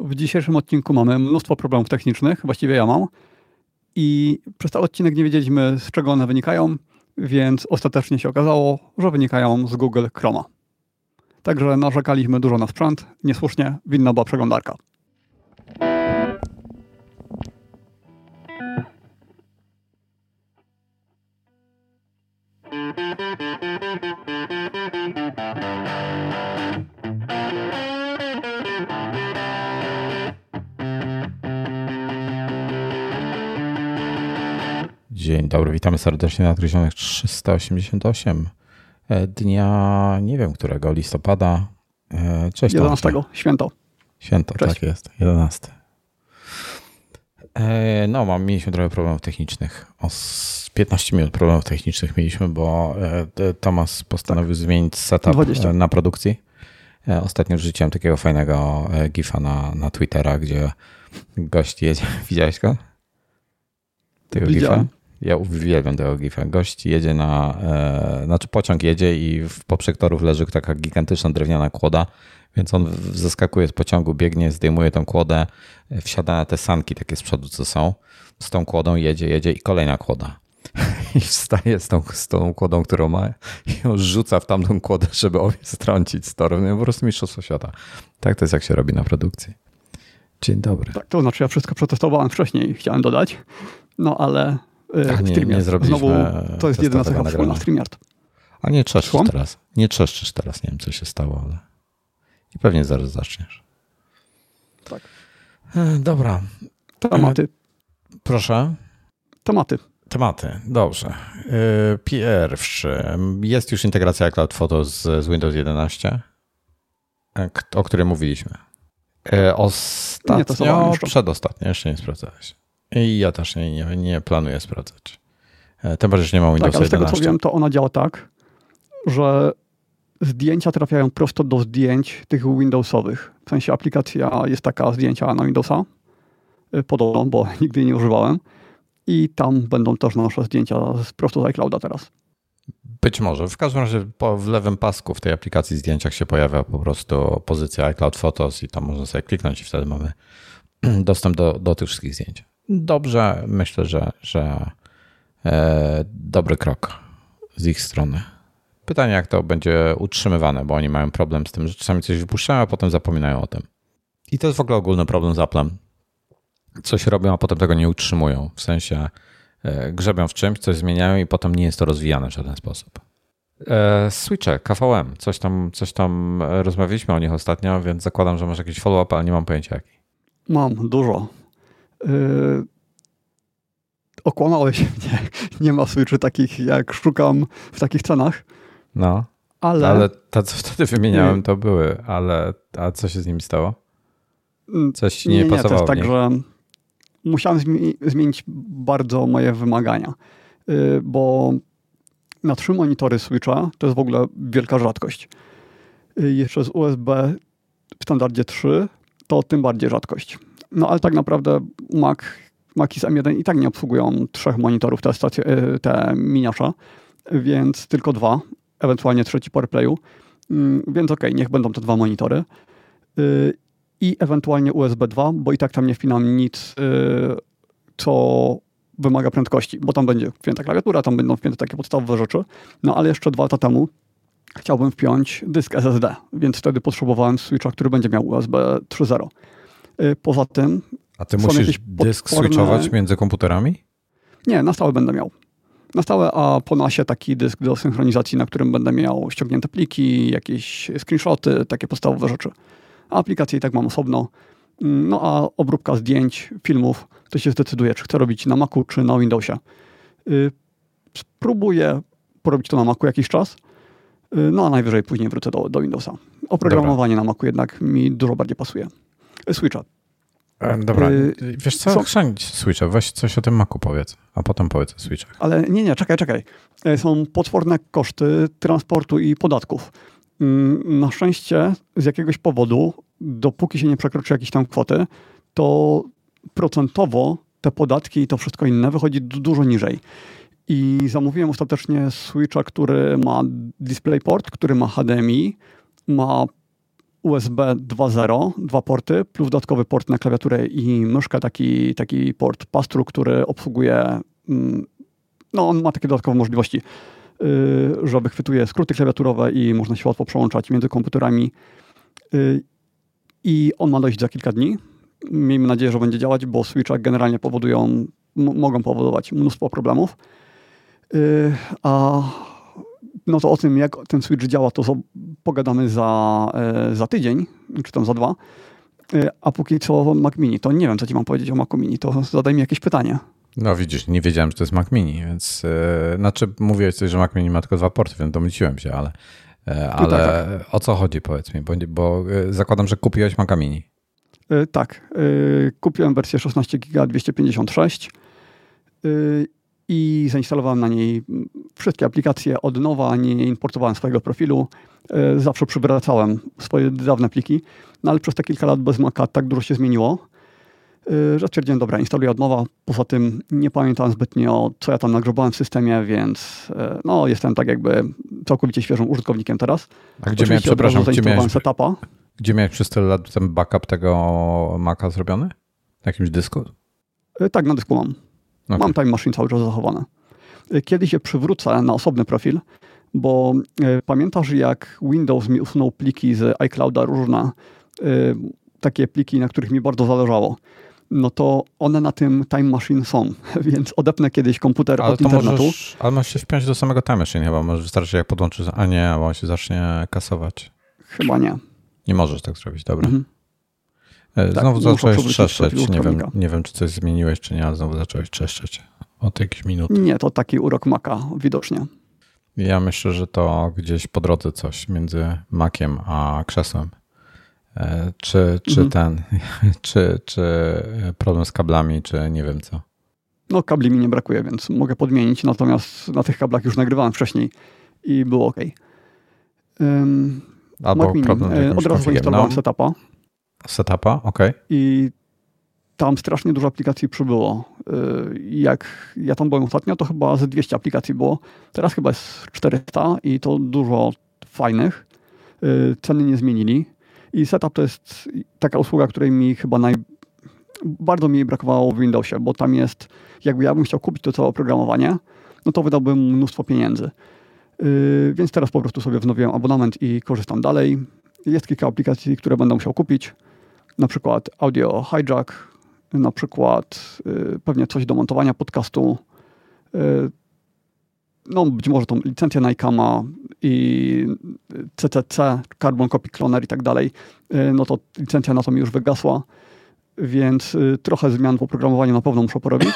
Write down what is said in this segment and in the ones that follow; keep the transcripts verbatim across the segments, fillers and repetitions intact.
w dzisiejszym odcinku mamy mnóstwo problemów technicznych, właściwie ja mam. I przez ten odcinek nie wiedzieliśmy, z czego one wynikają, więc ostatecznie się okazało, że wynikają z Google Chroma. Także narzekaliśmy dużo na sprzęt, niesłusznie, winna była przeglądarka. Dzień dobry, witamy serdecznie na Nadgryzionych trzysta osiemdziesiąt osiem dnia, nie wiem którego, listopada. Cześć. jedenastego, święto. Święto, Cześć. Tak jest, jedenasty. No, mam, mieliśmy trochę problemów technicznych. O piętnaście minut problemów technicznych mieliśmy, bo Tomasz postanowił tak. zmienić setup dwadzieścia na produkcji. Ostatnio wrzuciłem takiego fajnego gifa na, na Twittera, gdzie gość jedzie. Widziałeś go? Tego Widziałem. gifa? Ja uwielbiam tego gifa. Gość jedzie na, e, znaczy pociąg jedzie i w poprzek torów leży taka gigantyczna drewniana kłoda, więc on zeskakuje z pociągu, biegnie, zdejmuje tą kłodę, wsiada na te sanki takie z przodu, co są, z tą kłodą jedzie, jedzie i kolejna kłoda. I wstaje z tą, z tą kłodą, którą ma i ją rzuca w tamtą kłodę, żeby obie strącić z torów. No po prostu mistrzostwo świata. Tak to jest, jak się robi na produkcji. Dzień dobry. Tak, to znaczy ja wszystko przetestowałem wcześniej, chciałem dodać, no ale... A nie, nie zrobiliśmy. Znowu to jest jedyna cecha wspólna StreamYard. A nie trzeszczysz Szłam? teraz. Nie trzeszczysz teraz. Nie wiem, co się stało, ale i pewnie zaraz zaczniesz. Tak. E, dobra. Tematy. E, proszę. Tematy. Tematy. Dobrze. E, pierwszy. Jest już integracja iCloud Photo z, z Windows jedenaście, o której mówiliśmy. E, ostatnio, nie, przedostatnio. Jeszcze nie sprawdzałeś. I ja też nie, nie, nie planuję sprawdzać. Tym bardziej, że nie ma Windowsa tak, ale z tego jedenaście. co wiem, to ona działa tak, że zdjęcia trafiają prosto do zdjęć tych Windowsowych. W sensie aplikacja jest taka zdjęcia na Windowsa, podobno, bo nigdy jej nie używałem. I tam będą też nasze zdjęcia prosto z iClouda teraz. Być może. W każdym razie po, w lewym pasku w tej aplikacji zdjęciach się pojawia po prostu pozycja iCloud Photos i tam można sobie kliknąć i wtedy mamy dostęp do, do tych wszystkich zdjęć. Dobrze, myślę, że, że e, dobry krok z ich strony. Pytanie, jak to będzie utrzymywane, bo oni mają problem z tym, że czasami coś wypuszczają, a potem zapominają o tym. I to jest w ogóle ogólny problem z Apple'em. Coś robią, a potem tego nie utrzymują. W sensie e, grzebią w czymś, coś zmieniają i potem nie jest to rozwijane w żaden sposób. E, Switche, K V M, coś tam, coś tam rozmawialiśmy o nich ostatnio, więc zakładam, że masz jakiś follow-up, ale nie mam pojęcia jaki. Mam, dużo. Yy, okłamałeś mnie. Nie ma Switchy takich, jak szukam w takich cenach. No, ale, ale te, co wtedy wymieniałem, to były. Ale a co się z nimi stało? Coś ci nie, nie, nie pasowało? Nie, to jest tak, że musiałem zmi- zmienić bardzo moje wymagania, yy, bo na trzy monitory Switcha to jest w ogóle wielka rzadkość. Yy, jeszcze z U S B w standardzie trzy to tym bardziej rzadkość. No ale tak naprawdę Mac, Maci z M jeden i tak nie obsługują trzech monitorów, te, stacje, te miniasze, więc tylko dwa, ewentualnie trzeci po AirPlayu, więc okej, okay, niech będą te dwa monitory i ewentualnie U S B dwa, bo i tak tam nie wpinam nic, co wymaga prędkości, bo tam będzie wpięta klawiatura, tam będą wpięte takie podstawowe rzeczy, no ale jeszcze dwa lata temu chciałbym wpiąć dysk S S D, więc wtedy potrzebowałem Switcha, który będzie miał U S B trzy zero. Poza tym... A ty musisz dysk potworne... switchować między komputerami? Nie, na stałe będę miał. Na stałe, a po nasie taki dysk do synchronizacji, na którym będę miał ściągnięte pliki, jakieś screenshoty, takie podstawowe rzeczy. A aplikacje i tak mam osobno. No a obróbka zdjęć, filmów, to się zdecyduje, czy chcę robić na Macu, czy na Windowsie. Spróbuję porobić to na Macu jakiś czas, no a najwyżej później wrócę do, do Windowsa. Oprogramowanie Dobra. na Macu jednak mi dużo bardziej pasuje. Switcha. Dobra, wiesz co, są... chrzanić Switcha, weź coś o tym Macu powiedz, a potem powiedz o Switchach. Ale nie, nie, czekaj, czekaj. Są potworne koszty transportu i podatków. Na szczęście z jakiegoś powodu, dopóki się nie przekroczy jakiejś tam kwoty, to procentowo te podatki i to wszystko inne wychodzi dużo niżej. I zamówiłem ostatecznie Switcha, który ma DisplayPort, który ma H D M I, ma U S B dwa zero, dwa porty, plus dodatkowy port na klawiaturę i myszkę, taki, taki port pass-through, który obsługuje, no on ma takie dodatkowe możliwości, że wychwytuje skróty klawiaturowe i można się łatwo przełączać między komputerami. I on ma dojść za kilka dni. Miejmy nadzieję, że będzie działać, bo switche generalnie powodują, m- mogą powodować mnóstwo problemów. A no to o tym, jak ten switch działa, to pogadamy za, za tydzień, czy tam za dwa. A póki co Mac Mini, to nie wiem, co ci mam powiedzieć o Macu Mini, to zadaj mi jakieś pytanie. No widzisz, nie wiedziałem, że to jest Mac Mini, więc yy, znaczy mówiłeś coś, że Mac Mini ma tylko dwa porty, więc domyśliłem się, ale, yy, ale tak, tak. O co chodzi, powiedz mi, bo, bo yy, zakładam, że kupiłeś Maca Mini. Yy, tak, yy, kupiłem wersję szesnaście giga dwieście pięćdziesiąt sześć yy, i zainstalowałem na niej wszystkie aplikacje od nowa, nie importowałem swojego profilu, yy, zawsze przywracałem swoje dawne pliki, no ale przez te kilka lat bez Maca tak dużo się zmieniło, że stwierdziłem, dobra, instaluję od nowa. Poza tym nie pamiętam zbytnio, co ja tam nagrzebałem w systemie, więc no, jestem tak jakby całkowicie świeżym użytkownikiem teraz. A gdzie miałeś, przepraszam, gdzie miałeś, setupa. Gdzie miałeś przez tyle lat ten backup tego Maca zrobiony? Na jakimś dysku? Tak, na dysku mam. Okay. Mam Time Machine cały czas zachowane. Kiedyś je przywrócę na osobny profil, bo y, pamiętasz, jak Windows mi usunął pliki z iClouda różne, y, takie pliki, na których mi bardzo zależało. No to one na tym Time Machine są, więc odepnę kiedyś komputer ale od internetu. Możesz, ale możesz się wpiąć do samego Time Machine chyba, może wystarczy jak podłączysz, a nie, bo on się zacznie kasować. Chyba nie. Nie możesz tak zrobić, dobra. Mhm. Znowu tak, zacząłeś trzeszczeć, nie wiem, nie wiem czy coś zmieniłeś czy nie, ale znowu zacząłeś trzeszczeć od jakichś minut. Nie, to taki urok Maca widocznie. Ja myślę, że to gdzieś po drodze coś między Maciem a krzesłem. Czy, czy mhm. ten, czy, czy problem z kablami, czy nie wiem co. No kabli mi nie brakuje, więc mogę podmienić, natomiast na tych kablach już nagrywałem wcześniej i było ok. Um, Albo Mac problem Mini. Od razu zainstalowałem no. setupa. Setupa, ok. I tam strasznie dużo aplikacji przybyło. Jak ja tam byłem ostatnio, to chyba ze dwieście aplikacji było. Teraz chyba jest czterysta i to dużo fajnych. Ceny nie zmienili. I setup to jest taka usługa, której mi chyba naj... bardzo mi jej brakowało w Windowsie, bo tam jest, jakby ja bym chciał kupić to całe oprogramowanie, no to wydałbym mnóstwo pieniędzy. Yy, więc teraz po prostu sobie wznowiłem abonament i korzystam dalej. Jest kilka aplikacji, które będę musiał kupić, na przykład Audio Hijack, na przykład yy, pewnie coś do montowania podcastu, yy, no być może tą licencję na iCama i C C C, Carbon Copy Cloner i tak dalej, no to licencja na to mi już wygasła, więc trochę zmian w oprogramowaniu na pewno muszę porobić.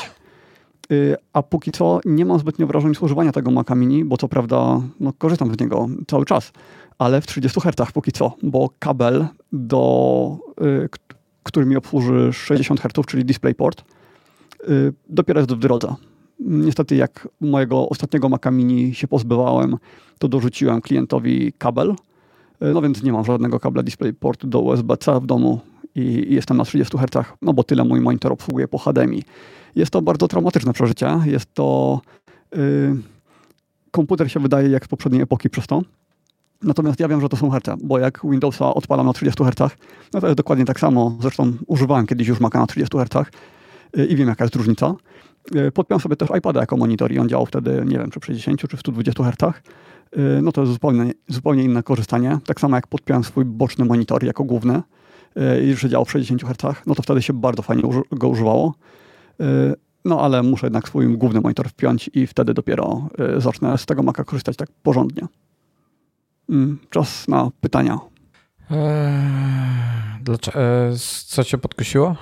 A póki co nie mam zbytnio wrażeń z używania tego Maca Mini, bo co prawda no, korzystam z niego cały czas, ale w trzydziestu hercach póki co, bo kabel, do, który mi obsłuży sześćdziesiąt herców, czyli DisplayPort, dopiero jest w drodze. Niestety jak mojego ostatniego Maca Mini się pozbywałem, to dorzuciłem klientowi kabel, no więc nie mam żadnego kabla DisplayPort do U S B C w domu i, i jestem na trzydziestu hercach, no bo tyle mój monitor obsługuje po H D M I. Jest to bardzo traumatyczne przeżycie, jest to... Yy, komputer się wydaje jak z poprzedniej epoki przez to, natomiast ja wiem, że to są herce, bo jak Windowsa odpalam na trzydziestu hercach, no to jest dokładnie tak samo, zresztą używałem kiedyś już Maca na trzydziestu hercach yy, i wiem jaka jest różnica. Podpiąłem sobie też iPada jako monitor i on działał wtedy, nie wiem, czy przy dziesięciu, czy w stu dwudziestu hercach. No to jest zupełnie, zupełnie inne korzystanie. Tak samo jak podpiąłem swój boczny monitor jako główny i że działał w sześćdziesięciu hercach, no to wtedy się bardzo fajnie go używało. No ale muszę jednak swój główny monitor wpiąć i wtedy dopiero zacznę z tego Maca korzystać tak porządnie. Czas na pytania. Eee, dlaczego, e, co cię podkusiło?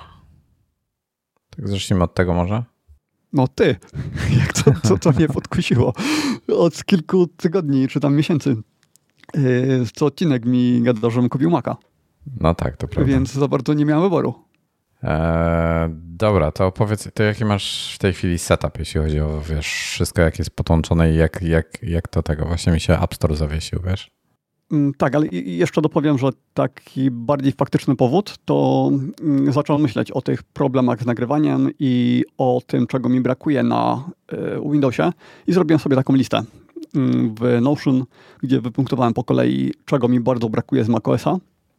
Tak zacznijmy od tego może. No ty, jak to, co to mnie podkusiło? Od kilku tygodni czy tam miesięcy yy, co odcinek mi gadał, żebym kupił Maca. No tak, to prawda. Więc za bardzo nie miałem wyboru. Eee, dobra, to opowiedz, to jaki masz w tej chwili setup, jeśli chodzi o, wiesz, wszystko jak jest podłączone i jak, jak, jak to tego, właśnie mi się App Store zawiesił, wiesz? Tak, ale jeszcze dopowiem, że taki bardziej faktyczny powód, to zacząłem myśleć o tych problemach z nagrywaniem i o tym, czego mi brakuje na Windowsie i zrobiłem sobie taką listę w Notion, gdzie wypunktowałem po kolei, czego mi bardzo brakuje z macOSa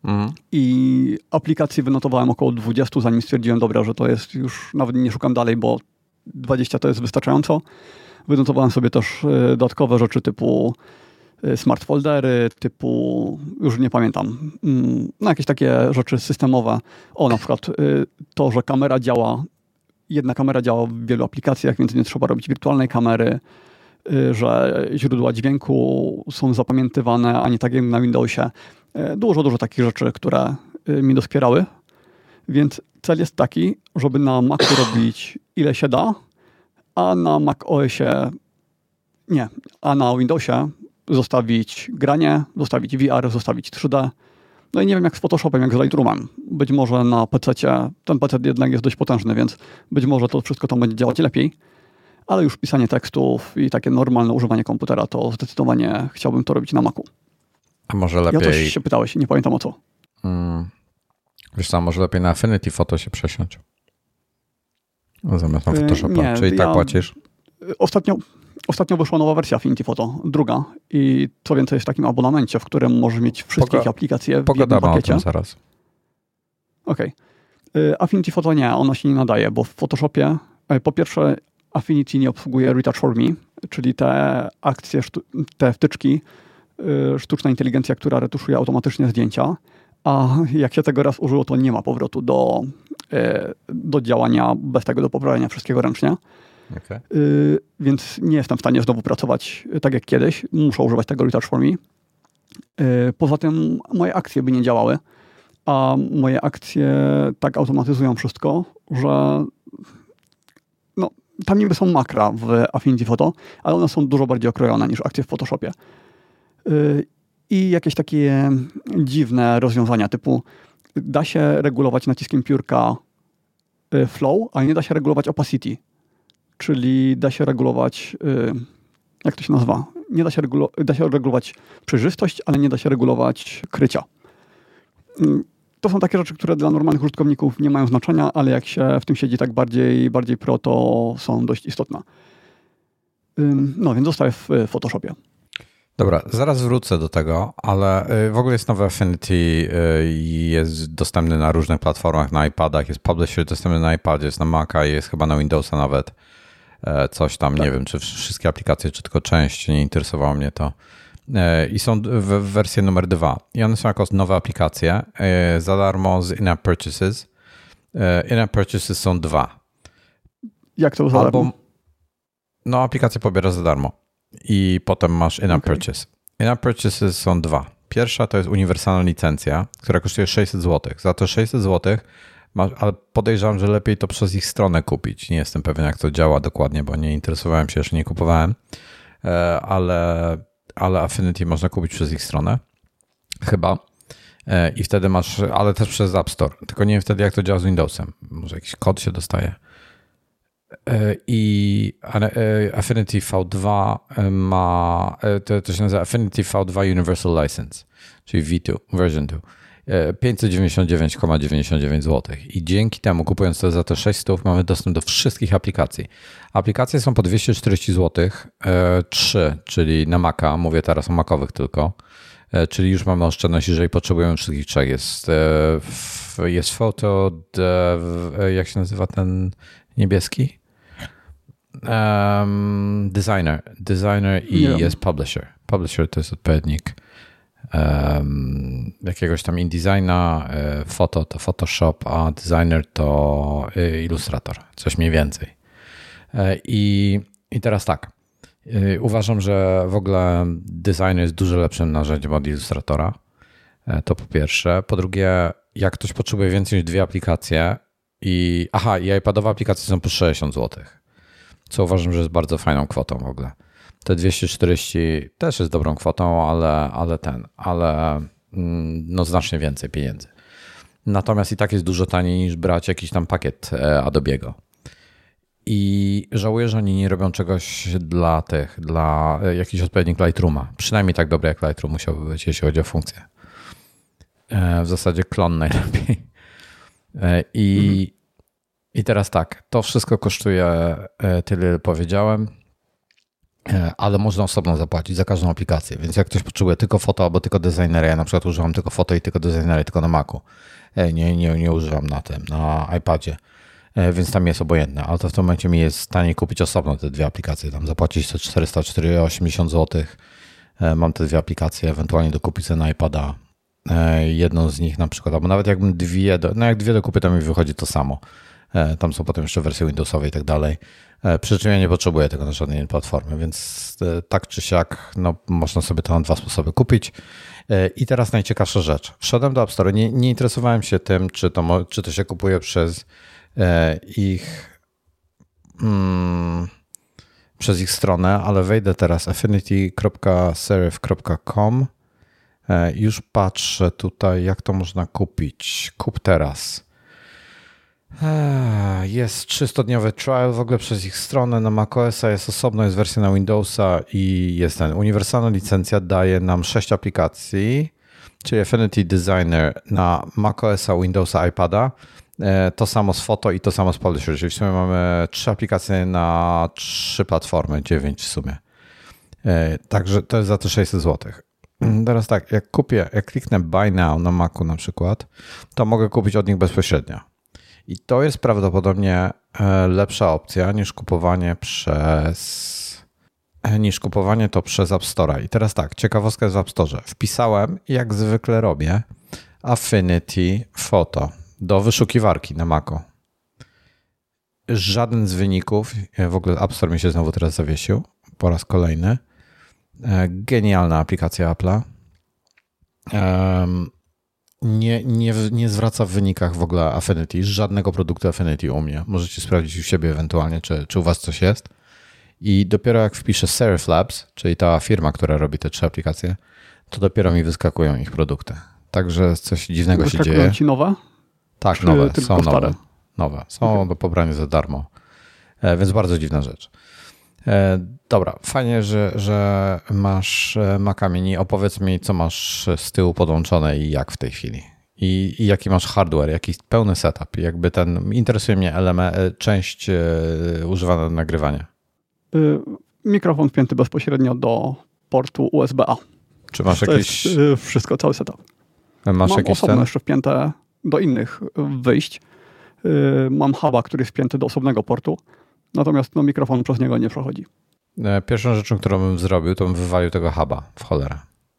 Mhm. I aplikacji wynotowałem około dwadzieścia, zanim stwierdziłem, dobra, że to jest już, nawet nie szukam dalej, bo dwadzieścia to jest wystarczająco. Wynotowałem sobie też dodatkowe rzeczy typu smart foldery, typu, już nie pamiętam, no jakieś takie rzeczy systemowe. O, na przykład to, że kamera działa, jedna kamera działa w wielu aplikacjach, więc nie trzeba robić wirtualnej kamery, że źródła dźwięku są zapamiętywane, a nie tak jak na Windowsie. Dużo, dużo takich rzeczy, które mi doskwierały. Więc cel jest taki, żeby na Macu robić ile się da, a na macOSie nie, a na Windowsie zostawić granie, zostawić V R, zostawić trzy D. No i nie wiem jak z Photoshopem, jak z Lightroomem. Być może na pececie, ten P C jednak jest dość potężny, więc być może to wszystko tam będzie działać lepiej. Ale już pisanie tekstów i takie normalne używanie komputera, to zdecydowanie chciałbym to robić na Macu. A może lepiej... Ja coś się pytałeś, nie pamiętam o co. Hmm. Wiesz co, może lepiej na Affinity Photo się przesiąść? Zamiast na Photoshopa. Nie, Czyli ja tak płacisz? Ostatnio, ostatnio wyszła nowa wersja Affinity Photo, druga. I co więcej jest w takim abonamencie, w którym możesz mieć wszystkie Poga- aplikacje w jednym pakiecie. O tym zaraz. Okej. Okay. Affinity Photo nie, ono się nie nadaje, bo w Photoshopie po pierwsze Affinity nie obsługuje Retouch for Me, czyli te akcje, te wtyczki, sztuczna inteligencja, która retuszuje automatycznie zdjęcia, a jak się tego raz użyło, to nie ma powrotu do, do działania bez tego, do poprawiania wszystkiego ręcznie. Okay. Więc nie jestem w stanie znowu pracować tak jak kiedyś. Muszę używać tego Retouch for Me. Poza tym moje akcje by nie działały, a moje akcje tak automatyzują wszystko, że no, tam niby są makra w Affinity Photo, ale one są dużo bardziej okrojone niż akcje w Photoshopie. I jakieś takie dziwne rozwiązania typu da się regulować naciskiem piórka flow, ale nie da się regulować opacity. Czyli da się regulować, jak to się nazywa? Nie da się, regulo- da się regulować przejrzystość, ale nie da się regulować krycia. To są takie rzeczy, które dla normalnych użytkowników nie mają znaczenia, ale jak się w tym siedzi tak bardziej, bardziej pro, to są dość istotne. No więc zostaję w Photoshopie. Dobra, zaraz wrócę do tego, ale w ogóle jest nowy Affinity, jest dostępny na różnych platformach, na iPadach, jest Publisher dostępny na iPadzie, jest na Maca, jest chyba na Windowsa nawet. Coś tam, tak. Nie wiem, czy wszystkie aplikacje, czy tylko część, nie interesowało mnie to. I są w wersji numer dwa. I one są jako nowe aplikacje za darmo z in-app purchases. In-app purchases są dwa. Jak to za darmo? No, aplikację pobiera za darmo. I potem masz in-app okay. purchase. In-app purchases są dwa. Pierwsza to jest uniwersalna licencja, która kosztuje sześćset złotych. Za to sześćset złotych masz, ale podejrzewam, że lepiej to przez ich stronę kupić. Nie jestem pewien, jak to działa dokładnie, bo nie interesowałem się, jeszcze nie kupowałem. Ale, ale Affinity można kupić przez ich stronę. Chyba. I wtedy masz, ale też przez App Store. Tylko nie wiem wtedy, jak to działa z Windowsem. Może jakiś kod się dostaje. I Affinity V dwa ma, to, to się nazywa Affinity V dwa Universal License, czyli V dwa, version dwa, pięćset dziewięćdziesiąt dziewięć przecinek dziewięćdziesiąt dziewięć złotych. I dzięki temu, kupując to za te sześćset, mamy dostęp do wszystkich aplikacji. Aplikacje są po dwieście czterdzieści złotych, trzy, czyli na Maca, mówię teraz o Macowych tylko, czyli już mamy oszczędność, jeżeli potrzebujemy wszystkich trzech. Jest, jest Photo, jak się nazywa ten niebieski? Um, designer. Designer i yeah. jest Publisher. Publisher to jest odpowiednik um, jakiegoś tam InDesigna, y, foto to Photoshop, a designer to y, Illustrator. Coś mniej więcej. Y, I, i teraz tak. Y, uważam, że w ogóle designer jest dużo lepszym narzędziem od Illustratora. Y, to po pierwsze. Po drugie, jak ktoś potrzebuje więcej niż dwie aplikacje i aha, i iPadowe aplikacje są po sześćdziesiąt złotych. Co uważam, że jest bardzo fajną kwotą w ogóle. Te dwieście czterdzieści też jest dobrą kwotą, ale, ale ten, ale no znacznie więcej pieniędzy. Natomiast i tak jest dużo taniej niż brać jakiś tam pakiet Adobe'ego. I żałuję, że oni nie robią czegoś dla tych, dla jakiś odpowiednik Lightrooma. Przynajmniej tak dobry jak Lightroom musiałby być, jeśli chodzi o funkcję. W zasadzie klon najlepiej. I mhm. I teraz tak, to wszystko kosztuje tyle, ile powiedziałem. ale można osobno zapłacić za każdą aplikację. Więc jak ktoś potrzebuje tylko foto albo tylko designera, ja na przykład używam tylko foto i tylko designera, tylko na Macu. Nie, nie, nie używam na tym, na iPadzie, więc tam jest obojętne, ale to w tym momencie mi jest taniej kupić osobno te dwie aplikacje, tam zapłacić te czterysta osiemdziesiąt złotych, mam te dwie aplikacje, ewentualnie dokupić sobie na iPada jedną z nich na przykład, albo nawet jakbym dwie, do, no jak dwie dokupię, to mi wychodzi to samo. Tam są potem jeszcze wersje Windowsowe i tak dalej. Przy czym ja nie potrzebuję tego na żadnej platformy, więc tak czy siak no, można sobie to na dwa sposoby kupić. I teraz najciekawsza rzecz. Wszedłem do App Store, nie, nie interesowałem się tym, czy to, czy to się kupuje przez ich hmm, przez ich stronę, ale wejdę teraz affinity kropka serif kropka com. Już patrzę tutaj, jak to można kupić. Kup teraz. Jest trzysta-dniowy trial w ogóle przez ich stronę na macOSa, jest osobno, jest wersja na Windowsa i jest ten. Uniwersalna licencja daje nam sześć aplikacji, czyli Affinity Designer na macOSa, Windowsa, iPada. To samo z Foto i to samo z Publisher, czyli w sumie mamy trzy aplikacje na trzy platformy, dziewięć w sumie. Także to jest za te sześćset złotych. Teraz tak, jak kupię, jak kliknę Buy Now na Macu na przykład, to mogę kupić od nich bezpośrednio. I to jest prawdopodobnie lepsza opcja niż kupowanie przez niż kupowanie to przez App Store'a. I teraz tak, ciekawostka jest w App Store. Wpisałem, jak zwykle robię, Affinity Photo do wyszukiwarki na Macu. Żaden z wyników, w ogóle App Store mi się znowu teraz zawiesił po raz kolejny. Genialna aplikacja Apple'a. Um, nie, nie, nie zwraca w wynikach w ogóle Affinity, żadnego produktu Affinity u mnie. Możecie sprawdzić u siebie ewentualnie, czy, czy u was coś jest. I dopiero jak wpiszę Serif Labs, czyli ta firma, która robi te trzy aplikacje, to dopiero mi wyskakują ich produkty. Także coś dziwnego się dzieje. Ci nowe? Tak, czy nowe, są stare? nowe. Nowe, są okay. Do pobrania za darmo. E, więc bardzo dziwna rzecz. E, dobra, fajnie, że, że masz Maca Mini. Opowiedz mi, co masz z tyłu podłączone i jak w tej chwili. I, i jaki masz hardware, jaki pełny setup. Jakby ten, interesuje mnie element, część e, używana do nagrywania. Y, mikrofon wpięty bezpośrednio do portu U S B A. Czy masz to jakieś... jest y, wszystko, cały setup. Masz Mam jakieś osobno ten? jeszcze wpięte do innych wyjść. Y, mam huba, który jest wpięty do osobnego portu. Natomiast no, mikrofon przez niego nie przechodzi. Pierwszą rzeczą, którą bym zrobił, to bym wywalił tego huba w cholerę.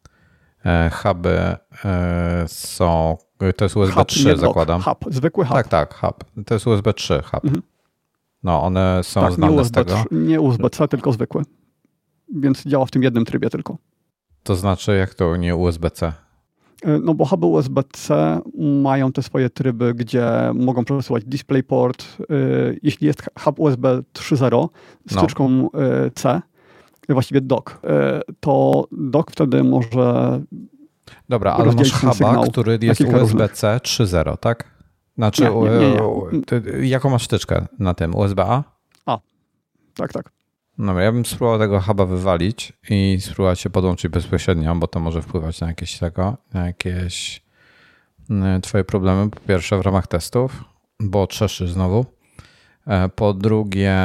Huby są... To jest U S B trzy, hub, zakładam. Hub, zwykły hub. Tak, tak, hub. To jest U S B trzy hub. Mhm. No, one są tak, znane nie U S B, z tego. Nie U S B C, tylko zwykły. Więc działa w tym jednym trybie tylko. To znaczy, jak to nie U S B C? No bo huby U S B C mają te swoje tryby, gdzie mogą przesyłać DisplayPort. Jeśli jest hub U S B trzy zero z wtyczką no. C, właściwie dock, to dock wtedy może... Dobra, ale masz huba, który jest U S B C trzy zero, tak? Znaczy, nie, nie, nie, nie. Jaką masz wtyczkę na tym? U S B A? A, tak, tak. Dobra, ja bym spróbował tego huba wywalić i spróbować się podłączyć bezpośrednio, bo to może wpływać na jakieś tego, na jakieś twoje problemy. Po pierwsze w ramach testów, bo trzeszczy znowu. Po drugie,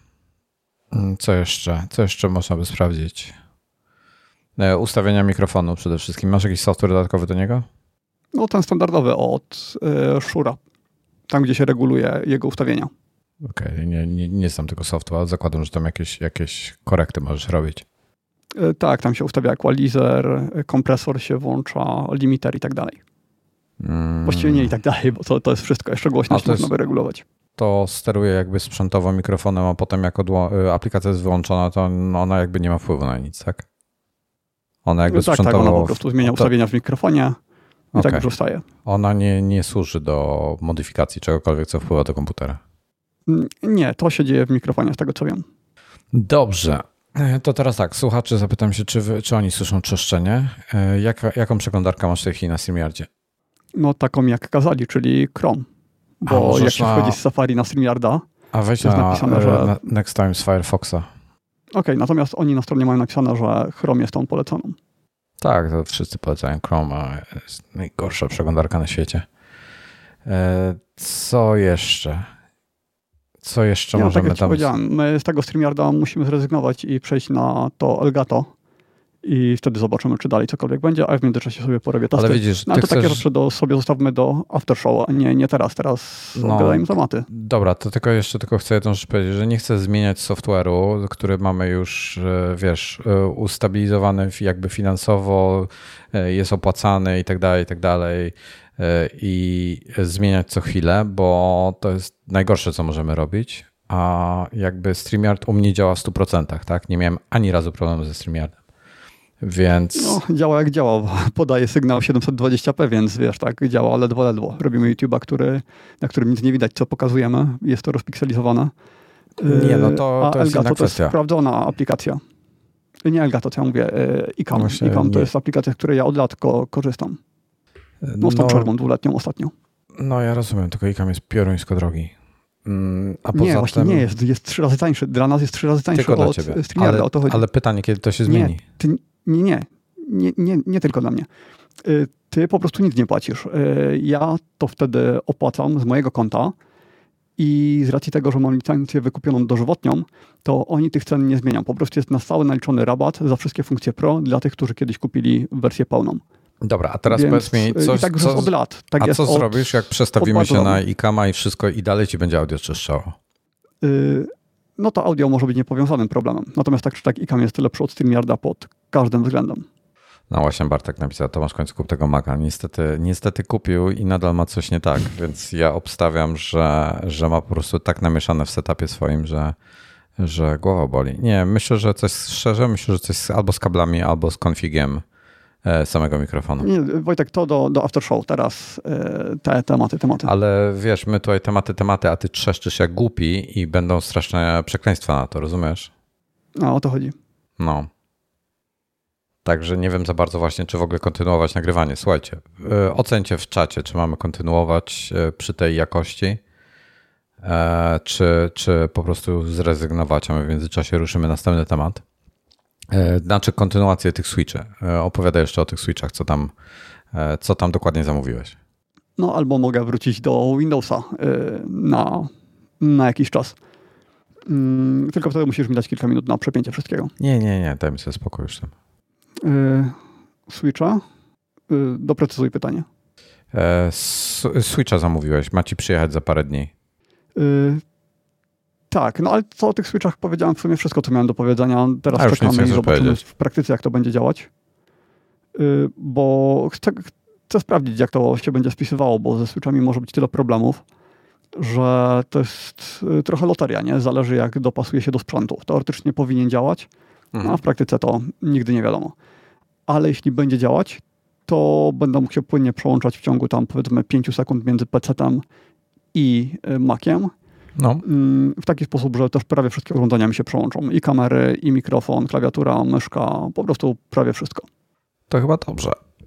co jeszcze? Co jeszcze można by sprawdzić? Ustawienia mikrofonu przede wszystkim. Masz jakiś software dodatkowy do niego? No ten standardowy od y, Shure'a, tam gdzie się reguluje jego ustawienia. Okej, okay. nie, nie, nie znam tego softu, ale zakładam, że tam jakieś, jakieś korekty możesz robić. Y, tak, tam się ustawia equalizer, kompresor się włącza, limiter i tak dalej. Hmm. Właściwie nie i tak dalej, bo to, to jest wszystko. Jeszcze głośność można by regulować. To steruje jakby sprzętowo mikrofonem, a potem jak odło- aplikacja jest wyłączona, to ona jakby nie ma wpływu na nic, tak? Ona jakby tak, sprzętowo... Tak, ona po prostu zmienia to... ustawienia w mikrofonie i okay. tak już zostaje. Ona nie, nie służy do modyfikacji czegokolwiek, co wpływa do komputera. Nie, to się dzieje w mikrofonie, z tego co wiem. Dobrze. To teraz tak, słuchaczy zapytam się, czy, wy, czy oni słyszą trzeszczenie. Jaka, jaką przeglądarkę masz w tej chwili na StreamYardzie? No taką jak kazali, czyli Chrome. Bo jak się na... wchodzi z Safari na StreamYarda, a weź jest na, napisane, że... na Next Time z Firefoxa. Okej, okay, natomiast oni na stronie mają napisane, że Chrome jest tą poleconą. Tak, to wszyscy polecają Chrome, a jest najgorsza przeglądarka na świecie. Co jeszcze? Co jeszcze Nie, no, możemy tak jak tam... powiedziałem, my z tego StreamYarda musimy zrezygnować i przejść na to Elgato i wtedy zobaczymy, czy dalej cokolwiek będzie, a w międzyczasie sobie porobię testy. Ale widzisz, no, ale ty to takie chcesz... rzeczy do, sobie zostawmy do aftershow, a nie, nie teraz. Teraz no, obgadajmy tematy. Dobra, to tylko jeszcze tylko chcę jedną rzecz powiedzieć, że nie chcę zmieniać software'u, który mamy już, wiesz, ustabilizowany jakby finansowo, jest opłacany i tak dalej, i tak dalej i zmieniać co chwilę, bo to jest najgorsze, co możemy robić, a jakby StreamYard u mnie działa w stu procentach, tak? Nie miałem ani razu problemu ze StreamYardem. Więc... No, działa jak działa, podaje sygnał siedemset dwadzieścia p, więc wiesz, tak, działa ledwo, ledwo. Robimy YouTube'a, który, na którym nic nie widać, co pokazujemy. Jest to rozpikselizowane. Nie, no to, to A jest Elgato inna to jest kwestia. sprawdzona aplikacja. Nie Elgato, co ja mówię, ICAM. Właśnie ICAM to nie. jest aplikacja, z której ja od lat ko- korzystam. No z tą No, przerwą dwuletnią ostatnio. no ja rozumiem, tylko ICAM jest pioruńsko drogi. A poza Nie, właśnie tym... nie jest. Jest trzy razy tańszy. Dla nas jest trzy razy tańszy Tylko dla od ciebie. StreamYarda, Ale, o to chodzi. ale pytanie, kiedy to się zmieni? Nie, ty, nie, nie, nie, nie, nie tylko dla mnie. Y, Ty po prostu nic nie płacisz. Y, Ja to wtedy opłacam z mojego konta i z racji tego, że mam licencję wykupioną dożywotnią, to oni tych cen nie zmienią. Po prostu jest na stałe naliczony rabat za wszystkie funkcje Pro dla tych, którzy kiedyś kupili wersję pełną. Dobra, a teraz Więc, powiedz mi, coś, i tak już co, jest od lat. Tak a jest co od, zrobisz, jak przestawimy od się bardzo na lat. ICAMa i wszystko i dalej ci będzie audio czyszczało? Y, No to audio może być niepowiązanym problemem. Natomiast tak czy tak ICAM jest lepszy od StreamYarda pod każdym względem. No właśnie Bartek napisał, Tomasz w końcu kup tego Maca. Niestety, niestety kupił i nadal ma coś nie tak, więc ja obstawiam, że, że ma po prostu tak namieszane w setupie swoim, że, że głowa boli. Nie, myślę, że coś, szczerze, myślę, że coś albo z kablami, albo z konfigiem samego mikrofonu. Nie, Wojtek, to do, do aftershow teraz y, te tematy, tematy. Ale wiesz, my tutaj tematy, tematy, a ty trzeszczysz jak głupi i będą straszne przekleństwa na to, rozumiesz? No, o to chodzi. No. Także nie wiem za bardzo właśnie, czy w ogóle kontynuować nagrywanie. Słuchajcie, yy, ocencie w czacie, czy mamy kontynuować yy, przy tej jakości, yy, czy, czy po prostu zrezygnować, a my w międzyczasie ruszymy następny temat. Yy, znaczy kontynuację tych switchy. Yy, opowiadaj jeszcze o tych switchach, co tam, yy, co tam dokładnie zamówiłeś. No albo mogę wrócić do Windowsa y, na, na jakiś czas. Mm, tylko wtedy musisz mi dać kilka minut na przepięcie wszystkiego. Nie, nie, nie, daj mi sobie spokój już z tym. Y, Switcha? Y, doprecyzuj pytanie. Yy, s- switcha zamówiłeś, ma ci przyjechać za parę dni. Y, tak, no ale co o tych switchach powiedziałem w sumie wszystko, co miałem do powiedzenia. Teraz A już nic czekamy nie i chcesz zobaczymy powiedzieć. w praktyce, jak to będzie działać. Y, bo chcę, chcę sprawdzić, jak to się będzie spisywało, bo ze switchami może być tyle problemów, że to jest y, trochę loteria, nie? Zależy, jak dopasuje się do sprzętu. Teoretycznie powinien działać, Mhm. a w praktyce to nigdy nie wiadomo. Ale jeśli będzie działać, to będę mógł się płynnie przełączać w ciągu tam powiedzmy pięciu sekund między pecetem i y, Maciem. No, Mm, w taki sposób, że też prawie wszystkie urządzenia mi się przełączą. I kamery, i mikrofon, klawiatura, myszka, po prostu prawie wszystko. to chyba dobrze.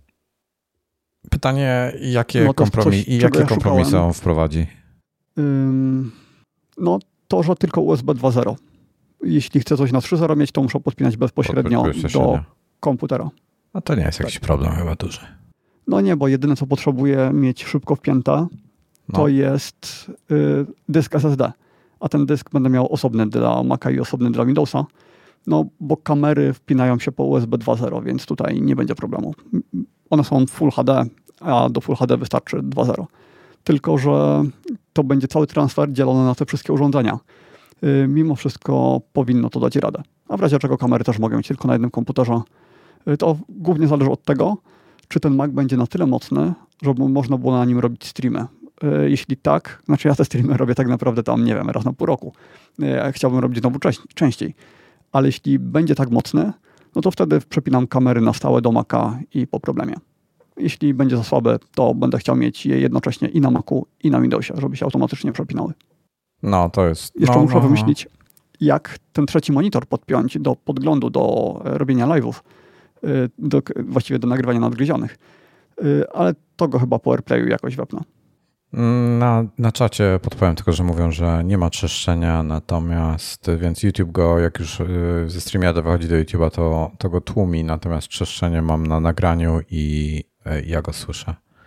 Pytanie, jakie, No to kompromis- coś, i czego jakie ja kompromisy szukałem. on wprowadzi? Ym, no to, że tylko U S B dwa zero. Jeśli chcę coś na trzy zero mieć, to muszę podpinać bezpośrednio Bezpośrednio. do komputera. A to nie jest jakiś problem chyba duży. No nie, bo jedyne, co potrzebuję mieć szybko wpięte, to No. jest y, dysk S S D. A ten dysk będę miał osobny dla Maca i osobny dla Windowsa. No, bo kamery wpinają się po U S B dwa zero, więc tutaj nie będzie problemu. One są Full H D, a do Full H D wystarczy dwa zero. Tylko że to będzie cały transfer dzielony na te wszystkie urządzenia. Y, Mimo wszystko powinno to dać radę. A w razie czego kamery też mogą mieć tylko na jednym komputerze. Y, To głównie zależy od tego, czy ten Mac będzie na tyle mocny, żeby można było na nim robić streamy. Y, Jeśli tak, znaczy ja te streamy robię tak naprawdę tam, nie wiem, raz na pół roku. Y, Chciałbym robić znowu cześ- częściej. Ale jeśli będzie tak mocny, no to wtedy przepinam kamery na stałe do Maca i po problemie. Jeśli będzie za słabe, to będę chciał mieć je jednocześnie i na Macu, i na Windowsie, żeby się automatycznie przepinały. No, to jest... Jeszcze no, muszę no, wymyślić, jak ten trzeci monitor podpiąć do podglądu, do e, robienia live'ów, y, do, właściwie do nagrywania nadgryzionych. Y, Ale to go chyba po AirPlayu jakoś wepnę. Na, na czacie podpowiem tylko, że mówią, że nie ma trzeszczenia, natomiast więc YouTube go, jak już y, ze StreamYarda wychodzi do YouTube'a, to, to go tłumi, natomiast trzeszczenie mam na nagraniu i y, ja go słyszę.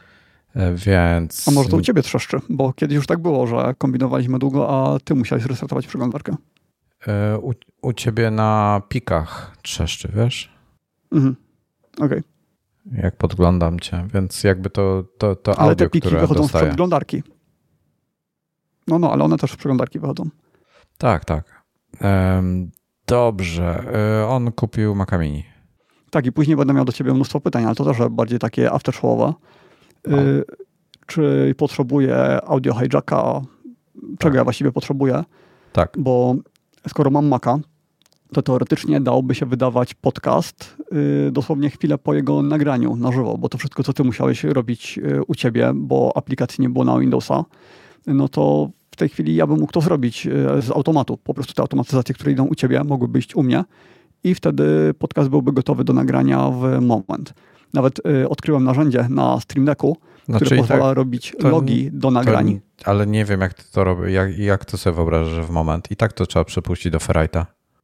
Więc... A może to u ciebie trzeszczy, bo kiedyś już tak było, że kombinowaliśmy długo, a ty musiałeś restartować przeglądarkę. U, u ciebie na pikach trzeszczy, wiesz? Mhm. Okej. Okay. Jak podglądam cię, więc jakby to, to, to ale audio, te piki które wychodzą dostaję. z przeglądarki. No, no, ale one też z przeglądarki wychodzą. Tak, tak. Um, dobrze. On kupił Maca Mini. Tak, i później będę miał do ciebie mnóstwo pytań, ale to też bardziej takie aftershowowe. Y, czy potrzebuję audio hijacka? Czego tak. ja właściwie potrzebuję? Tak. Bo skoro mam Maca, to teoretycznie dałoby się wydawać podcast y, dosłownie chwilę po jego nagraniu na żywo, bo to wszystko, co ty musiałeś robić y, u ciebie, bo aplikacji nie było na Windowsa, no to w tej chwili ja bym mógł to zrobić y, z automatu. Po prostu te automatyzacje, które idą u ciebie, mogłyby iść u mnie i wtedy podcast byłby gotowy do nagrania w moment. Nawet y, odkryłem narzędzie na Stream Decku, znaczy które pozwala tak, robić to, logi do nagrań. To, ale nie wiem, jak ty to robisz, jak, jak to sobie wyobrażasz, że w moment. I tak to trzeba przepuścić do Ferrite'a.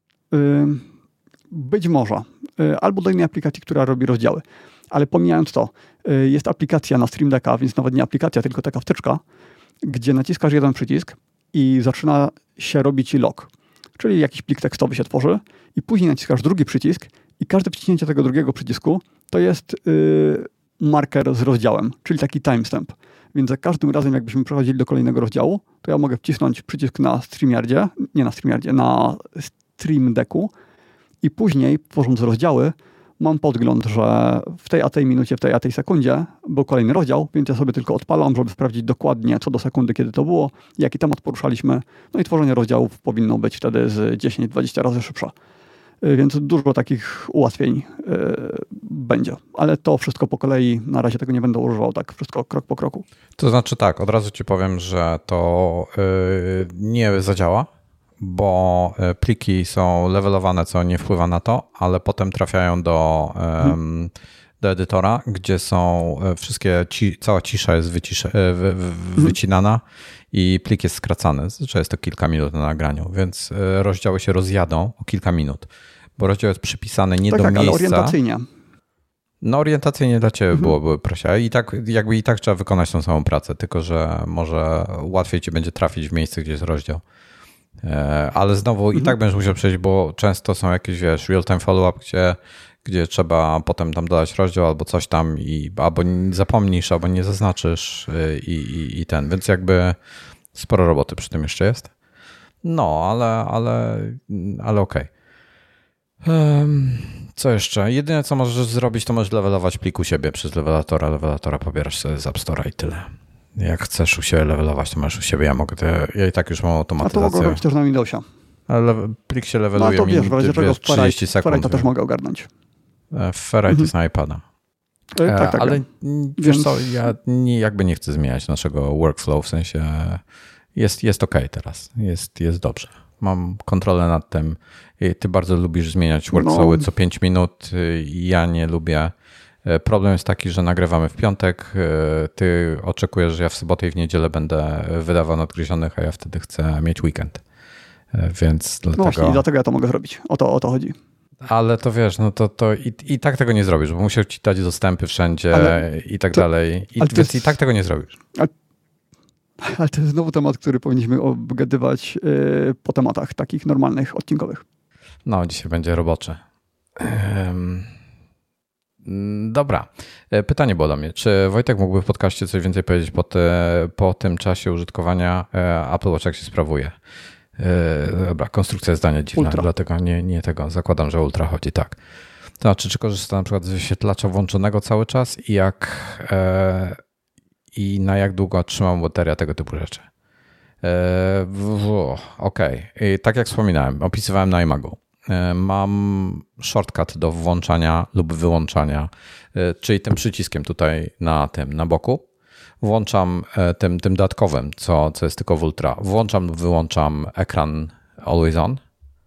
Być może. Albo do innej aplikacji, która robi rozdziały. Ale pomijając to, jest aplikacja na Stream Decka, więc nawet nie aplikacja, tylko taka wtyczka, gdzie naciskasz jeden przycisk i zaczyna się robić log. Czyli jakiś plik tekstowy się tworzy i później naciskasz drugi przycisk i każde wciśnięcie tego drugiego przycisku to jest yy, marker z rozdziałem, czyli taki timestamp. Więc za każdym razem, jakbyśmy przechodzili do kolejnego rozdziału, to ja mogę wcisnąć przycisk na StreamYardzie, nie na StreamYardzie, na Stream Decku i później, tworząc rozdziały, mam podgląd, że w tej a tej minucie, w tej a tej sekundzie był kolejny rozdział, więc ja sobie tylko odpalam, żeby sprawdzić dokładnie co do sekundy, kiedy to było, jaki temat poruszaliśmy. No i tworzenie rozdziałów powinno być wtedy z dziesięć do dwudziestu razy szybsze. Więc dużo takich ułatwień yy, będzie. Ale to wszystko po kolei, na razie tego nie będę używał, tak wszystko krok po kroku. To znaczy tak, od razu ci powiem, że to yy, nie zadziała, bo pliki są levelowane, co nie wpływa na to, ale potem trafiają do, hmm. do edytora, gdzie są wszystkie, ci, cała cisza jest wycisze, wy, wy, wycinana hmm. i plik jest skracany. Zazwyczaj jest to kilka minut na nagraniu, więc rozdziały się rozjadą o kilka minut, bo rozdział jest przypisany nie tak, do tak, miejsca. Ale orientacyjnie. No orientacyjnie dla ciebie mhm. byłoby prosia. I tak, jakby i tak trzeba wykonać tą samą pracę, tylko że może łatwiej ci będzie trafić w miejsce, gdzie jest rozdział. Ale znowu mhm. i tak będziesz musiał przejść, bo często są jakieś, wiesz, real-time follow-up, gdzie, gdzie trzeba potem tam dodać rozdział albo coś tam i albo zapomnisz, albo nie zaznaczysz i, i, i ten. Więc jakby sporo roboty przy tym jeszcze jest. No, ale, ale, ale okej. Um, co jeszcze? Jedyne, co możesz zrobić, to możesz levelować plik u siebie przez levelatora. Levelatora pobierasz sobie z App Store'a i tyle. Jak chcesz u siebie levelować, to masz u siebie. Ja mogę te, ja i tak już mam automatyzację. A to mogę robić też na Windowsie. Ale plik się leveluje no, to wiesz, minut, wiesz, trzydzieści sekund. To też mogę ogarnąć. Ferrite mhm. jest na iPada. E, tak, tak, ale tak. wiesz Więc... co, ja nie, jakby nie chcę zmieniać naszego workflow, w sensie jest, jest okej okay teraz. Jest, jest dobrze. Mam kontrolę nad tym. Ty bardzo lubisz zmieniać workflowy no. co pięć minut. Ja nie lubię. Problem jest taki, że nagrywamy w piątek. Ty oczekujesz, że ja w sobotę i w niedzielę będę wydawał nadgryzionych, a ja wtedy chcę mieć weekend. Więc dlatego... No właśnie, dlatego ja to mogę zrobić. O to, o to chodzi. Ale to wiesz, no to, to i, i tak tego nie zrobisz, bo musiał ci dać dostępy wszędzie ale i tak to, dalej. I, więc jest, i tak tego nie zrobisz. Ale, ale to jest znowu temat, który powinniśmy obgadywać yy, po tematach takich normalnych, odcinkowych. No, dzisiaj będzie roboczy. Um, dobra. Pytanie było do mnie. Czy Wojtek mógłby w podcaście coś więcej powiedzieć po, te, po tym czasie użytkowania Apple Watch, jak się sprawuje? Dobra, konstrukcja zdania dziwna, ultra. Dlatego nie, nie tego. Zakładam, że ultra chodzi, tak. To znaczy, czy korzysta na przykład z wyświetlacza włączonego cały czas i jak e, i na jak długo trzymam bateria, tego typu rzeczy. E, Okej. Okay. Tak jak wspominałem, opisywałem na iMagu. E, mam shortcut do włączania lub wyłączania, e, czyli tym przyciskiem tutaj na tym, na boku. Włączam tym, tym dodatkowym, co, co jest tylko w ultra. Włączam lub wyłączam ekran always on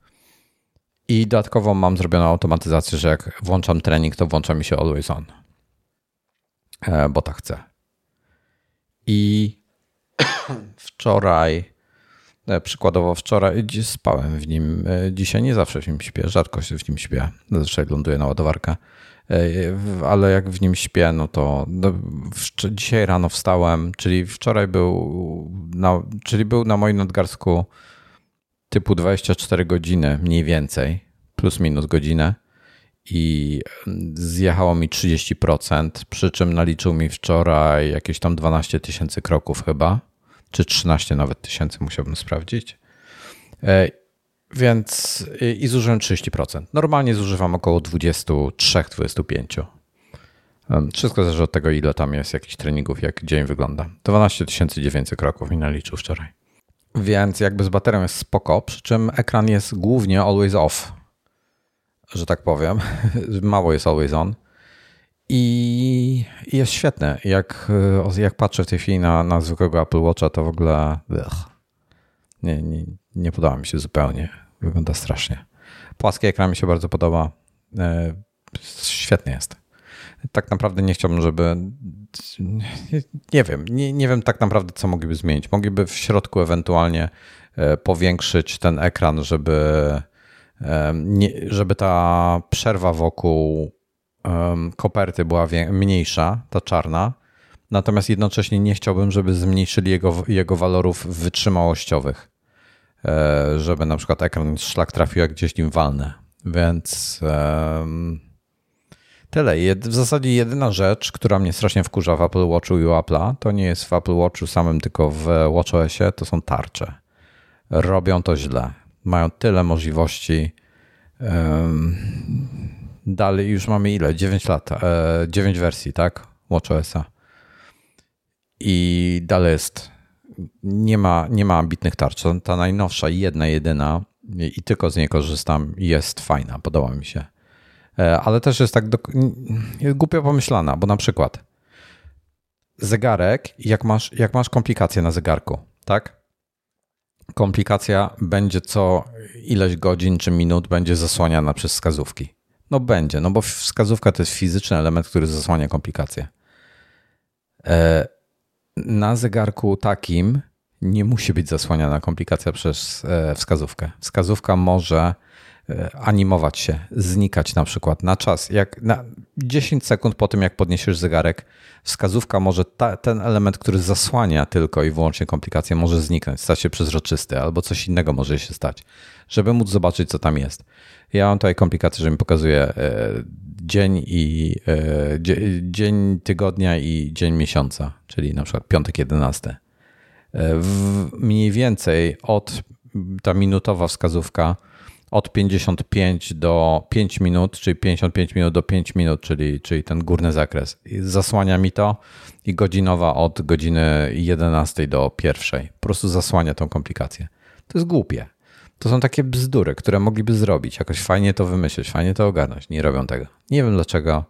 i dodatkowo mam zrobioną automatyzację, że jak włączam trening, to włącza mi się always on, bo tak chcę. I wczoraj Przykładowo wczoraj spałem w nim, dzisiaj nie zawsze w nim śpię, rzadko się w nim śpię, zazwyczaj ląduję na ładowarkę, ale jak w nim śpię, no to no, w, dzisiaj rano wstałem, czyli wczoraj był na, czyli był na moim nadgarstku typu dwadzieścia cztery godziny mniej więcej, plus minus godzinę i zjechało mi trzydzieści procent, przy czym naliczył mi wczoraj jakieś tam dwanaście tysięcy kroków chyba, czy trzynaście nawet tysięcy, musiałbym sprawdzić. Więc i zużyłem trzydzieści procent. Normalnie zużywam około dwadzieścia trzy do dwudziestu pięciu. Wszystko zależy od tego, ile tam jest jakichś treningów, jak dzień wygląda. dwanaście tysięcy dziewięćset kroków mi naliczył wczoraj. Więc jakby z baterią jest spoko, przy czym ekran jest głównie always off, że tak powiem. Mało jest always on. I jest świetne. Jak, jak patrzę w tej chwili na, na zwykłego Apple Watcha, to w ogóle nie, nie, nie podoba mi się zupełnie. Wygląda strasznie. Płaski ekran mi się bardzo podoba. Świetny jest. Tak naprawdę nie chciałbym, żeby... Nie wiem. Nie, nie wiem tak naprawdę, co mogliby zmienić. Mogliby w środku ewentualnie powiększyć ten ekran, żeby, nie, żeby ta przerwa wokół koperty była mniejsza, ta czarna, natomiast jednocześnie nie chciałbym, żeby zmniejszyli jego, jego walorów wytrzymałościowych, żeby na przykład ekran szlak trafił, jak gdzieś nim walnę. Więc um, tyle. W zasadzie jedyna rzecz, która mnie strasznie wkurza w Apple Watchu i u Apple'a, to nie jest w Apple Watchu samym, tylko w watchOSie, to są tarcze. Robią to źle. Mają tyle możliwości. Um, Dalej już mamy ile? dziewięć lat, dziewięć wersji, tak? watchOSa. I dalej jest, nie ma, nie ma ambitnych tarcz. Ta najnowsza, jedna, jedyna i tylko z niej korzystam, jest fajna, podoba mi się. Ale też jest tak do, głupio pomyślana, bo na przykład zegarek, jak masz, jak masz komplikację na zegarku, tak? Komplikacja będzie co ileś godzin czy minut będzie zasłaniana przez wskazówki. No będzie, no bo wskazówka to jest fizyczny element, który zasłania komplikacje. Na zegarku takim nie musi być zasłaniana komplikacja przez wskazówkę. Wskazówka może animować się, znikać na przykład na czas. Jak na dziesięć sekund po tym, jak podniesiesz zegarek, wskazówka może, ta, ten element, który zasłania tylko i wyłącznie komplikacje, może zniknąć, stać się przezroczysty albo coś innego może się stać, żeby móc zobaczyć, co tam jest. Ja mam tutaj komplikację, że mi pokazuje dzień i dzień tygodnia i dzień miesiąca, czyli na przykład piątek jedenasty. Mniej więcej od ta minutowa wskazówka od pięćdziesiąt pięć do pięć minut, czyli pięćdziesiąt pięć minut do pięć minut, czyli, czyli ten górny zakres. Zasłania mi to i godzinowa od godziny jedenastej do pierwszej. Po prostu zasłania tą komplikację. To jest głupie. To są takie bzdury, które mogliby zrobić. Jakoś fajnie to wymyślić, fajnie to ogarnąć. Nie robią tego. Nie wiem dlaczego.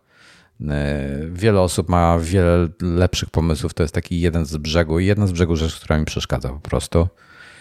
Wiele osób ma wiele lepszych pomysłów. To jest taki jeden z brzegu i jedna z brzegu rzecz, która mi przeszkadza po prostu.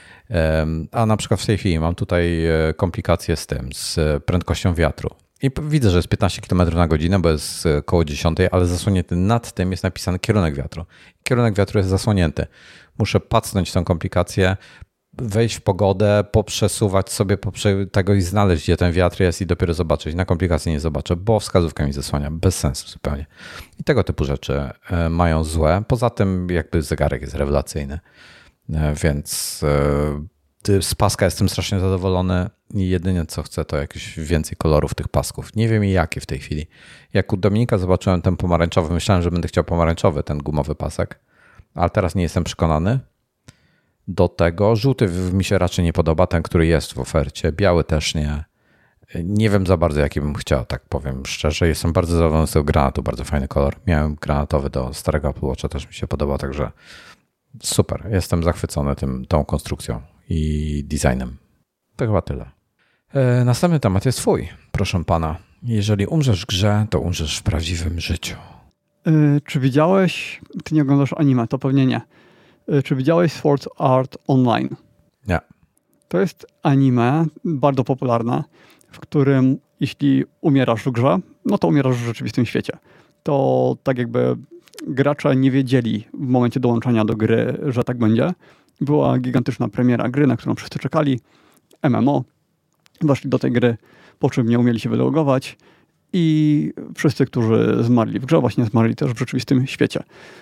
A na przykład w tej chwili mam tutaj komplikacje z tym, z prędkością wiatru. I widzę, że jest piętnaście kilometrów na godzinę, bo jest koło dziesiątej, ale zasłonięty nad tym jest napisany kierunek wiatru. Kierunek wiatru jest zasłonięty. Muszę pacnąć tą komplikację, wejść w pogodę, poprzesuwać sobie tego i znaleźć, gdzie ten wiatr jest i dopiero zobaczyć. Na komplikację nie zobaczę, bo wskazówka mi zasłania. Bez sensu zupełnie. I tego typu rzeczy mają złe. Poza tym jakby zegarek jest rewelacyjny. Więc z paska jestem strasznie zadowolony i jedynie co chcę to jakieś więcej kolorów tych pasków. Nie wiem jakie w tej chwili. Jak u Dominika zobaczyłem ten pomarańczowy, myślałem, że będę chciał pomarańczowy, ten gumowy pasek, ale teraz nie jestem przekonany. Do tego żółty mi się raczej nie podoba, ten, który jest w ofercie. Biały też nie. Nie wiem za bardzo, jaki bym chciał, tak powiem szczerze. Jestem bardzo zadowolony z tego granatu, bardzo fajny kolor. Miałem granatowy do starego Apple Watcha, też mi się podoba, także super. Jestem zachwycony tym, tą konstrukcją i designem. To chyba tyle. E, następny temat jest twój, proszę pana. Jeżeli umrzesz w grze, to umrzesz w prawdziwym życiu. Yy, czy widziałeś, ty nie oglądasz anime, to pewnie nie. Yy, czy widziałeś Sword Art Online? Nie. To jest anime bardzo popularne, w którym jeśli umierasz w grze, no to umierasz w rzeczywistym świecie. To tak jakby gracze nie wiedzieli w momencie dołączania do gry, że tak będzie. Była gigantyczna premiera gry, na którą wszyscy czekali. M M O. Weszli do tej gry, po czym nie umieli się wylogować i wszyscy, którzy zmarli w grze, właśnie zmarli też w rzeczywistym świecie.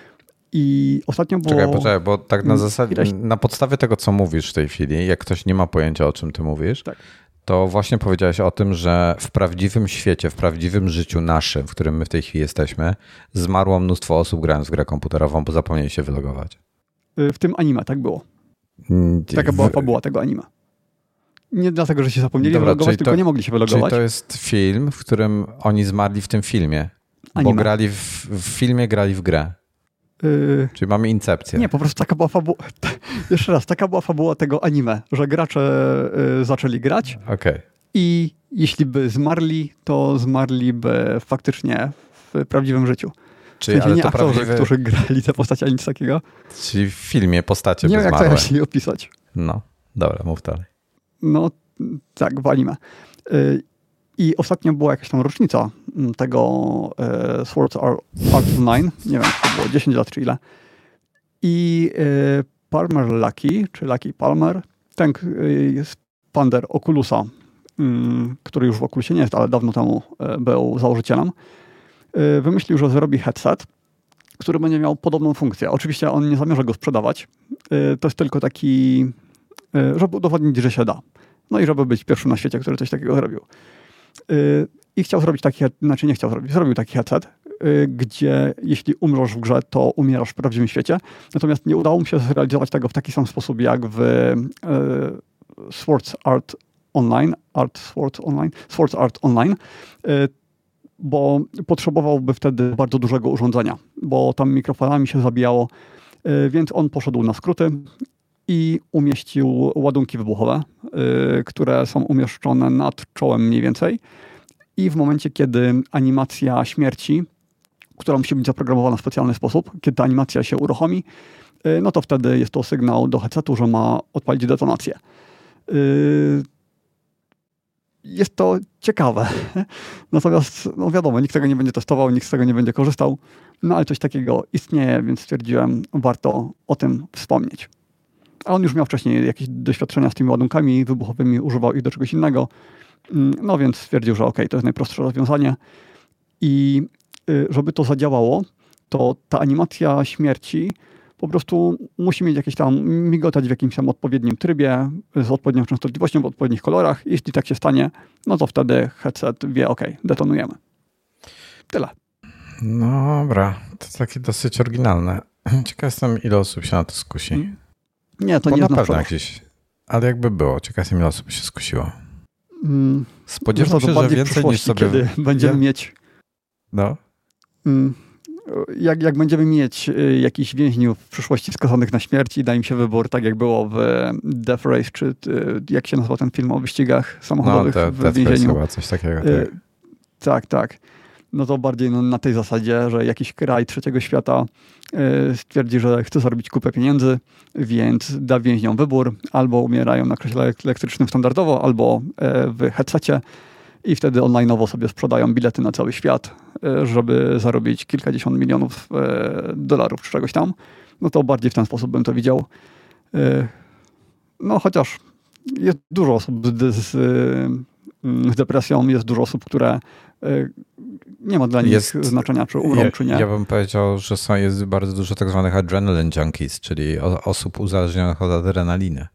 I ostatnio było... Czekaj, poczekaj, bo tak na zasadzie, ileś... na podstawie tego, co mówisz w tej chwili, jak ktoś nie ma pojęcia, o czym ty mówisz, tak. to właśnie powiedziałeś o tym, że w prawdziwym świecie, w prawdziwym życiu naszym, w którym my w tej chwili jesteśmy, zmarło mnóstwo osób grając w grę komputerową, bo zapomnieli się wylogować. W tym anime tak było. Taka była fabuła tego anime. Nie dlatego, że się zapomnieli Dobra, wylogować, tylko to, nie mogli się wylogować. Czyli to jest film, w którym oni zmarli w tym filmie, anime. Bo grali w, w filmie, grali w grę. Yy, Czyli mamy incepcję. Nie, po prostu taka była fabuła. Jeszcze raz, taka była fabuła tego anime, że gracze yy, zaczęli grać okay. i jeśli by zmarli, to zmarliby faktycznie w prawdziwym życiu. Czyli w sensie ale nie to aktorzy, prawdziwe... którzy grali te postacie, ani nic takiego. Czyli w filmie postacie nie by zmarły. Nie wiem, jak to się opisać. No, dobra, mów dalej. No, tak, w anime. Yy, I ostatnio była jakaś tam rocznica tego e, Sword Art Online. Nie wiem, czy to było dziesięć lat, czy ile. I e, Palmer Lucky, czy Lucky Palmer, ten jest Pander Oculusa, m, który już w Oculusie nie jest, ale dawno temu e, był założycielem, e, wymyślił, że zrobi headset, który będzie miał podobną funkcję. Oczywiście on nie zamierza go sprzedawać. E, to jest tylko taki, e, żeby udowodnić, że się da. No i żeby być pierwszym na świecie, który coś takiego zrobił. I chciał zrobić taki, znaczy nie chciał zrobić, zrobił taki headset, gdzie jeśli umrzesz w grze, to umierasz w prawdziwym świecie. Natomiast nie udało mu się zrealizować tego w taki sam sposób jak w Swords Art Online, Art Swords Online, Swords Art Online, bo potrzebowałby wtedy bardzo dużego urządzenia, bo tam mikrofalami się zabijało, więc on poszedł na skróty i umieścił ładunki wybuchowe, yy, które są umieszczone nad czołem mniej więcej. I w momencie, kiedy animacja śmierci, która musi być zaprogramowana w specjalny sposób, kiedy ta animacja się uruchomi, yy, no to wtedy jest to sygnał do headsetu, że ma odpalić detonację. Yy, jest to ciekawe. Natomiast, no wiadomo, nikt tego nie będzie testował, nikt z tego nie będzie korzystał, no ale coś takiego istnieje, więc stwierdziłem, warto o tym wspomnieć. A on już miał wcześniej jakieś doświadczenia z tymi ładunkami wybuchowymi, używał ich do czegoś innego. No więc stwierdził, że okej, to jest najprostsze rozwiązanie. I żeby to zadziałało, to ta animacja śmierci po prostu musi mieć jakieś tam, migotać w jakimś tam odpowiednim trybie, z odpowiednią częstotliwością, w odpowiednich kolorach. Jeśli tak się stanie, no to wtedy headset wie, okej, detonujemy. Tyle. No dobra, to takie dosyć oryginalne. Ciekaw jestem, ile osób się na to skusi. Hmm. Nie, to Bo nie na jest pewno jakieś, ale jakby było, ciekaw jestem, ile osób się skusiło. Mm, Spodziewam się, że więcej niż sobie... Kiedy będziemy ja... mieć... No. Mm, jak, jak będziemy mieć y, jakichś więźniów w przyszłości skazanych na śmierć i da im się wybór, tak jak było w Death Race, czy y, jak się nazywa ten film o wyścigach samochodowych no, te, w Death więzieniu. Race chyba, coś takiego. Tak, y, tak. tak. No to bardziej no, na tej zasadzie, że jakiś kraj trzeciego świata y, stwierdzi, że chce zarobić kupę pieniędzy, więc da więźniom wybór. Albo umierają na krześle elektrycznym standardowo, albo y, w headsetie i wtedy online'owo sobie sprzedają bilety na cały świat, y, żeby zarobić kilkadziesiąt milionów y, dolarów czy czegoś tam. No to bardziej w ten sposób bym to widział. Y, no chociaż jest dużo osób z, z, z depresją, jest dużo osób, które y, nie ma dla nich jest, znaczenia, czy umrą, ja, czy nie. Ja bym powiedział, że są, jest bardzo dużo tak zwanych adrenaline junkies, czyli o, osób uzależnionych od adrenaliny.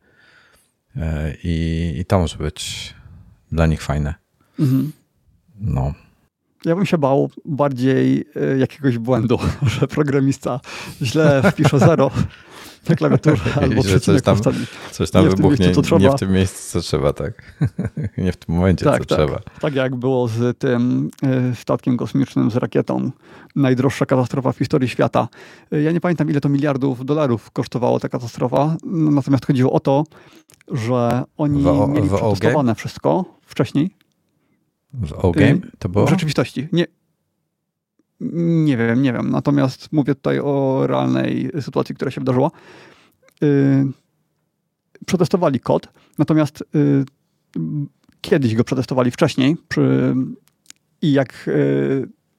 I, I to może być dla nich fajne. Mhm. No. Ja bym się bał bardziej jakiegoś błędu, że programista źle wpisze zero na klawiaturze albo coś tam, coś tam nie wybuchnie, w miejscu, nie w tym miejscu, co trzeba, tak. Nie w tym momencie, tak, co tak. trzeba. Tak jak było z tym y, statkiem kosmicznym, z rakietą. Najdroższa katastrofa w historii świata. Ja nie pamiętam, ile to miliardów dolarów kosztowała ta katastrofa, natomiast chodziło o to, że oni w, mieli w przetestowane wszystko wcześniej. W O-Game to było? W rzeczywistości. Nie, nie wiem, nie wiem. Natomiast mówię tutaj o realnej sytuacji, która się wydarzyła. Yy, przetestowali kod, natomiast yy, kiedyś go przetestowali wcześniej przy, i jak yy,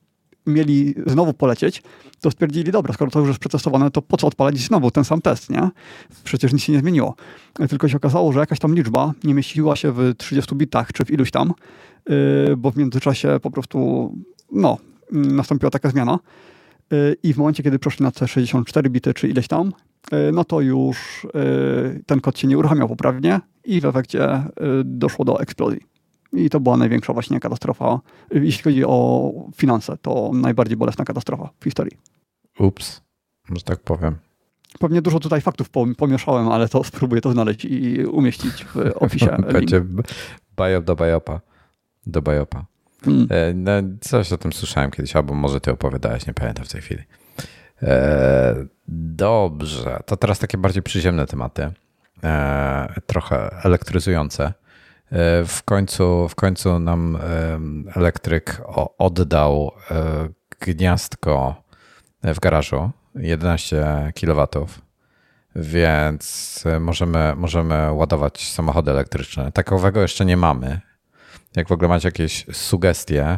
mieli znowu polecieć, to stwierdzili, dobra, skoro to już jest przetestowane, to po co odpalać znowu ten sam test, nie? Przecież nic się nie zmieniło. Tylko się okazało, że jakaś tam liczba nie mieściła się w trzydziestu bitach, czy w iluś tam, yy, bo w międzyczasie po prostu, no, nastąpiła taka zmiana. Yy, I w momencie, kiedy przeszli na te sześćdziesiąt cztery bity, czy ileś tam, yy, no to już yy, ten kod się nie uruchamiał poprawnie i w efekcie yy, doszło do eksplozji. I to była największa właśnie katastrofa. Jeśli chodzi o finanse, to najbardziej bolesna katastrofa w historii. Ups, że tak powiem. Pewnie dużo tutaj faktów pomieszałem, ale to spróbuję to znaleźć i umieścić w opisie. Będzie bajop do bajopa. Do bajopa. Hmm. No, coś o tym słyszałem kiedyś, albo może ty opowiadałeś, nie pamiętam w tej chwili. E, dobrze, to teraz takie bardziej przyziemne tematy. E, trochę elektryzujące. W końcu, w końcu nam elektryk oddał gniazdko w garażu, jedenaście kilowatów, więc możemy, możemy ładować samochody elektryczne. Takowego jeszcze nie mamy. Jak w ogóle macie jakieś sugestie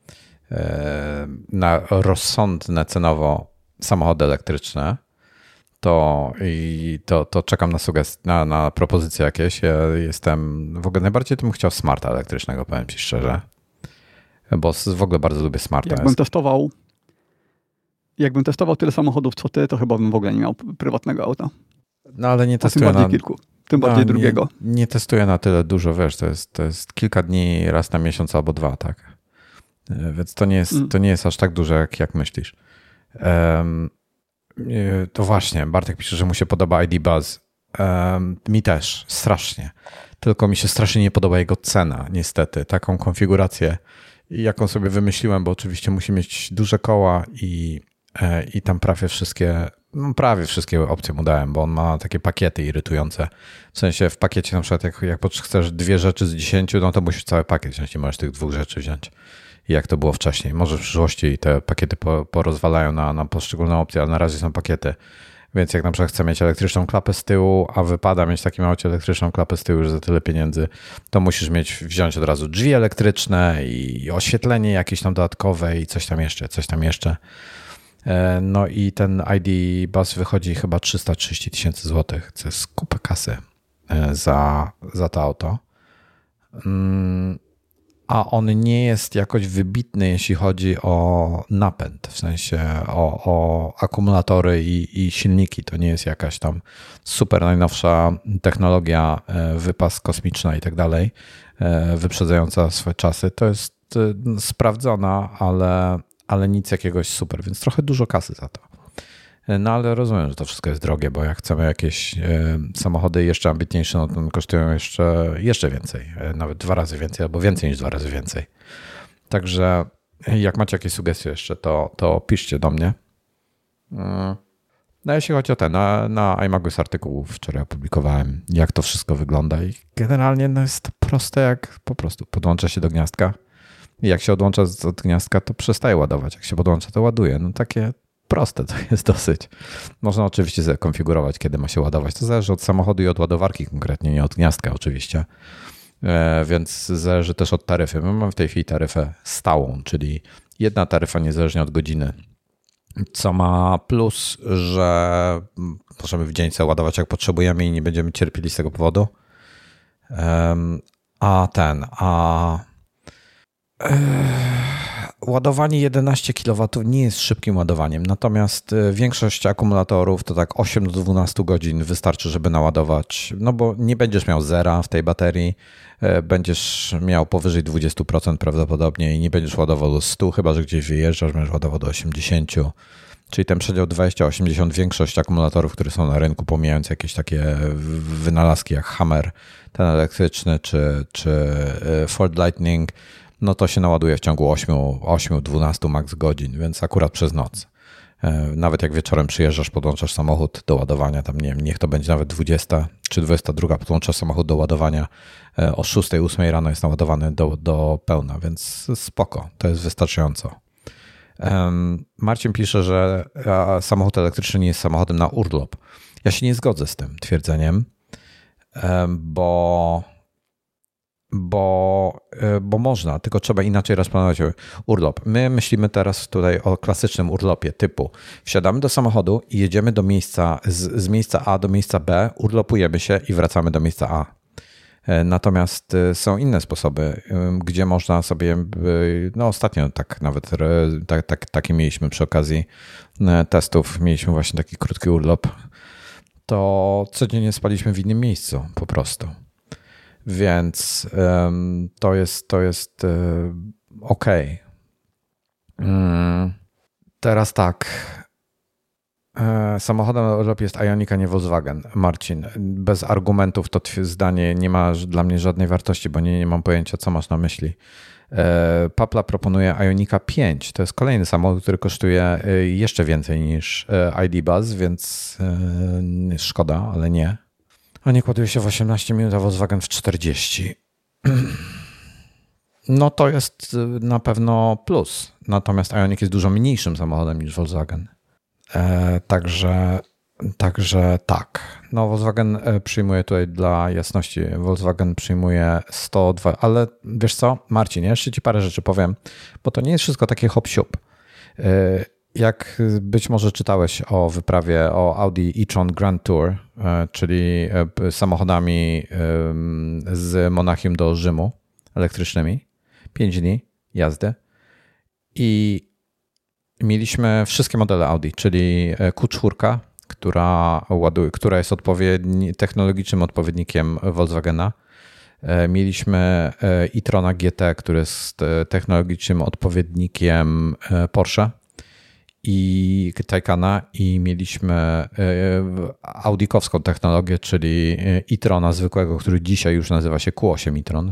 na rozsądne cenowo samochody elektryczne, to, i to, to czekam na sugestie, na, na propozycje jakieś. Ja jestem, w ogóle najbardziej bym chciał smarta elektrycznego, powiem ci szczerze, bo w ogóle bardzo lubię smarta. Jakbym jest. testował, jakbym testował tyle samochodów co ty, to chyba bym w ogóle nie miał prywatnego auta. No ale nie testuję tym bardziej na... kilku, tym bardziej no, drugiego. Nie, nie testuję na tyle dużo, wiesz, to jest, to jest kilka dni raz na miesiąc albo dwa, tak? Więc to nie jest, mm. to nie jest aż tak dużo, jak, jak myślisz. Um, To właśnie, Bartek pisze, że mu się podoba I D Buzz. Um, mi też, strasznie. Tylko mi się strasznie nie podoba jego cena, niestety. Taką konfigurację, jaką sobie wymyśliłem, bo oczywiście musi mieć duże koła i, e, i tam prawie wszystkie, no prawie wszystkie opcje mu dałem, bo on ma takie pakiety irytujące. W sensie w pakiecie na przykład jak, jak chcesz dwie rzeczy z dziesięciu, no to musisz cały pakiet wziąć, nie możesz tych dwóch rzeczy wziąć. Jak to było wcześniej. Może w przyszłości te pakiety porozwalają na, na poszczególne opcje, ale na razie są pakiety. Więc jak na przykład chcę mieć elektryczną klapę z tyłu, a wypada mieć w takim aucie elektryczną klapę z tyłu już za tyle pieniędzy, to musisz mieć, wziąć od razu drzwi elektryczne i oświetlenie jakieś tam dodatkowe i coś tam jeszcze, coś tam jeszcze. No i ten I D Buzz wychodzi chyba trzysta trzydzieści tysięcy złotych, co jest kupę kasy za, za to auto. A on nie jest jakoś wybitny, jeśli chodzi o napęd, w sensie o, o akumulatory i, i silniki. To nie jest jakaś tam super najnowsza technologia, wypas kosmiczna i tak dalej, wyprzedzająca swoje czasy. To jest sprawdzona, ale, ale nic jakiegoś super, więc trochę dużo kasy za to. No ale rozumiem, że to wszystko jest drogie, bo jak chcemy jakieś samochody jeszcze ambitniejsze, no to kosztują jeszcze, jeszcze więcej, nawet dwa razy więcej albo więcej niż dwa razy więcej. Także jak macie jakieś sugestie jeszcze, to, to piszcie do mnie. No jeśli chodzi o te, na, na iMagus artykuł wczoraj opublikowałem, jak to wszystko wygląda i generalnie no jest to proste, jak po prostu podłącza się do gniazdka i jak się odłącza od gniazdka, to przestaje ładować, jak się podłącza, to ładuje. No takie proste to jest dosyć. Można oczywiście zakonfigurować, kiedy ma się ładować. To zależy od samochodu i od ładowarki konkretnie, nie od gniazdka oczywiście. E, więc zależy też od taryfy. My mamy w tej chwili taryfę stałą, czyli jedna taryfa niezależnie od godziny. Co ma plus, że możemy w dzień sobie ładować jak potrzebujemy i nie będziemy cierpieli z tego powodu. E, a ten, a... E, ładowanie jedenaście kilowatów nie jest szybkim ładowaniem, natomiast większość akumulatorów to tak osiem do dwunastu godzin wystarczy, żeby naładować, no bo nie będziesz miał zera w tej baterii, będziesz miał powyżej dwadzieścia procent prawdopodobnie i nie będziesz ładował do stu, chyba że gdzieś wyjeżdżasz, będziesz ładował do osiemdziesięciu, czyli ten przedział dwadzieścia osiemdziesiąt, większość akumulatorów, które są na rynku, pomijając jakieś takie wynalazki jak Hammer, ten elektryczny, czy, czy Ford Lightning, no to się naładuje w ciągu osiem do dwunastu max godzin, więc akurat przez noc. Nawet jak wieczorem przyjeżdżasz, podłączasz samochód do ładowania, tam nie wiem, niech to będzie nawet dwudziesta czy dwudziesta druga, podłączasz samochód do ładowania, o szóstej, ósmej rano jest naładowany do, do pełna, więc spoko, to jest wystarczająco. Marcin pisze, że samochód elektryczny nie jest samochodem na urlop. Ja się nie zgodzę z tym twierdzeniem, bo bo, bo można, tylko trzeba inaczej rozplanować urlop. My myślimy teraz tutaj o klasycznym urlopie typu wsiadamy do samochodu i jedziemy do miejsca, z, z miejsca A do miejsca B, urlopujemy się i wracamy do miejsca A. Natomiast są inne sposoby, gdzie można sobie, no ostatnio tak nawet tak, tak, takie mieliśmy przy okazji testów, mieliśmy właśnie taki krótki urlop, to codziennie spaliśmy w innym miejscu po prostu. Więc um, to jest, to jest um, ok. Um, teraz tak. E, samochodem na urlop jest Ioniq, a nie Volkswagen. Marcin, bez argumentów to twoje zdanie nie ma dla mnie żadnej wartości, bo nie, nie mam pojęcia, co masz na myśli. E, Papla proponuje Ioniqa pięć. To jest kolejny samochód, który kosztuje jeszcze więcej niż I D Buzz, więc e, szkoda, ale nie. Ioniq ładuje się w osiemnaście minut, a Volkswagen w czterdzieści. No to jest na pewno plus. Natomiast Ioniq jest dużo mniejszym samochodem niż Volkswagen. E, także, także tak. No Volkswagen przyjmuje tutaj dla jasności, Volkswagen przyjmuje sto dwa, ale wiesz co, Marcin, jeszcze ci parę rzeczy powiem, bo to nie jest wszystko takie hop-siup. E, Jak być może czytałeś o wyprawie o Audi e-tron Grand Tour, czyli samochodami z Monachium do Rzymu elektrycznymi, pięć dni jazdy i mieliśmy wszystkie modele Audi, czyli Q cztery, która, ładuje, która jest odpowiedni, technologicznym odpowiednikiem Volkswagena. Mieliśmy e-trona G T, który jest technologicznym odpowiednikiem Porsche i Taycana i mieliśmy audikowską technologię, czyli e-trona zwykłego, który dzisiaj już nazywa się Q osiem e-tron.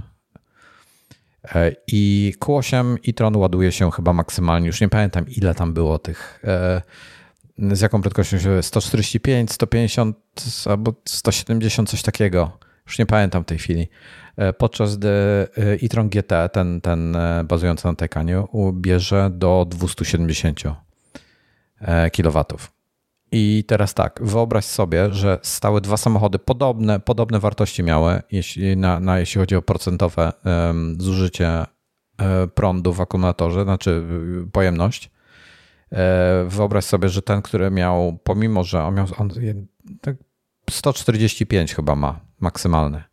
I Q osiem e-tron ładuje się chyba maksymalnie, już nie pamiętam ile tam było tych, z jaką prędkością się, sto czterdzieści pięć, sto pięćdziesiąt albo sto siedemdziesiąt, coś takiego. Już nie pamiętam w tej chwili. Podczas gdy e-tron G T, ten, ten bazujący na Taycanie, bierze do dwieście siedemdziesiąt kilowatów. I teraz tak, wyobraź sobie, że stały dwa samochody, podobne, podobne wartości miały, jeśli, na, na, jeśli chodzi o procentowe um, zużycie um, prądu w akumulatorze, znaczy pojemność. Um, wyobraź sobie, że ten, który miał, pomimo że on miał on, tak sto czterdzieści pięć chyba ma maksymalny,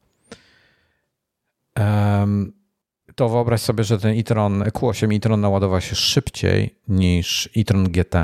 um, to wyobraź sobie, że ten e-tron, Q osiem e-tron naładował się szybciej niż e-tron G T.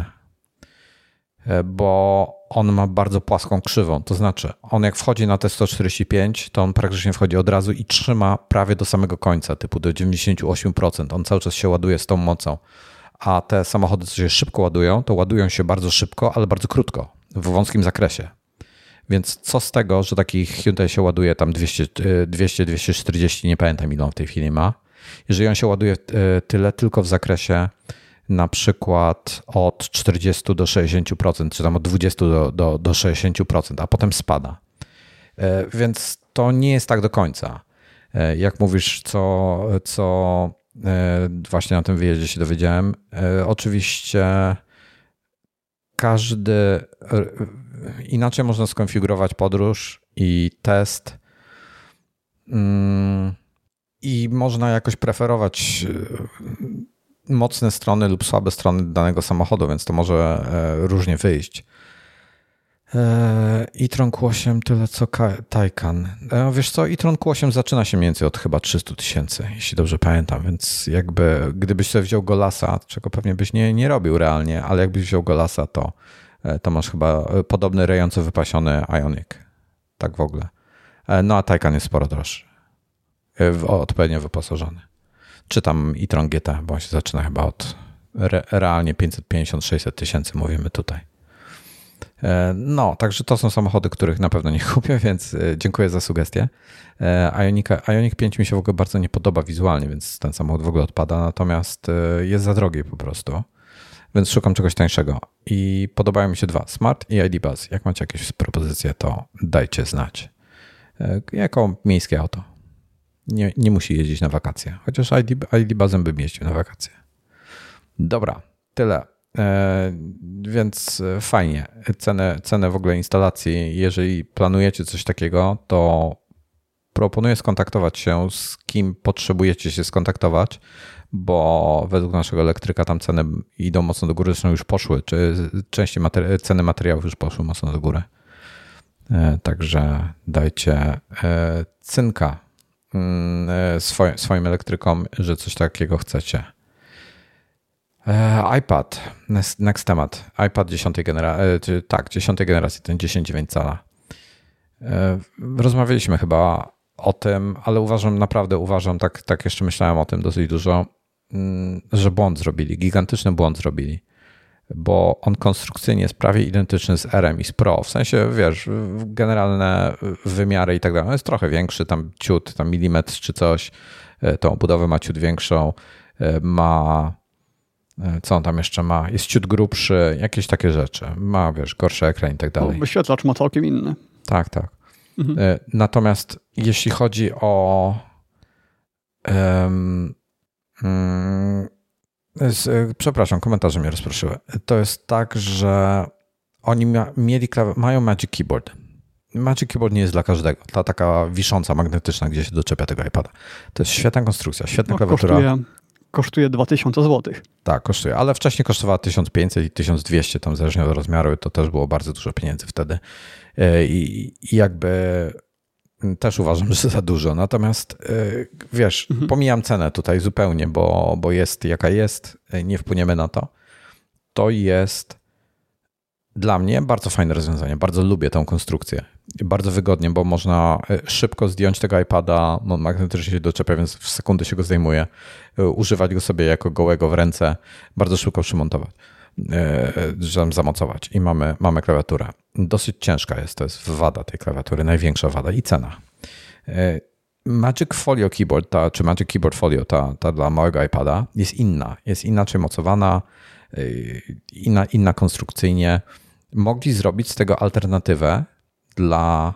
Bo on ma bardzo płaską krzywą. To znaczy, on jak wchodzi na te sto czterdzieści pięć, to on praktycznie wchodzi od razu i trzyma prawie do samego końca, typu do dziewięćdziesiąt osiem procent. On cały czas się ładuje z tą mocą. A te samochody, co się szybko ładują, to ładują się bardzo szybko, ale bardzo krótko, w wąskim zakresie. Więc co z tego, że taki Hyundai się ładuje tam dwieście, dwieście, dwieście czterdzieści, nie pamiętam ile on w tej chwili ma. Jeżeli on się ładuje tyle tylko w zakresie na przykład od czterdziestu do sześćdziesięciu procent, czy tam od dwudziestu do, do, do sześćdziesięciu procent, a potem spada. Więc to nie jest tak do końca. Jak mówisz, co, co właśnie na tym wyjeździe się dowiedziałem, oczywiście każdy, inaczej można skonfigurować podróż i test i można jakoś preferować mocne strony lub słabe strony danego samochodu, więc to może różnie wyjść. e-tron Q osiem tyle co Taycan. Wiesz co, e-tron Q osiem zaczyna się mniej więcej od chyba trzysta tysięcy, jeśli dobrze pamiętam, więc jakby gdybyś sobie wziął Golasa, czego pewnie byś nie, nie robił realnie, ale jakbyś wziął Golasa, to, to masz chyba podobny rejon co wypasiony Ioniq. Tak w ogóle. No a Taycan jest sporo droższy. Odpowiednio wyposażony. Czy tam e-tron G T, bo on się zaczyna chyba od re, realnie pięćset pięćdziesiąt do sześćset tysięcy mówimy tutaj. No, także to są samochody, których na pewno nie kupię, więc dziękuję za sugestię. Ioniq, Ioniq pięć mi się w ogóle bardzo nie podoba wizualnie, więc ten samochód w ogóle odpada, natomiast jest za drogi po prostu, więc szukam czegoś tańszego. I podobają mi się dwa, Smart i I D Buzz. Jak macie jakieś propozycje, to dajcie znać. Jako miejskie auto. Nie, nie musi jeździć na wakacje. Chociaż I D Buzzem bym jeździł na wakacje. Dobra, tyle. E, więc fajnie. Cenę, cenę w ogóle instalacji, jeżeli planujecie coś takiego, to proponuję skontaktować się z kim potrzebujecie się skontaktować, bo według naszego elektryka tam ceny idą mocno do góry, zresztą już poszły, czy częściej materi- ceny materiałów już poszły mocno do góry. Także dajcie cynka swoim, swoim elektrykom, że coś takiego chcecie. iPad, next, next temat. iPad dziesiątej generacji, tak, dziesiątej generacji, ten dziesięć przecinek dziewięć cala. Rozmawialiśmy chyba o tym, ale uważam, naprawdę uważam, tak, tak jeszcze myślałem o tym dosyć dużo, że błąd zrobili, gigantyczny błąd zrobili, bo on konstrukcyjnie jest prawie identyczny z R-em i z Pro, w sensie, wiesz, generalne wymiary i tak dalej. On jest trochę większy, tam ciut, tam milimetr czy coś, tą obudowę ma ciut większą, ma, co on tam jeszcze ma, jest ciut grubszy, jakieś takie rzeczy, ma, wiesz, gorszy ekran i tak dalej. No, wyświetlacz ma całkiem inny. Tak, tak. Mhm. Natomiast jeśli chodzi o um, um, z, przepraszam, komentarze mnie rozproszyły. To jest tak, że oni mia, mieli mają Magic Keyboard. Magic Keyboard nie jest dla każdego. Ta taka wisząca, magnetyczna, gdzie się doczepia tego iPada. To jest świetna konstrukcja, świetna no, klawiatura. Kosztuje, kosztuje dwa tysiące złotych. Tak, kosztuje, ale wcześniej kosztowała tysiąc pięćset i tysiąc dwieście, tam zależnie od rozmiaru, to też było bardzo dużo pieniędzy wtedy. I, i jakby też uważam, że za dużo. Natomiast wiesz, mhm. pomijam cenę tutaj zupełnie, bo, bo jest jaka jest, nie wpłyniemy na to. To jest dla mnie bardzo fajne rozwiązanie. Bardzo lubię tą konstrukcję. Bardzo wygodnie, bo można szybko zdjąć tego iPada, no magnetycznie się doczepia, więc w sekundę się go zdejmuje. Używać go sobie jako gołego w ręce, bardzo szybko przymontować, żeby zamocować. I mamy, mamy klawiaturę. Dosyć ciężka jest, to jest wada tej klawiatury, największa wada i cena. Magic Folio Keyboard, ta, czy Magic Keyboard Folio, ta, ta dla małego iPada jest inna. Jest inaczej mocowana, inna, inna konstrukcyjnie. Mogli zrobić z tego alternatywę dla,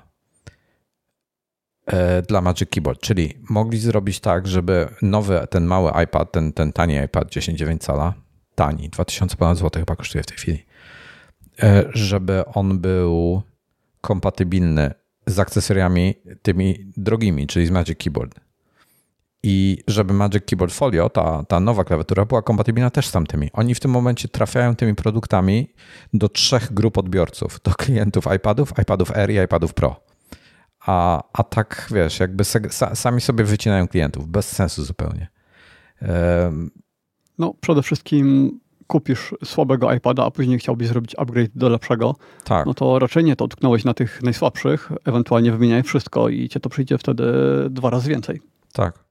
dla Magic Keyboard, czyli mogli zrobić tak, żeby nowy, ten mały iPad, ten, ten tani iPad dziesięć przecinek dziewięć cala, tani, dwa tysiące ponad złotych chyba kosztuje w tej chwili, żeby on był kompatybilny z akcesoriami tymi drogimi, czyli z Magic Keyboard. I żeby Magic Keyboard Folio, ta, ta nowa klawiatura, była kompatybilna też z tamtymi. Oni w tym momencie trafiają tymi produktami do trzech grup odbiorców. Do klientów iPadów, iPadów Air i iPadów Pro. A, a tak, wiesz, jakby sami sobie wycinają klientów. Bez sensu zupełnie. Um, no przede wszystkim kupisz słabego iPada, a później chciałbyś zrobić upgrade do lepszego, tak. No to raczej nie, to tknąłeś na tych najsłabszych, ewentualnie wymieniaj wszystko i cię to przyjdzie wtedy dwa razy więcej. Tak.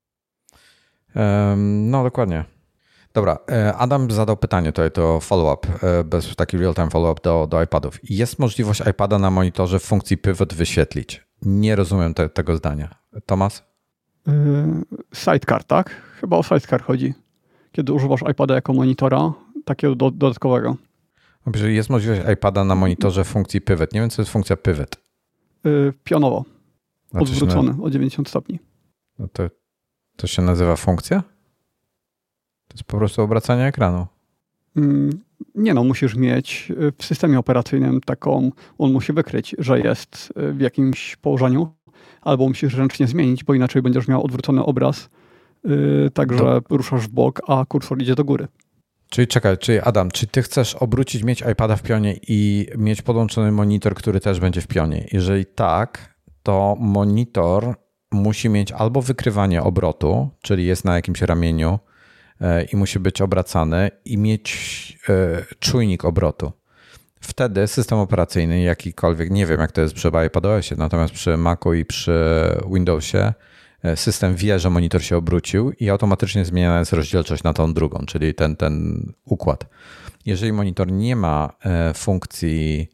Um, no dokładnie. Dobra, Adam zadał pytanie tutaj, to follow-up, bez taki real-time follow-up do, do iPadów. Jest możliwość iPada na monitorze w funkcji pivot wyświetlić? Nie rozumiem te, tego zdania. Tomasz? Yy, sidecar, tak? Chyba o sidecar chodzi. Kiedy używasz iPada jako monitora, takiego do, dodatkowego. Jest możliwość iPada na monitorze w funkcji pivot. Nie wiem, co jest funkcja pivot. Yy, pionowo. Znaczy odwrócony na... o dziewięćdziesiąt stopni. No to, to się nazywa funkcja? To jest po prostu obracanie ekranu. Yy, nie no, musisz mieć w systemie operacyjnym taką, on musi wykryć, że jest w jakimś położeniu, albo musisz ręcznie zmienić, bo inaczej będziesz miał odwrócony obraz. Yy, także to... ruszasz w bok, a kursor idzie do góry. Czyli czekaj, czyli Adam, czy ty chcesz obrócić, mieć iPada w pionie i mieć podłączony monitor, który też będzie w pionie? Jeżeli tak, to monitor musi mieć albo wykrywanie obrotu, czyli jest na jakimś ramieniu yy, i musi być obracany i mieć yy, czujnik obrotu. Wtedy system operacyjny jakikolwiek, nie wiem jak to jest przy iPadOSie, natomiast przy Macu i przy Windowsie system wie, że monitor się obrócił i automatycznie zmieniana jest rozdzielczość na tą drugą, czyli ten, ten układ. Jeżeli monitor nie ma funkcji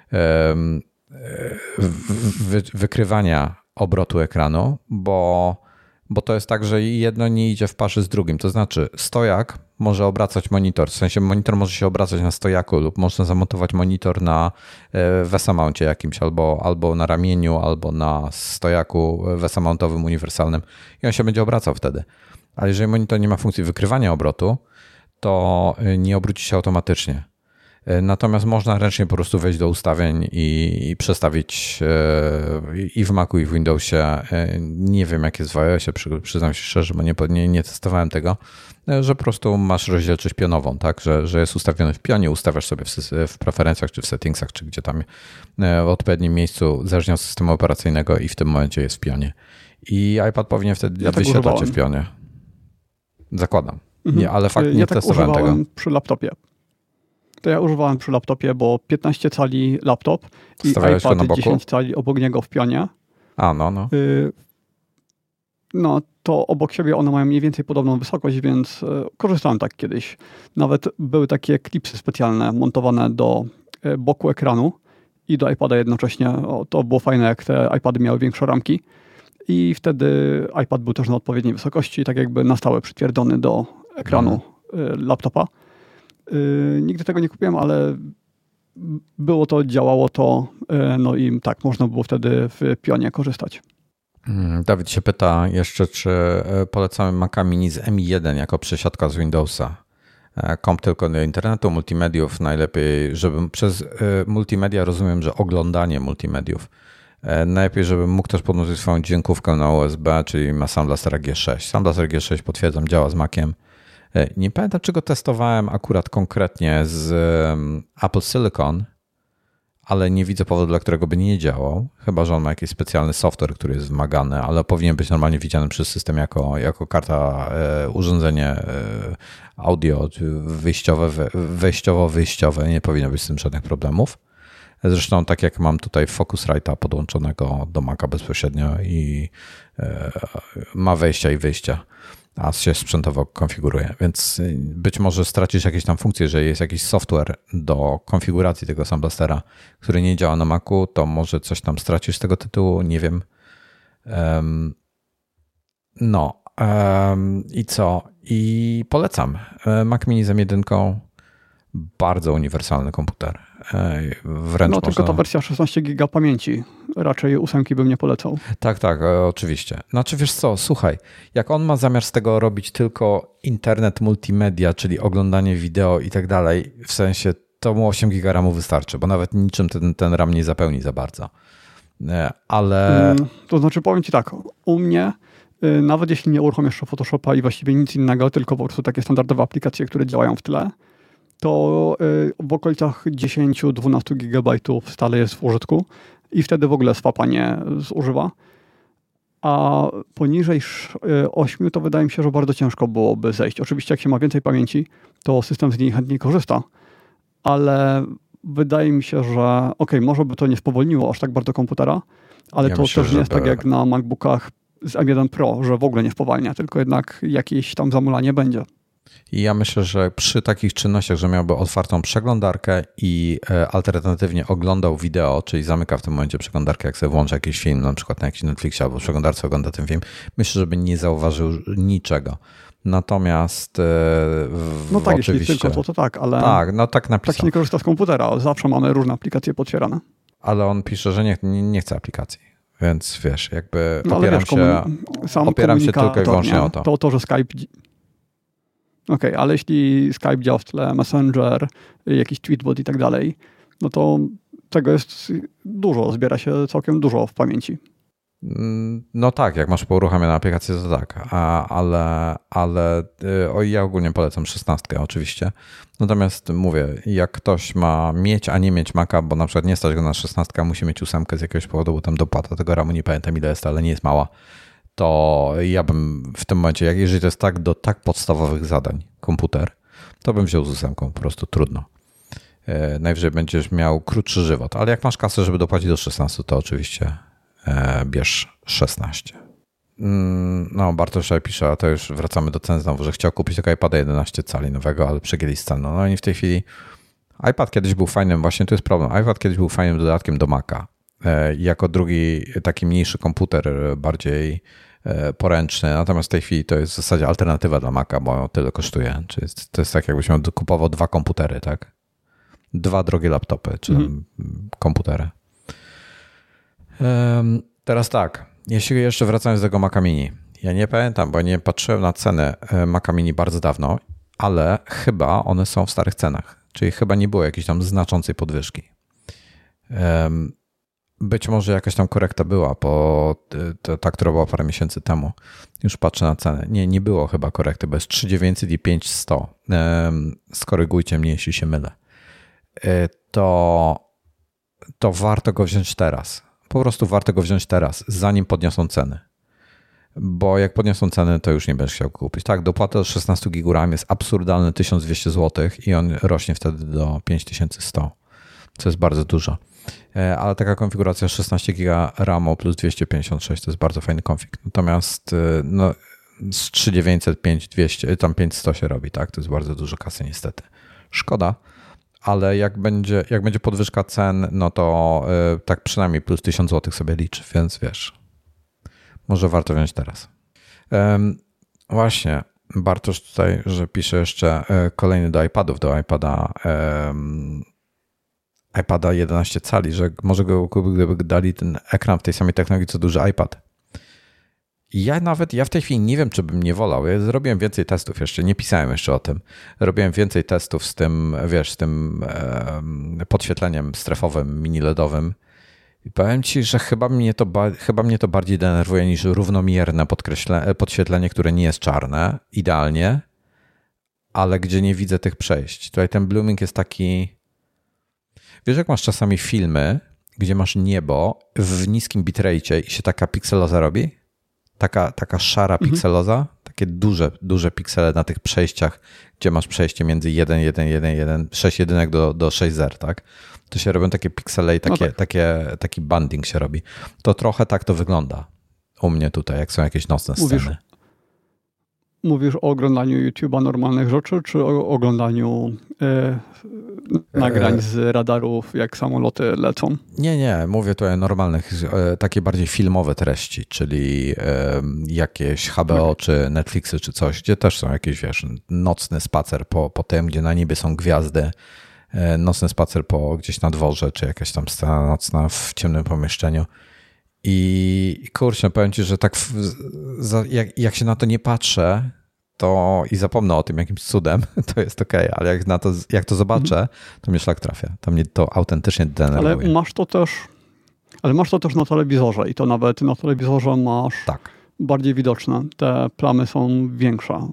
wykrywania obrotu ekranu, bo, bo to jest tak, że jedno nie idzie w parze z drugim. To znaczy stojak może obracać monitor, w sensie monitor może się obracać na stojaku lub można zamontować monitor na Vesamouncie jakimś albo, albo na ramieniu, albo na stojaku Vesamountowym uniwersalnym i on się będzie obracał wtedy. Ale jeżeli monitor nie ma funkcji wykrywania obrotu, to nie obróci się automatycznie. Natomiast można ręcznie po prostu wejść do ustawień i, i przestawić i w Macu, i w Windowsie. Nie wiem, jak jest w iOSie, przy, przyznam się szczerze, bo nie, nie, nie testowałem tego, że po prostu masz rozdzielczość pionową, tak? Że, że jest ustawiony w pionie, ustawiasz sobie w, w preferencjach, czy w settingsach, czy gdzie tam w odpowiednim miejscu, zależnie od systemu operacyjnego i w tym momencie jest w pionie. I iPad powinien wtedy ja wyświetlać się w pionie. Zakładam. Mhm. Nie, ale fakt, nie ja tak testowałem używałem tego. Przy laptopie. To ja używałem przy laptopie, bo piętnaście cali laptop i Stawiałeś go na iPad boku? dziesięć cali obok niego w pionie. A, no, no. Y, no, to obok siebie one mają mniej więcej podobną wysokość, więc y, korzystałem tak kiedyś. Nawet były takie klipsy specjalne montowane do y, boku ekranu i do iPada jednocześnie. O, to było fajne, jak te iPady miały większe ramki. I wtedy iPad był też na odpowiedniej wysokości, tak jakby na stałe przytwierdzony do ekranu mm. y, laptopa. Yy, nigdy tego nie kupiłem, ale było to, działało to, yy, no i tak, można było wtedy w pionie korzystać. Dawid się pyta jeszcze, czy polecamy Maca Mini z M jeden jako przesiadka z Windowsa. Komp tylko do internetu, multimediów, najlepiej, żebym przez yy, multimedia rozumiem, że oglądanie multimediów. Yy, najlepiej, żebym mógł też podłączyć swoją dźwiękówkę na U S B, czyli ma Sound Blaster G sześć. Sound Blaster G sześć, potwierdzam, działa z Maciem. Nie pamiętam, czego testowałem akurat konkretnie z Apple Silicon, ale nie widzę powodu, dla którego by nie działał. Chyba że on ma jakiś specjalny software, który jest wymagany, ale powinien być normalnie widziany przez system jako, jako karta, e, urządzenie e, audio wyjściowe, wejściowo-wyjściowe. Nie powinno być z tym żadnych problemów. Zresztą tak jak mam tutaj Focusrite'a podłączonego do Maca bezpośrednio i e, ma wejścia i wyjścia, a się sprzętowo konfiguruje, więc być może stracisz jakieś tam funkcje, że jest jakiś software do konfiguracji tego Sound Blastera, który nie działa na Macu, to może coś tam stracisz z tego tytułu, nie wiem. Um, no um, i co? I polecam. Mac Mini z M jeden, bardzo uniwersalny komputer. Wręcz no można... tylko ta wersja szesnaście giga pamięci. Raczej ósemki bym nie polecał. Tak, tak, oczywiście. Znaczy wiesz co, słuchaj, jak on ma zamiar z tego robić tylko internet multimedia, czyli oglądanie wideo i tak dalej, w sensie to mu osiem giga ramu wystarczy, bo nawet niczym ten, ten RAM nie zapełni za bardzo. Ale... Hmm, to znaczy powiem ci tak, u mnie y, nawet jeśli nie uruchomię jeszcze Photoshopa i właściwie nic innego, tylko po prostu takie standardowe aplikacje, które działają w tle, to y, w okolicach dziesięć do dwunastu gigabajtów stale jest w użytku i wtedy w ogóle swapa nie zużywa. A poniżej ośmiu to wydaje mi się, że bardzo ciężko byłoby zejść. Oczywiście jak się ma więcej pamięci, to system z niej chętniej korzysta, ale wydaje mi się, że ok, może by to nie spowolniło aż tak bardzo komputera, ale ja to myślę, też nie jest żeby... tak jak na MacBookach z M jeden Pro, że w ogóle nie spowalnia, tylko jednak jakieś tam zamulanie będzie. I ja myślę, że przy takich czynnościach, że miałby otwartą przeglądarkę i alternatywnie oglądał wideo, czyli zamyka w tym momencie przeglądarkę, jak sobie włącza jakiś film, na przykład na jakimś Netflixie albo w przeglądarce ogląda ten film, myślę, że by nie zauważył niczego. Natomiast w, no tak, oczywiście... jeśli tylko to, to tak, ale tak, no tak napisał. Tak się nie korzysta z komputera, zawsze mamy różne aplikacje potwierane. Ale on pisze, że nie, nie, nie chce aplikacji. Więc wiesz, jakby no, opieram, wiesz, się, komun- sam opieram się tylko i wyłącznie nie? o to. To to, że Skype... Okej, okay, ale jeśli Skype działa w tle, Messenger, jakiś tweetbot i tak dalej, no to tego jest dużo, zbiera się całkiem dużo w pamięci. No tak, jak masz pouruchamiane aplikacje, to tak, a, ale, ale o, ja ogólnie polecam szesnastkę oczywiście. Natomiast mówię, jak ktoś ma mieć, a nie mieć Maca, bo na przykład nie stać go na szesnastkę, a musi mieć ósemkę z jakiegoś powodu, bo tam dopłata tego ramu, nie pamiętam ile jest, ale nie jest mała, to ja bym w tym momencie, jak jeżeli to jest tak do tak podstawowych zadań komputer, to bym wziął z ósemką, po prostu trudno. Najwyżej będziesz miał krótszy żywot, ale jak masz kasę, żeby dopłacić do szesnastu, to oczywiście bierz szesnaście. No, Bartosz pisze, a to już wracamy do cen znowu, że chciał kupić tego iPada jedenaście cali nowego, ale przegięli z ceną. No i w tej chwili iPad kiedyś był fajnym, właśnie tu jest problem, iPad kiedyś był fajnym dodatkiem do Maca. Jako drugi taki mniejszy komputer, bardziej poręczny, natomiast w tej chwili to jest w zasadzie alternatywa dla Maca, bo tyle kosztuje. Czyli to jest tak, jakbyś miał kupował dwa komputery, tak? Dwa drogie laptopy, czy mhm. komputery. Teraz tak, jeśli jeszcze wracając do tego Maca Mini, ja nie pamiętam, bo nie patrzyłem na ceny Maca Mini bardzo dawno, ale chyba one są w starych cenach. Czyli chyba nie było jakiejś tam znaczącej podwyżki. Być może jakaś tam korekta była, bo ta, która była parę miesięcy temu. Już patrzę na cenę. Nie, nie było chyba korekty, bo jest trzy tysiące dziewięćset i pięć tysięcy sto. Skorygujcie mnie, jeśli się mylę. To, to warto go wziąć teraz. Po prostu warto go wziąć teraz, zanim podniosą ceny. Bo jak podniosą ceny, to już nie będziesz chciał kupić. Tak, dopłata do szesnaście gigów RAM jest absurdalne tysiąc dwieście złotych i on rośnie wtedy do pięć tysięcy sto, co jest bardzo dużo. Ale taka konfiguracja szesnaście gigów ramu plus dwieście pięćdziesiąt sześć to jest bardzo fajny konfig. Natomiast no, z trzy tysiące dziewięćset, pięć tysięcy dwieście, tam pięć tysięcy sto się robi, tak? To jest bardzo dużo kasy niestety. Szkoda, ale jak będzie, jak będzie podwyżka cen, no to yy, tak przynajmniej plus tysiąc złotych sobie liczy, więc wiesz, może warto wziąć teraz. Ym, właśnie, Bartosz tutaj, że pisze jeszcze yy, kolejny do iPadów, do iPada yy, iPada jedenaście cali, że może go gdyby dali ten ekran w tej samej technologii co duży iPad. Ja nawet, ja w tej chwili nie wiem, czy bym nie wolał. Ja zrobiłem więcej testów jeszcze, nie pisałem jeszcze o tym. Robiłem więcej testów z tym, wiesz, z tym e, podświetleniem strefowym, mini ledowym. I powiem ci, że chyba mnie to, chyba mnie to bardziej denerwuje niż równomierne podświetlenie, które nie jest czarne, idealnie, ale gdzie nie widzę tych przejść. Tutaj ten blooming jest taki... Wiesz, jak masz czasami filmy, gdzie masz niebo w niskim bitrate i się taka pikseloza robi? Taka, taka szara mhm. pikseloza, takie duże, duże piksele na tych przejściach, gdzie masz przejście między jeden, jeden, jeden, jeden, sześć jedynek do, do sześć zer, tak? To się robią takie piksele i takie, no tak. takie, taki banding się robi. To trochę tak to wygląda u mnie tutaj, jak są jakieś nocne Mówisz, sceny. Mówisz o oglądaniu YouTube'a normalnych rzeczy, czy o oglądaniu e, nagrań z radarów, jak samoloty lecą? Nie, nie, mówię tutaj o normalnych, e, takie bardziej filmowe treści, czyli e, jakieś H B O, okay. czy Netflixy, czy coś, gdzie też są jakieś, wiesz, nocny spacer po, po tym, gdzie na niebie są gwiazdy, e, nocny spacer po gdzieś na dworze, czy jakaś tam scena nocna w ciemnym pomieszczeniu. I kurczę, powiem ci, że tak w, za, jak, jak się na to nie patrzę, to i zapomnę o tym jakimś cudem, to jest okej, okay, ale jak, na to, jak to zobaczę, to mnie szlak trafia. To mnie to autentycznie denerwuje. Ale masz to też, ale masz to też na telewizorze i to nawet na telewizorze masz tak. bardziej widoczne. Te plamy są większe.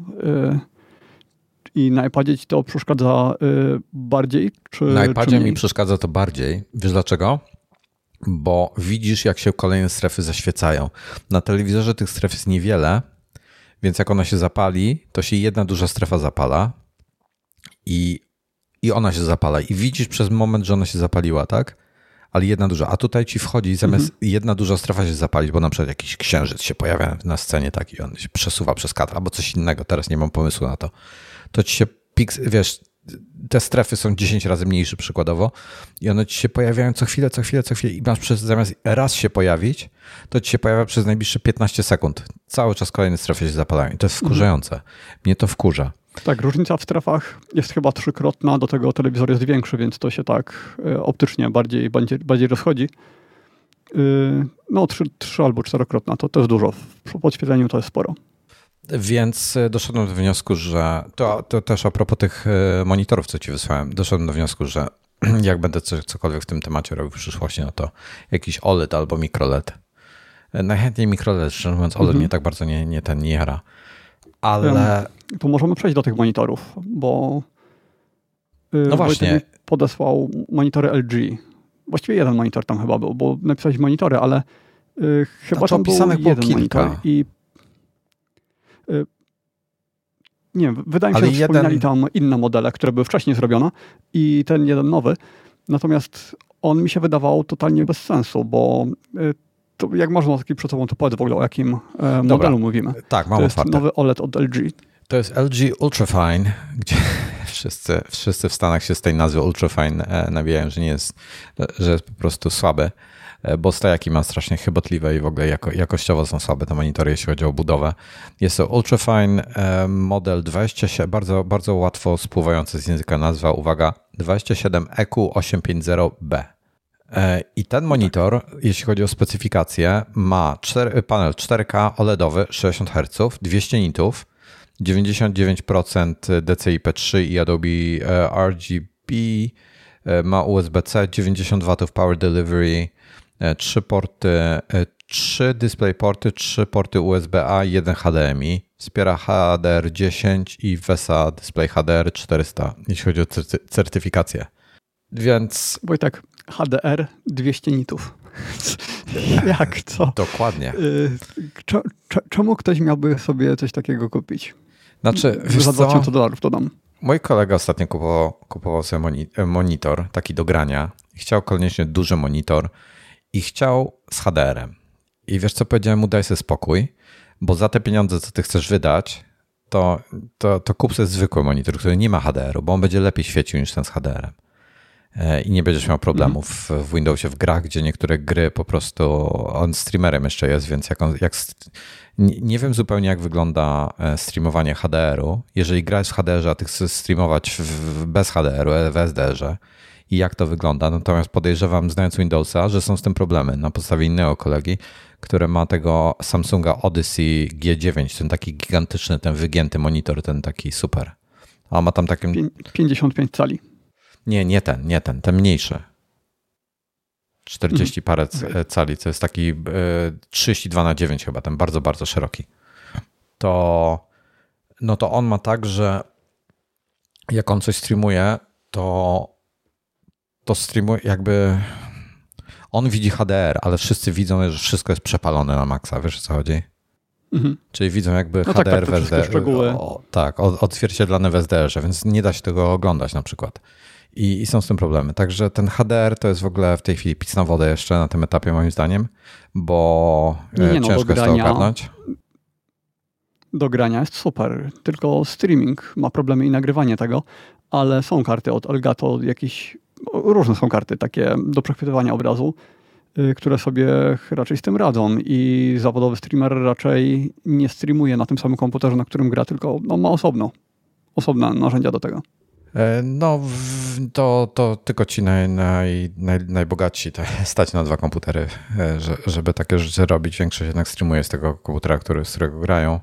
I na iPadzie ci to przeszkadza bardziej? Czy, na iPadzie czy mi przeszkadza to bardziej. Wiesz dlaczego? Bo widzisz, jak się kolejne strefy zaświecają. Na telewizorze tych stref jest niewiele, więc jak ona się zapali, to się jedna duża strefa zapala i, i ona się zapala. I widzisz przez moment, że ona się zapaliła, tak? Ale jedna duża. A tutaj ci wchodzi, zamiast mhm. jedna duża strefa się zapalić, bo na przykład jakiś księżyc się pojawia na scenie, tak? I on się przesuwa przez kadr, albo coś innego. Teraz nie mam pomysłu na to. To ci się, piks, wiesz... Te strefy są dziesięć razy mniejsze przykładowo i one ci się pojawiają co chwilę, co chwilę, co chwilę i masz przez, zamiast raz się pojawić, to ci się pojawia przez najbliższe piętnaście sekund. Cały czas kolejne strefy się zapalają i to jest wkurzające. Mhm. Mnie to wkurza. Tak, różnica w strefach jest chyba trzykrotna, do tego telewizor jest większy, więc to się tak optycznie bardziej, bardziej, bardziej rozchodzi. No trzy, trzy albo czterokrotna, to, to jest dużo. W podświetleniu to jest sporo. Więc doszedłem do wniosku, że to, to też a propos tych monitorów, co ci wysłałem, doszedłem do wniosku, że jak będę coś, cokolwiek w tym temacie robił w przyszłości, no to jakiś O L E D albo mikroLED. Najchętniej mikroLED, szczerze mówiąc, O L E D mhm. mnie tak bardzo nie, nie ten nie jara. Ale... To możemy przejść do tych monitorów, bo no właśnie. podesłał monitory L G. Właściwie jeden monitor tam chyba był, bo napisałeś monitory, ale y, chyba tam był jeden monitor i nie wiem, wydaje mi się, że jeden... wspominali tam inne modele, które były wcześniej zrobione i ten jeden nowy. Natomiast on mi się wydawał totalnie bez sensu, bo to jak można taki przed sobą, to powiedz w ogóle o jakim Dobra. modelu mówimy. Tak, mam To jest otwarte. nowy O L E D od L G. To jest L G Ultrafine, gdzie wszyscy, wszyscy w Stanach się z tej nazwy Ultrafine nabijają, że nie jest, że jest po prostu słaby. Bo stajaki ma strasznie chybotliwe i w ogóle jako, jakościowo są słabe te monitory, jeśli chodzi o budowę. Jest to Ultrafine model dwadzieścia siedem, bardzo, bardzo łatwo spływający z języka nazwa, uwaga, dwadzieścia siedem E Q osiemset pięćdziesiąt B. I ten monitor, jeśli chodzi o specyfikację, ma cztery, panel cztery K OLEDowy, sześćdziesiąt herców, dwieście nitów, dziewięćdziesiąt dziewięć procent D C I P trzy i Adobe R G B B, ma U S B C, dziewięćdziesiąt watów power delivery, trzy porty, trzy DisplayPorty, trzy porty U S B A, jeden H D M I. Wspiera H D R dziesięć i V E S A Display H D R czterysta, jeśli chodzi o cer- certyfikację. Więc... Wojtek, H D R dwieście nitów. Jak, co? Dokładnie. Cze- cze- czemu ktoś miałby sobie coś takiego kupić? Znaczy, za dwa tysiące dolarów to dam. Mój kolega ostatnio kupował, kupował sobie moni- monitor, taki do grania. Chciał koniecznie duży monitor i chciał z H D R-em. I wiesz co, powiedziałem mu, daj sobie spokój, bo za te pieniądze, co ty chcesz wydać, to, to, to kup sobie zwykły monitor, który nie ma H D R-u, bo on będzie lepiej świecił niż ten z H D R-em. I nie będziesz miał problemów mm. w Windowsie, w grach, gdzie niektóre gry po prostu, on streamerem jeszcze jest, więc jak on, jak, nie, nie wiem zupełnie jak wygląda streamowanie H D R-u. Jeżeli grałeś w H D R-ze, a ty chcesz streamować w, bez H D R-u, w S D R-ze i jak to wygląda, natomiast podejrzewam, znając Windowsa, że są z tym problemy na podstawie innego kolegi, który ma tego Samsunga Odyssey G dziewięć, ten taki gigantyczny, ten wygięty monitor, ten taki super. A ma tam takim... pięćdziesiąt pięć cali. Nie, nie ten, nie ten, ten mniejszy. czterdzieści parę okay. cali, to jest taki trzydzieści dwa na dziewięć chyba, ten bardzo, bardzo szeroki. To, no to on ma tak, że jak on coś streamuje, to, to streamuje jakby... On widzi H D R, ale wszyscy widzą, że wszystko jest przepalone na maksa. Wiesz o co chodzi? Mhm. Czyli widzą jakby no H D R tak, tak, w S D R. O, tak, odzwierciedlane w S D R-ze, więc nie da się tego oglądać na przykład. I, I są z tym problemy. Także ten H D R to jest w ogóle w tej chwili pic na wodę jeszcze na tym etapie moim zdaniem, bo nie, nie, ciężko no, grania, jest to ogarnąć. Do grania jest super, tylko streaming ma problemy i nagrywanie tego, ale są karty od Elgato, jakieś różne są karty takie do przechwytywania obrazu, y, które sobie raczej z tym radzą i zawodowy streamer raczej nie streamuje na tym samym komputerze, na którym gra, tylko no, ma osobno, osobne narzędzia do tego. No to, to tylko ci naj, naj, naj, najbogatsi stać na dwa komputery, że, żeby takie rzeczy robić. Większość jednak streamuje z tego komputera, który, z którego grają.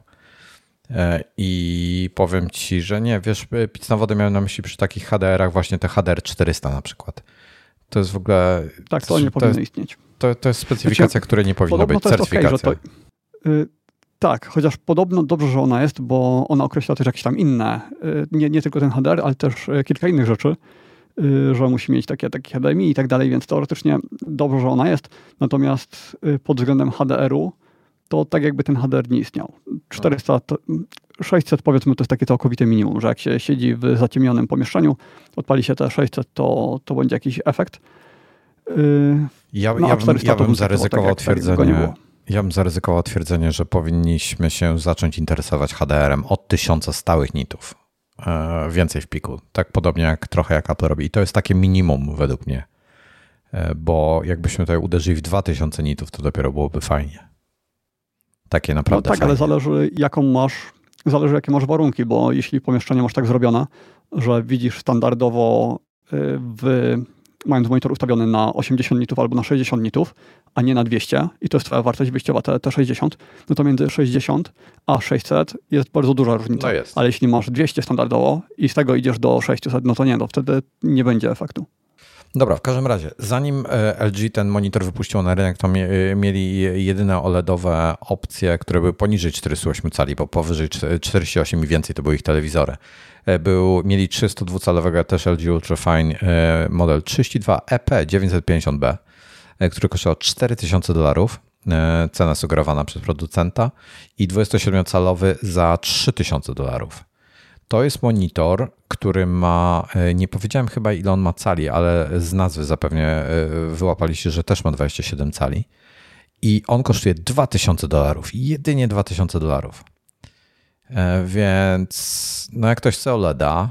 I powiem ci, że nie, wiesz, pic na wodę miałem na myśli przy takich H D R-ach właśnie te H D R czterysta na przykład. To jest w ogóle... Tak, to, to nie powinno jest, istnieć. To, to jest specyfikacja, znaczy, której nie powinno być, certyfikacja. Okay, to, y, tak, chociaż podobno dobrze, że ona jest, bo ona określa też jakieś tam inne, y, nie, nie tylko ten H D R, ale też y, kilka innych rzeczy, y, że musi mieć takie, takie H D M I i tak dalej, więc teoretycznie dobrze, że ona jest. Natomiast y, pod względem H D R-u to tak jakby ten H D R nie istniał. czterysta, to, sześćset powiedzmy to jest takie całkowite minimum, że jak się siedzi w zaciemnionym pomieszczeniu, odpali się te sześćset, to, to będzie jakiś efekt. Yy, ja, no, ja, bym, ja bym zaryzykował tak, twierdzenie, ja bym zaryzykował twierdzenie, że powinniśmy się zacząć interesować H D R-em od tysiąca stałych nitów. Yy, więcej w piku. Tak podobnie jak trochę jak Apple robi. I to jest takie minimum według mnie. Yy, bo jakbyśmy tutaj uderzyli w dwa tysiące nitów, to dopiero byłoby fajnie. Takie naprawdę no tak, fajnie. Ale zależy jaką masz, zależy jakie masz warunki, bo jeśli pomieszczenie masz tak zrobione, że widzisz standardowo w, mając monitor ustawiony na osiemdziesiąt nitów albo na sześćdziesiąt nitów, a nie na dwieście i to jest twoja wartość wyjściowa, te, te sześćdziesiąt, no to między sześćdziesiąt a sześćset jest bardzo duża różnica. No jest. Ale jeśli masz dwieście standardowo i z tego idziesz do sześćset, no to nie, no wtedy nie będzie efektu. Dobra, w każdym razie, zanim L G ten monitor wypuścił na rynek, to mieli jedyne O L E D owe opcje, które były poniżej czterdziestu ośmiu cali, bo powyżej czterdziestu ośmiu i więcej to były ich telewizory. Był, mieli trzystuodwucalowego też L G Ultrafine model trzydzieści dwa E P dziewięćset pięćdziesiąt B, który kosztował cztery tysiące dolarów, cena sugerowana przez producenta, i dwudziestosiedmiocalowy za trzy tysiące dolarów. To jest monitor, który ma, nie powiedziałem chyba ile on ma cali, ale z nazwy zapewne wyłapaliście, że też ma dwadzieścia siedem cali. I on kosztuje dwa tysiące dolarów. Jedynie dwa tysiące dolarów. Więc no jak ktoś chce O L E D-a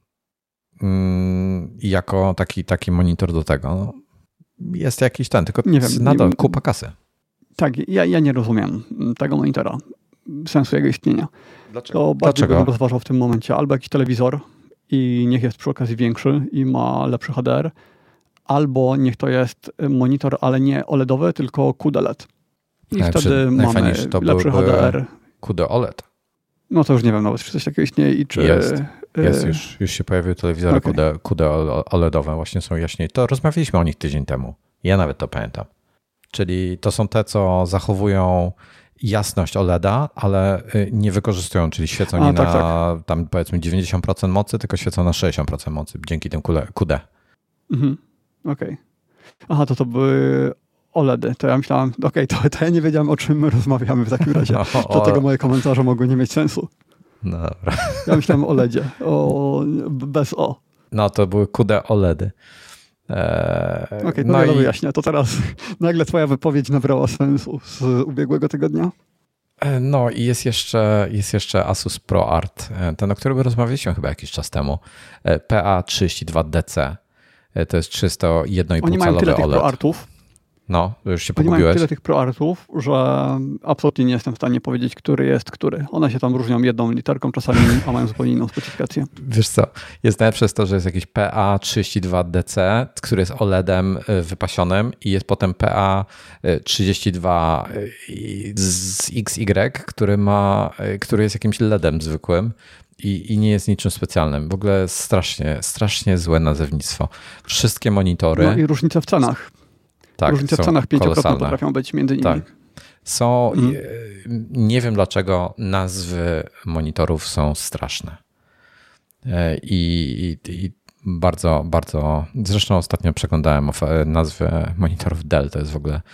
i jako taki, taki monitor do tego, no, jest jakiś ten, tylko nie wiem, nadal nie, kupa kasy. Tak, ja, ja nie rozumiem tego monitora, sensu jego istnienia. Dlaczego? To bardziej Dlaczego? bym rozważał w tym momencie albo jakiś telewizor i niech jest przy okazji większy i ma lepszy H D R, albo niech to jest monitor, ale nie O L E D owy, tylko Q D L E D. I Najlepszy, wtedy mamy to lepszy H D R. Q D O L E D. No to już nie wiem nawet, czy coś takiego istnieje i czy jest. Jest już, już się pojawiły telewizory Okay. Q D, Q D O L E D owe, właśnie są jaśniej. To rozmawialiśmy o nich tydzień temu. Ja nawet to pamiętam. Czyli to są te, co zachowują jasność O L E D a, ale nie wykorzystują, czyli świecą A, nie tak, na tak. tam powiedzmy dziewięćdziesiąt procent mocy, tylko świecą na sześćdziesiąt procent mocy dzięki tym Q D. Mhm. Okej. Okay. Aha, to to były O L E D y. To ja myślałem, okej, okay, to, to ja nie wiedziałem, o czym my rozmawiamy w takim razie. No, Dlatego moje komentarze mogły nie mieć sensu. No dobra. Ja myślałem o L E D zie, o, bez O. No to były Q D O L E D y. Eee, Okej, okay, to no ja i... wyjaśnię. To teraz nagle twoja wypowiedź nabrała sensu z ubiegłego tygodnia. No i jest jeszcze, jest jeszcze Asus ProArt, ten, o którym rozmawialiśmy chyba jakiś czas temu. P A trzydzieści dwa D C. To jest trzysta jeden i pół calowy O L E D. Oni mają tyle tych ProArtów. No, już się Oni pogubiłeś. mają tyle tych ProArtów, że absolutnie nie jestem w stanie powiedzieć, który jest który. One się tam różnią jedną literką czasami, a mają zupełnie inną specyfikację. Wiesz co, jest najlepsze jest to, że jest jakiś P A trzydzieści dwa D C, który jest O L E D em wypasionym i jest potem P A trzydzieści dwa z X Y, który ma, który jest jakimś L E D em zwykłym. I, I nie jest niczym specjalnym. W ogóle strasznie, strasznie złe nazewnictwo. Wszystkie monitory... No i różnice w cenach. Tak, różnice w cenach pięciokrotne potrafią być między innymi. Tak. Są, mm. Nie wiem dlaczego nazwy monitorów są straszne. I, i, i bardzo, bardzo... Zresztą ostatnio przeglądałem nazwę monitorów Dell. To jest w ogóle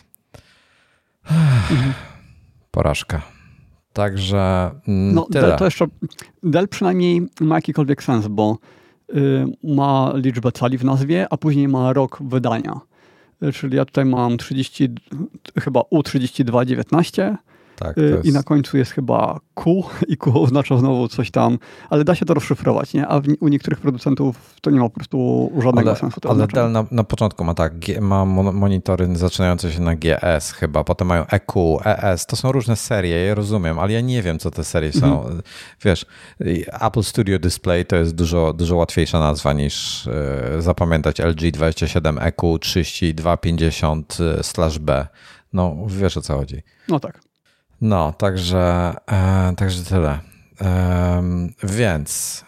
mm. porażka. Także no, tyle. Dell to jeszcze, Dell przynajmniej ma jakikolwiek sens, bo y, ma liczbę cali w nazwie, a później ma rok wydania. Czyli ja tutaj mam trzydzieści, chyba U trzydzieści dwa dziewiętnaście tak, jest... i na końcu jest chyba Q i Q oznacza znowu coś tam, ale da się to rozszyfrować, nie? A w, u niektórych producentów to nie ma po prostu żadnego ale, sensu. Ale Dell na, na początku ma tak, G, ma monitory zaczynające się na G S chyba, potem mają E Q, E S, to są różne serie, ja rozumiem, ale ja nie wiem, co te serie są. Mhm. Wiesz, Apple Studio Display to jest dużo, dużo łatwiejsza nazwa niż y, zapamiętać L G dwadzieścia siedem E Q trzydzieści dwa pięćdziesiąt slash B. No, wiesz o co chodzi. No tak. No, także, e, także tyle. E, więc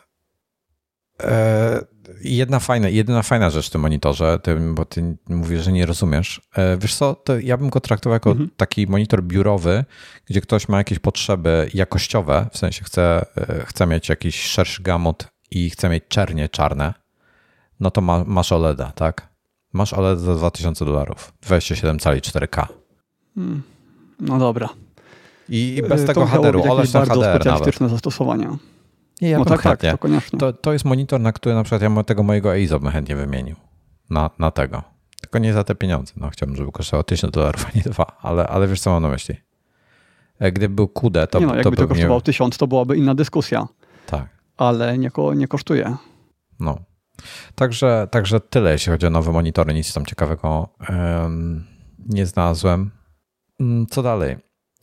e, jedna fajna, jedyna fajna rzecz w tym monitorze, tym, bo ty mówisz, że nie rozumiesz. E, wiesz co, to ja bym go traktował jako mhm. taki monitor biurowy, gdzie ktoś ma jakieś potrzeby jakościowe, w sensie chce, chce mieć jakiś szerszy gamut i chce mieć czernie czarne, no to ma, masz O L E D a, tak? Masz O L E D za dwa tysiące dolarów, dwadzieścia siedem cali cztery K. Hmm. No dobra. I bez to tego H D R-u, ale bardzo H D R specjalistyczne nawet. Zastosowania. Nie, ja no tak, tak, to koniecznie. To, to jest monitor, na który na przykład ja tego mojego E I Z O bym chętnie wymienił. Na, na tego. Tylko nie za te pieniądze. No chciałbym, żeby kosztowało tysiąc dolarów, a nie dwa. Ale, ale wiesz co mam na myśli. Gdyby był Q D, to... Nie no, jakby to, to kosztowało tysiąc, to byłaby inna dyskusja. Tak. Ale nie, nie kosztuje. No. Także, także tyle, jeśli chodzi o nowe monitory. Nic tam ciekawego um, nie znalazłem. Co dalej?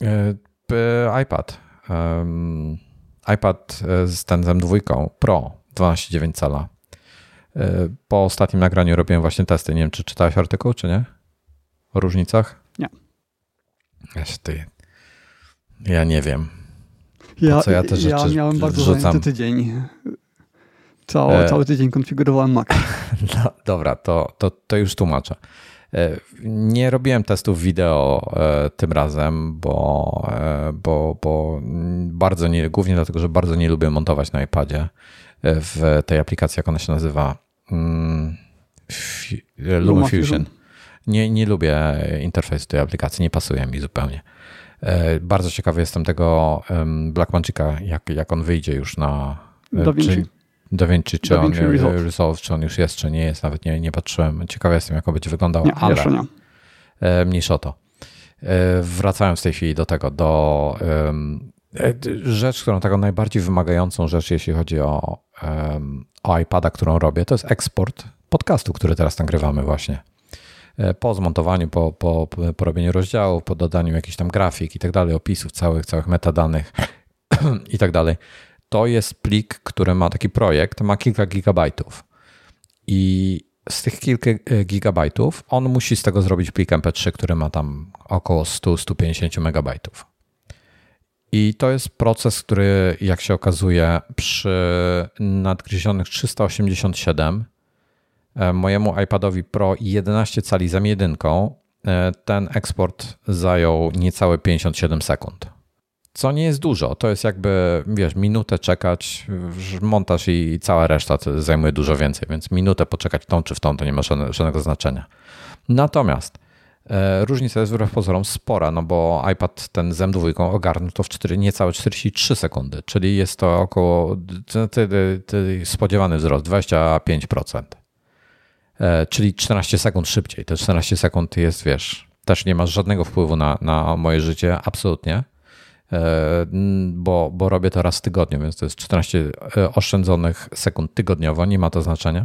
iPad. Um, iPad z ten z M dwa Pro dwanaście przecinek dziewięć cala. Po ostatnim nagraniu robiłem właśnie testy. Nie wiem, czy czytałeś artykuł, czy nie? O różnicach? Nie. Ja, się ty... ja nie wiem. Ja, co ja te rzeczy ja miałem bardzo zajęty tydzień. Cały, e... cały tydzień konfigurowałem Mac. No, dobra, to, to, to już tłumaczę. Nie robiłem testów wideo tym razem, bo, bo, bo bardzo nie, głównie dlatego, że bardzo nie lubię montować na iPadzie w tej aplikacji, jak ona się nazywa, LumaFusion. Nie, nie lubię interfejsu tej aplikacji, nie pasuje mi zupełnie. Bardzo ciekawy jestem tego Blackmagica, jak, jak on wyjdzie już na... DaVinci. DaVinci, czy on Resolve. Resolve, czy on już jest, czy nie jest, nawet nie, nie patrzyłem. Ciekawy jestem, jak on będzie wyglądał, nie, ale nie. mniejsza o to. Wracając w tej chwili do tego, do um, rzecz, którą taką najbardziej wymagającą rzecz, jeśli chodzi o, um, o iPada, którą robię, to jest eksport podcastu, który teraz nagrywamy właśnie. Po zmontowaniu, po, po, po robieniu rozdziału, po dodaniu jakichś tam grafik i tak dalej, opisów całych, całych metadanych i tak dalej. To jest plik, który ma taki projekt, ma kilka gigabajtów i z tych kilku gigabajtów on musi z tego zrobić plik M P trzy, który ma tam około sto do stu pięćdziesięciu megabajtów. I to jest proces, który, jak się okazuje, przy nadgryzionych trzysta osiemdziesiąt siedem mojemu iPadowi Pro jedenaście cali z M jeden ten eksport zajął niecałe pięćdziesiąt siedem sekund. Co nie jest dużo. To jest jakby, wiesz, minutę czekać, montaż i cała reszta zajmuje dużo więcej, więc minutę poczekać w tą czy w tą to nie ma żadnego znaczenia. Natomiast e, różnica jest wbrew pozorom spora, no bo iPad ten z M dwa ogarnął to w cztery, niecałe czterdzieści trzy sekundy, czyli jest to około ty, ty, ty, spodziewany wzrost dwadzieścia pięć procent. E, czyli czternaście sekund szybciej. Te czternaście sekund jest, wiesz, też nie masz żadnego wpływu na, na moje życie, absolutnie. Bo, bo robię to raz w tygodniu, więc to jest czternaście oszczędzonych sekund tygodniowo, nie ma to znaczenia.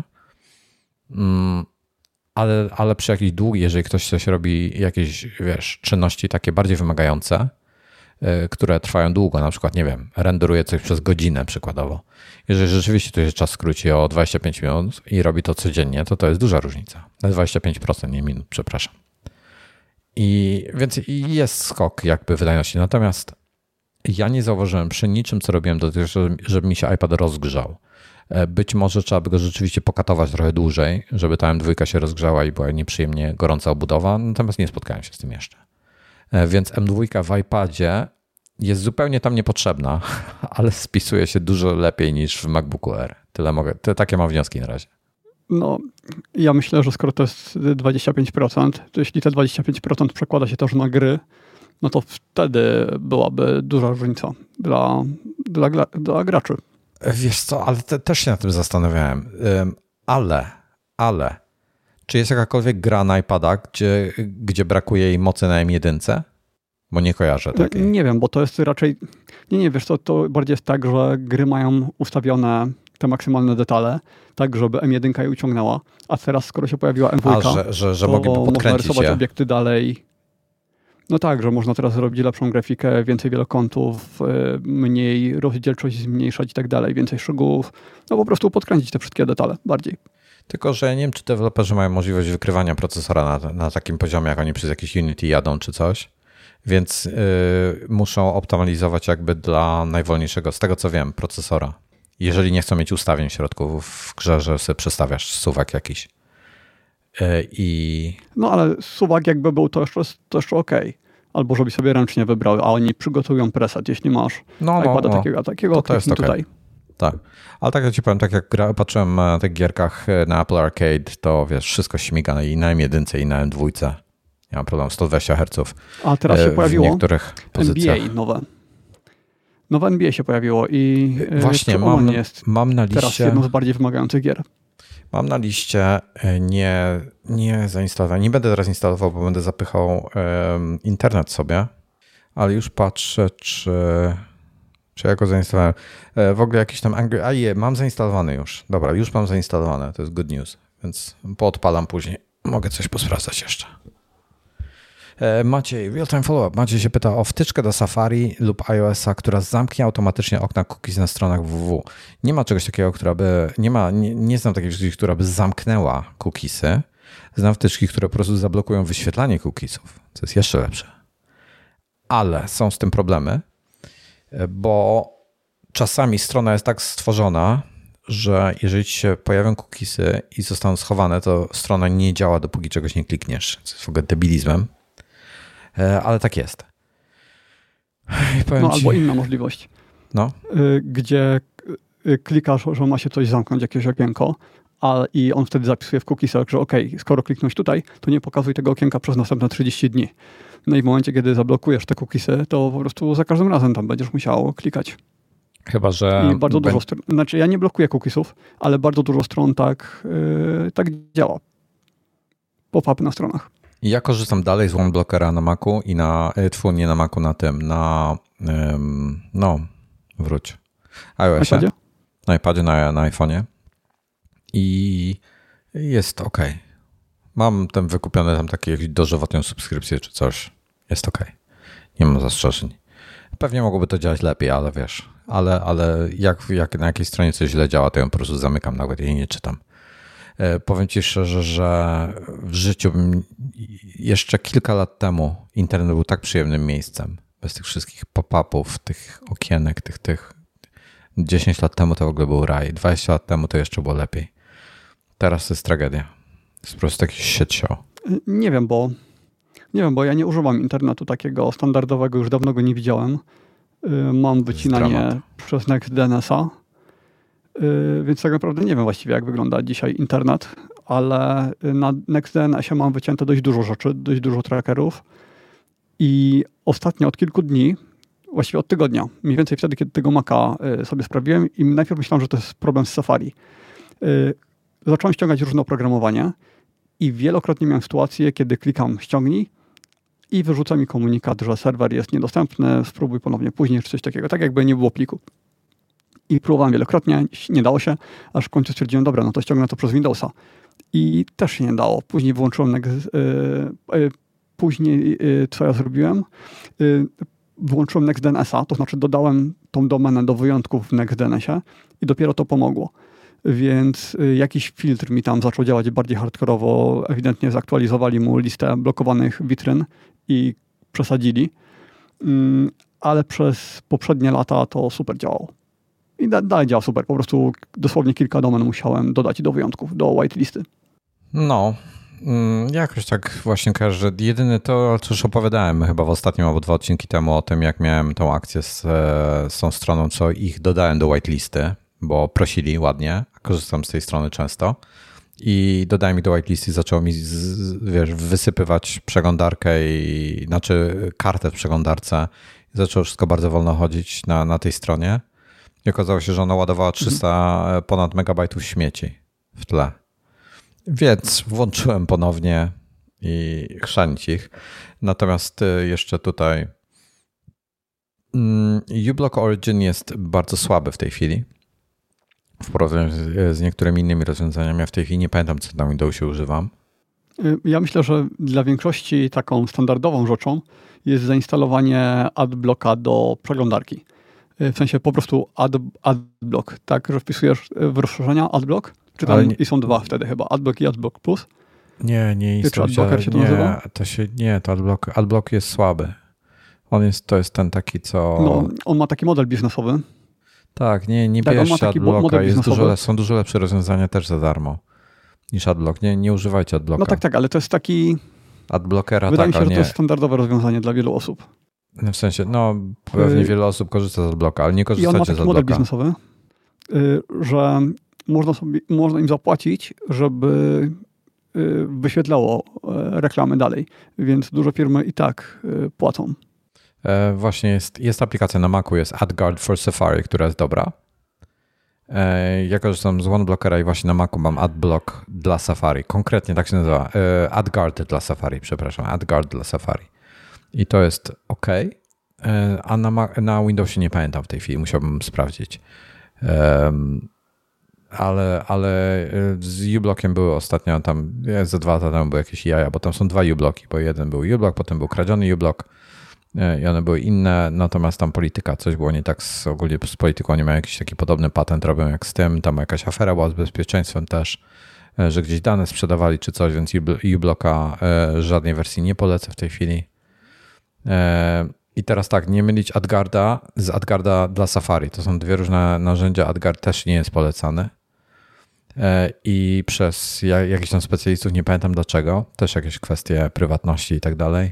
Ale, ale przy jakiejś długiej, jeżeli ktoś coś robi, jakieś, wiesz, czynności takie bardziej wymagające, które trwają długo, na przykład, nie wiem, renderuje coś przez godzinę przykładowo. Jeżeli rzeczywiście to się czas skróci o dwadzieścia pięć minut i robi to codziennie, to to jest duża różnica. Na dwadzieścia pięć procent, nie minut, przepraszam. I więc jest skok jakby wydajności. Natomiast ja nie zauważyłem przy niczym, co robiłem do tego, żeby mi się iPad rozgrzał. Być może trzeba by go rzeczywiście pokatować trochę dłużej, żeby ta M dwa się rozgrzała i była nieprzyjemnie gorąca obudowa, natomiast nie spotkałem się z tym jeszcze. Więc M dwa w iPadzie jest zupełnie tam niepotrzebna, ale spisuje się dużo lepiej niż w MacBooku Air. Tyle mogę, tyle, takie mam wnioski na razie. No, ja myślę, że skoro to jest dwadzieścia pięć procent, to jeśli te dwadzieścia pięć procent przekłada się też na gry, no to wtedy byłaby duża różnica dla, dla, dla graczy. Wiesz co, ale te, też się nad tym zastanawiałem. Ale, ale, czy jest jakakolwiek gra na iPada, gdzie, gdzie brakuje jej mocy na M jeden? Bo nie kojarzę takiej. Nie wiem, bo to jest raczej... Nie, nie, wiesz co, to bardziej jest tak, że gry mają ustawione te maksymalne detale, tak żeby M jeden je uciągnęła, a teraz skoro się pojawiła M dwa, a, że, że, że to mogliby można podkręcić rysować je. obiekty dalej. No tak, że można teraz zrobić lepszą grafikę, więcej wielokątów, mniej rozdzielczość zmniejszać i tak dalej, więcej szczegółów. No po prostu podkręcić te wszystkie detale bardziej. Tylko, że nie wiem, czy deweloperzy mają możliwość wykrywania procesora na, na takim poziomie, jak oni przez jakieś Unity jadą czy coś, więc yy, muszą optymalizować jakby dla najwolniejszego, z tego co wiem, procesora. Jeżeli nie chcą mieć ustawień w środku w grze, że sobie przestawiasz suwak jakiś. I... No ale suwak jakby był, to jeszcze, to jeszcze okej. Okay. Albo żebyś sobie ręcznie wybrał, a oni przygotują preset, jeśli masz no, iPada no, takiego, takiego to, to jest tutaj. Okay. Tak, ale tak jak ci powiem, tak jak gra, patrzyłem na tych gierkach na Apple Arcade, to wiesz, wszystko śmiga i na M jeden i na M dwa. Ja mam problem, sto dwadzieścia herców. A teraz się pojawiło w niektórych pozycjach. N B A nowe. Nowe N B A się pojawiło i właśnie mam, jest mam na liście... teraz jedną z bardziej wymagających gier. Mam na liście, nie, nie zainstalować. Nie będę teraz instalował, bo będę zapychał um, internet sobie, ale już patrzę, czy, czy ja go zainstalowałem. E, w ogóle jakiś tam Angry... A je, mam zainstalowany już. Dobra, już mam zainstalowane. To jest good news, więc poodpalam później. Mogę coś posprawdzać jeszcze. E, Maciej, real time follow-up. Maciej się pyta o wtyczkę do Safari lub iOS-a, która zamknie automatycznie okna cookies na stronach www. Nie ma czegoś takiego, która by, nie ma, nie, nie znam takiej wtyczki, która by zamknęła cookiesy. Znam wtyczki, które po prostu zablokują wyświetlanie cookiesów, co jest jeszcze lepsze. Ale są z tym problemy, bo czasami strona jest tak stworzona, że jeżeli ci się pojawią cookiesy i zostaną schowane, to strona nie działa, dopóki czegoś nie klikniesz. Co jest w ogóle debilizmem. Ale tak jest. No ci... albo inna możliwość, no. gdzie klikasz, że ma się coś zamknąć, jakieś okienko, a, i on wtedy zapisuje w cookiesach, że okej, okay, skoro kliknąć tutaj, to nie pokazuj tego okienka przez następne trzydzieści dni. No i w momencie, kiedy zablokujesz te cookiesy, to po prostu za każdym razem tam będziesz musiał klikać. Chyba, że... I bardzo dużo stron, znaczy ja nie blokuję cookiesów, ale bardzo dużo stron tak, yy, tak działa. Pop-upy na stronach. Ja korzystam dalej z OneBlockera na Macu i na, tfu, nie na Macu, na tym, na, um, no, wróć, iOSie. iPadzie? Na iPadzie, na, na iPhone'ie i jest ok. Mam tam wykupione tam takie jakieś dożywotnią subskrypcję czy coś. Jest ok. Nie mam zastrzeżeń. Pewnie mogłoby to działać lepiej, ale wiesz, ale, ale jak, jak na jakiej stronie coś źle działa, to ją po prostu zamykam, nawet jej nie czytam. Powiem ci szczerze, że w życiu jeszcze kilka lat temu internet był tak przyjemnym miejscem. bez tych wszystkich pop-upów, tych okienek, tych, tych. dziesięć lat temu to w ogóle był raj, dwadzieścia lat temu to jeszcze było lepiej. Teraz to jest tragedia. To jest po prostu taki shit show. Nie wiem, bo nie wiem, bo ja nie używam internetu takiego standardowego, już dawno go nie widziałem. Mam wycinanie przez NextDNS-a, więc tak naprawdę nie wiem właściwie, jak wygląda dzisiaj internet, ale na NextDNS-ie mam wycięte dość dużo rzeczy, dość dużo trackerów i ostatnio od kilku dni, właściwie od tygodnia, mniej więcej wtedy, kiedy tego Maca sobie sprawiłem i najpierw myślałem, że to jest problem z Safari. Zacząłem ściągać różne oprogramowanie i wielokrotnie miałem sytuację, kiedy klikam ściągnij i wyrzuca mi komunikat, że serwer jest niedostępny, spróbuj ponownie później, czy coś takiego, tak jakby nie było pliku. I próbowałem wielokrotnie, nie dało się, aż w końcu stwierdziłem, dobra, no to ściągnę to przez Windowsa. I też się nie dało. Później wyłączyłem, yy, yy, później yy, co ja zrobiłem? Yy, wyłączyłem NextDNS-a, to znaczy dodałem tą domenę do wyjątków w NextDNS-ie i dopiero to pomogło. Więc jakiś filtr mi tam zaczął działać bardziej hardkorowo. Ewidentnie zaktualizowali mu listę blokowanych witryn i przesadzili. Ale przez poprzednie lata to super działało. I da, dalej działa super. Po prostu dosłownie kilka domen musiałem dodać do wyjątków, do whitelisty. No, jakoś tak właśnie kojarzę, że jedyne to, co już opowiadałem chyba w ostatnim albo dwa odcinki temu o tym, jak miałem tą akcję z, z tą stroną, co ich dodałem do whitelisty, bo prosili ładnie, korzystam z tej strony często i dodałem ich do whitelisty i zaczęło mi z, wiesz, wysypywać przeglądarkę i znaczy kartę w przeglądarce i zaczęło wszystko bardzo wolno chodzić na, na tej stronie i okazało się, że ona ładowała trzysta mhm. ponad megabajtów śmieci w tle. Więc włączyłem ponownie i chrzanić ich. Natomiast jeszcze tutaj uBlock Origin jest bardzo słaby w tej chwili. W porównaniu z niektórymi innymi rozwiązaniami. Ja w tej chwili nie pamiętam, co na Windowsie używam. Ja myślę, że dla większości taką standardową rzeczą jest zainstalowanie AdBlocka do przeglądarki. W sensie po prostu ad, AdBlock, tak, że wpisujesz w rozszerzenia AdBlock, czy tam nie, i są dwa wtedy chyba, AdBlock i AdBlock Plus. Nie, nie instalujcie. AdBlocker się to nie, nazywa? To się, nie, to AdBlock, AdBlock jest słaby. On jest, to jest ten taki, co... No, on ma taki model biznesowy. Tak, nie, nie tak, bierzcie AdBlocka, jest dużo, są dużo lepsze rozwiązania też za darmo niż AdBlock. Nie, nie używajcie AdBlocka. No tak, tak, ale to jest taki... AdBlockera, Wydaje tak, mi się, że nie. to jest standardowe rozwiązanie dla wielu osób. W sensie, no pewnie y... wiele osób korzysta z AdBlocka, ale nie korzystajcie z AdBlocka. I on ma taki model biznesowy, że można, sobie, można im zapłacić, żeby wyświetlało reklamy dalej, więc duże firmy i tak płacą. E, właśnie jest, jest aplikacja na Macu, jest AdGuard for Safari, która jest dobra. E, ja korzystam z OneBlockera i właśnie na Macu mam AdBlock dla Safari. Konkretnie tak się nazywa. E, AdGuard dla Safari, przepraszam. AdGuard dla Safari. I to jest OK. E, a na, na Windowsie nie pamiętam w tej chwili, musiałbym sprawdzić. E, ale, ale z uBlockiem były ostatnio tam, za dwa lata temu były jakieś jaja, bo tam są dwa uBlocki, bo jeden był uBlock, potem był kradziony uBlock i one były inne, natomiast tam polityka, coś było nie tak z, ogólnie z polityką, oni mają jakiś taki podobny patent, robią jak z tym, tam jakaś afera była z bezpieczeństwem też, że gdzieś dane sprzedawali czy coś, więc uBlocka żadnej wersji nie polecę w tej chwili. I teraz tak, nie mylić AdGuarda z AdGuarda dla Safari. To są dwie różne narzędzia. AdGuard też nie jest polecany. I przez jakichś tam specjalistów, nie pamiętam dlaczego, też jakieś kwestie prywatności i tak dalej.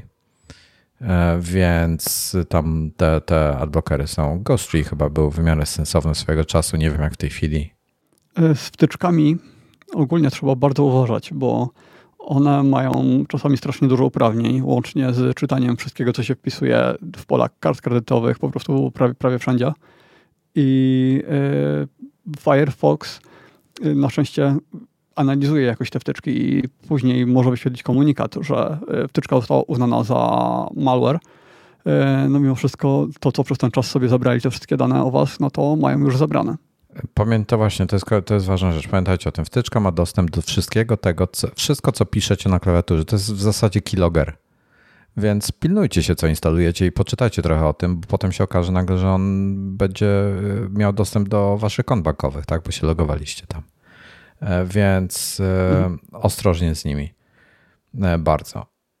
Więc tam te, te adblockery są. Ghosttree chyba był w miarę sensowny swojego czasu. Nie wiem jak w tej chwili. Z wtyczkami ogólnie trzeba bardzo uważać, bo one mają czasami strasznie dużo uprawnień, łącznie z czytaniem wszystkiego, co się wpisuje w polach kart kredytowych, po prostu prawie, prawie wszędzie. I y, Firefox y, na szczęście analizuje jakoś te wtyczki i później może wyświetlić komunikat, że wtyczka została uznana za malware. No mimo wszystko to, co przez ten czas sobie zabrali te wszystkie dane o was, no to mają już zabrane. Pamiętaj właśnie, to jest, to jest ważna rzecz. Pamiętajcie o tym. Wtyczka ma dostęp do wszystkiego tego, co, wszystko co piszecie na klawiaturze. To jest w zasadzie keylogger. Więc pilnujcie się, co instalujecie i poczytajcie trochę o tym, bo potem się okaże nagle, że on będzie miał dostęp do waszych kont bankowych, tak? Bo się logowaliście tam. Więc hmm. ostrożnie z nimi. Bardzo.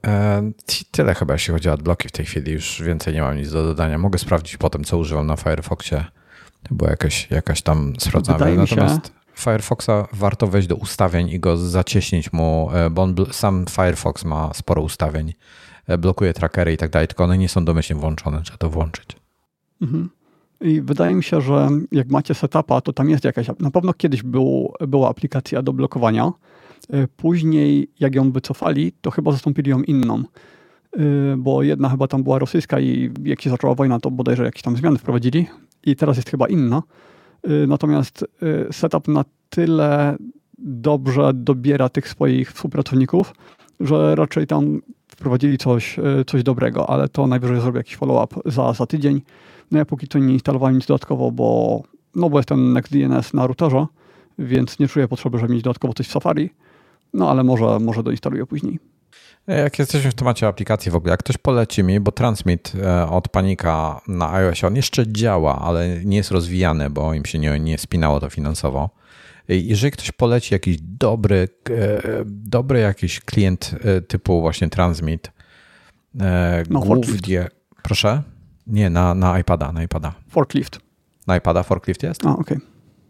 Tyle chyba, jeśli chodzi o adblocki w tej chwili. Już więcej nie mam nic do dodania. Mogę sprawdzić potem, co używam na Firefoxie. To była jakaś, jakaś tam sprawdzana. Natomiast się... Firefoxa warto wejść do ustawień i go zacieśnić mu, bo on, sam Firefox ma sporo ustawień. Blokuje trackery i tak dalej, tylko one nie są domyślnie włączone. Trzeba to włączyć. Mhm. I wydaje mi się, że jak macie setupa, to tam jest jakaś... Na pewno kiedyś był, była aplikacja do blokowania. Później, jak ją wycofali, to chyba zastąpili ją inną, bo jedna chyba tam była rosyjska i jak się zaczęła wojna, to bodajże jakieś tam zmiany wprowadzili i teraz jest chyba inna. Natomiast setup na tyle dobrze dobiera tych swoich współpracowników, że raczej tam wprowadzili coś, coś dobrego, ale to najwyżej zrobię jakiś follow-up za, za tydzień. No ja póki co nie instalowałem nic dodatkowo, bo, no bo jest ten NextDNS na routerze, więc nie czuję potrzeby, żeby mieć dodatkowo coś w Safari. No ale może, może doinstaluję później. Jak jesteśmy w temacie aplikacji w ogóle, jak ktoś poleci mi, bo Transmit od Panika na iOSie, on jeszcze działa, ale nie jest rozwijany, bo im się nie, nie spinało to finansowo. Jeżeli ktoś poleci jakiś dobry, dobry jakiś klient typu właśnie Transmit, no, głównie... Proszę? Nie, na, na iPada, na iPada. Forklift. Na iPada Forklift jest? A, okej. Okay.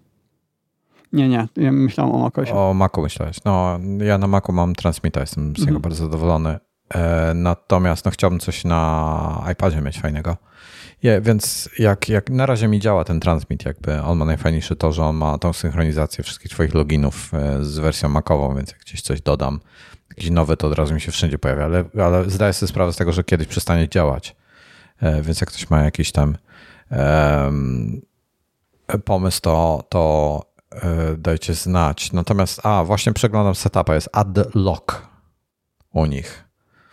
Nie, nie, ja myślałem o Macosie. O Macu myślałeś. No, ja na Macu mam Transmita, jestem z niego mhm. bardzo zadowolony. E, natomiast no, chciałbym coś na iPadzie mieć fajnego. Je, więc jak, jak na razie mi działa ten Transmit, jakby on ma najfajniejsze to, że on ma tą synchronizację wszystkich twoich loginów z wersją Macową, więc jak gdzieś coś dodam, jakiś nowy, to od razu mi się wszędzie pojawia, ale, ale zdaję sobie sprawę z tego, że kiedyś przestanie działać. E, więc jak ktoś ma jakiś tam um, pomysł, to, to dajcie znać. Natomiast, a właśnie przeglądam setupa, jest AdLock u nich,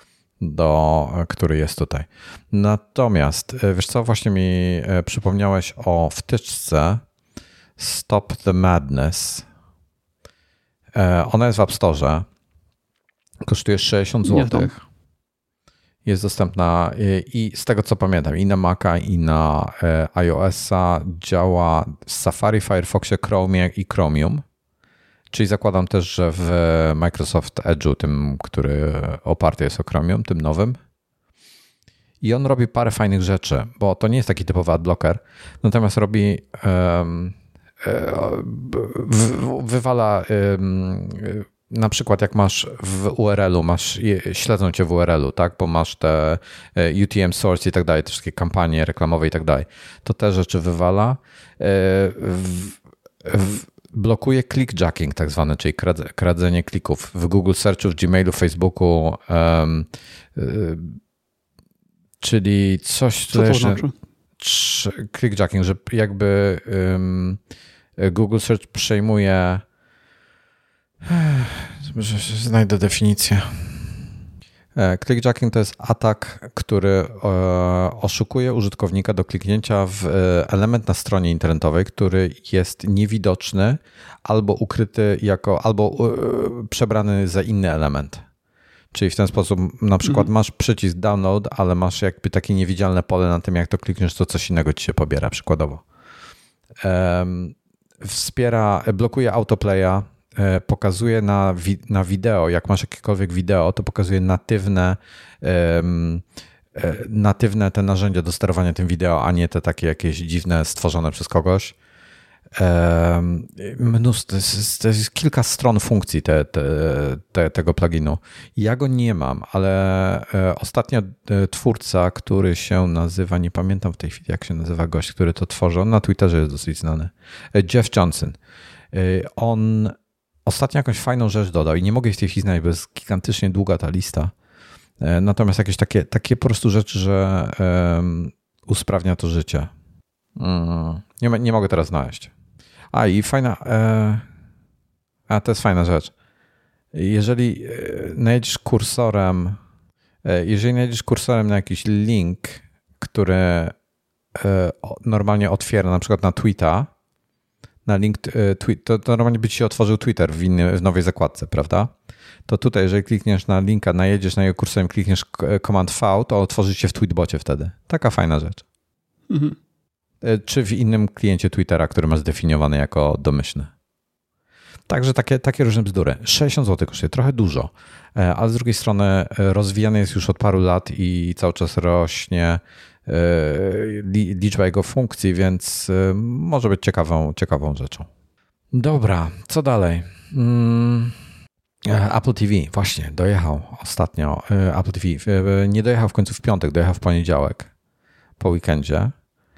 do, który jest tutaj. Natomiast, wiesz co, właśnie mi przypomniałeś o wtyczce Stop the Madness. Ona jest w App Store. Kosztuje sześćdziesiąt złotych. Jest dostępna i z tego co pamiętam i na Maca i na iOS-a, działa w Safari, Firefoxie, Chromie i Chromium. Czyli zakładam też, że w Microsoft Edge'u, tym, który oparty jest o Chromium, tym nowym. I on robi parę fajnych rzeczy, bo to nie jest taki typowy adblocker, natomiast robi um, w, wywala um, na przykład jak masz w U R L-u, masz, śledzą cię w U R L-u, tak, bo masz te U T M source i tak dalej, te wszystkie kampanie reklamowe i tak dalej, to te rzeczy wywala. W, w, blokuje clickjacking tak zwane, czyli kradzenie klików w Google Searchu, w Gmailu, Facebooku, um, czyli coś... Co to znaczy? Clickjacking, że jakby um, Google Search przejmuje... Znajdę definicję. Clickjacking to jest atak, który oszukuje użytkownika do kliknięcia w element na stronie internetowej, który jest niewidoczny albo ukryty jako, albo przebrany za inny element. Czyli w ten sposób na przykład mhm. masz przycisk download, ale masz jakby takie niewidzialne pole na tym, jak to klikniesz, to coś innego ci się pobiera przykładowo. Wspiera, blokuje autoplaya, pokazuje na, wi- na wideo, jak masz jakiekolwiek wideo, to pokazuje natywne, um, natywne te narzędzia do sterowania tym wideo, a nie te takie jakieś dziwne stworzone przez kogoś. Um, mnóstwo, to jest, to jest kilka stron funkcji te, te, te, tego pluginu. Ja go nie mam, ale ostatnio twórca, który się nazywa, nie pamiętam w tej chwili jak się nazywa gość, który to tworzy, on na Twitterze jest dosyć znany, Jeff Johnson. On ostatnio jakąś fajną rzecz dodał i nie mogę w tej chwili znaleźć, bo jest gigantycznie długa ta lista. Natomiast jakieś takie, takie po prostu rzeczy, że um, usprawnia to życie. Mm, nie, nie mogę teraz znaleźć. A i fajna... E, a to jest fajna rzecz. Jeżeli najedziesz kursorem, jeżeli najedziesz kursorem na jakiś link, który e, normalnie otwiera na przykład na tweeta, na link, to, to normalnie by ci się otworzył Twitter w, inny, w nowej zakładce, prawda? To tutaj, jeżeli klikniesz na linka, najedziesz na jego kursorem, klikniesz Command V, to otworzy się w tweetbocie wtedy. Taka fajna rzecz. Mhm. Czy w innym kliencie Twittera, który masz zdefiniowany jako domyślny. Także takie, takie różne bzdury. sześćdziesiąt złotych kosztuje, trochę dużo, ale z drugiej strony rozwijany jest już od paru lat i cały czas rośnie liczba jego funkcji, więc może być ciekawą, ciekawą rzeczą. Dobra, co dalej? Hmm. Apple T V, właśnie, dojechał ostatnio. Apple T V nie dojechał w końcu w piątek, dojechał w poniedziałek po weekendzie.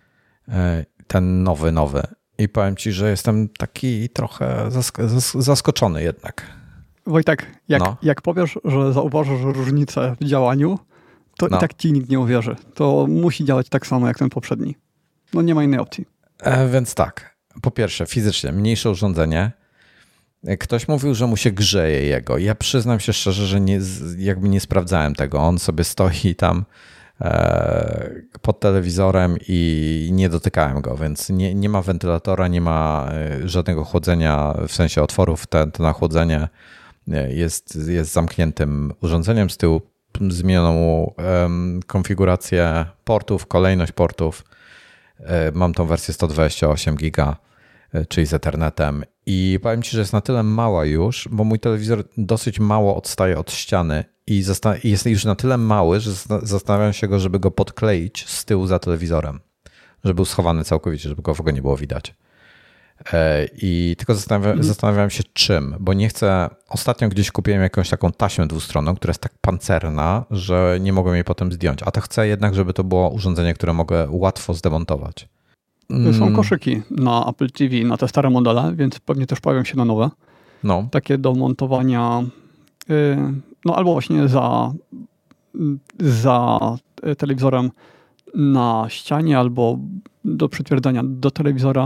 Ten nowy, nowy. I powiem ci, że jestem taki trochę zask- zaskoczony jednak. Wojtek, jak, no. jak powiesz, że zauważysz różnicę w działaniu, to no. i tak ci nikt nie uwierzy. To musi działać tak samo jak ten poprzedni. No nie ma innej opcji. E, więc tak, po pierwsze fizycznie, mniejsze urządzenie. Ktoś mówił, że mu się grzeje jego. Ja przyznam się szczerze, że nie, jakby nie sprawdzałem tego. On sobie stoi tam e, pod telewizorem i nie dotykałem go, więc nie, nie ma wentylatora, nie ma żadnego chłodzenia, w sensie otworów. Te, to nachłodzenie jest, jest zamkniętym urządzeniem. Z tyłu zmieniono mu e, konfigurację portów, kolejność portów. E, mam tą wersję sto dwadzieścia osiem giga, czyli z Ethernetem. I powiem ci, że jest na tyle mała już, bo mój telewizor dosyć mało odstaje od ściany i jest już na tyle mały, że zastanawiam się go, żeby go podkleić z tyłu za telewizorem, żeby był schowany całkowicie, żeby go w ogóle nie było widać. I tylko zastanawiam, mhm. zastanawiam się czym, bo nie chcę, ostatnio gdzieś kupiłem jakąś taką taśmę dwustronną, która jest tak pancerna, że nie mogłem jej potem zdjąć, a to chcę jednak, żeby to było urządzenie, które mogę łatwo zdemontować. Są koszyki na Apple T V, na te stare modele, więc pewnie też pojawią się na nowe. No. Takie do montowania, no albo właśnie za, za telewizorem na ścianie, albo do przytwierdzania do telewizora,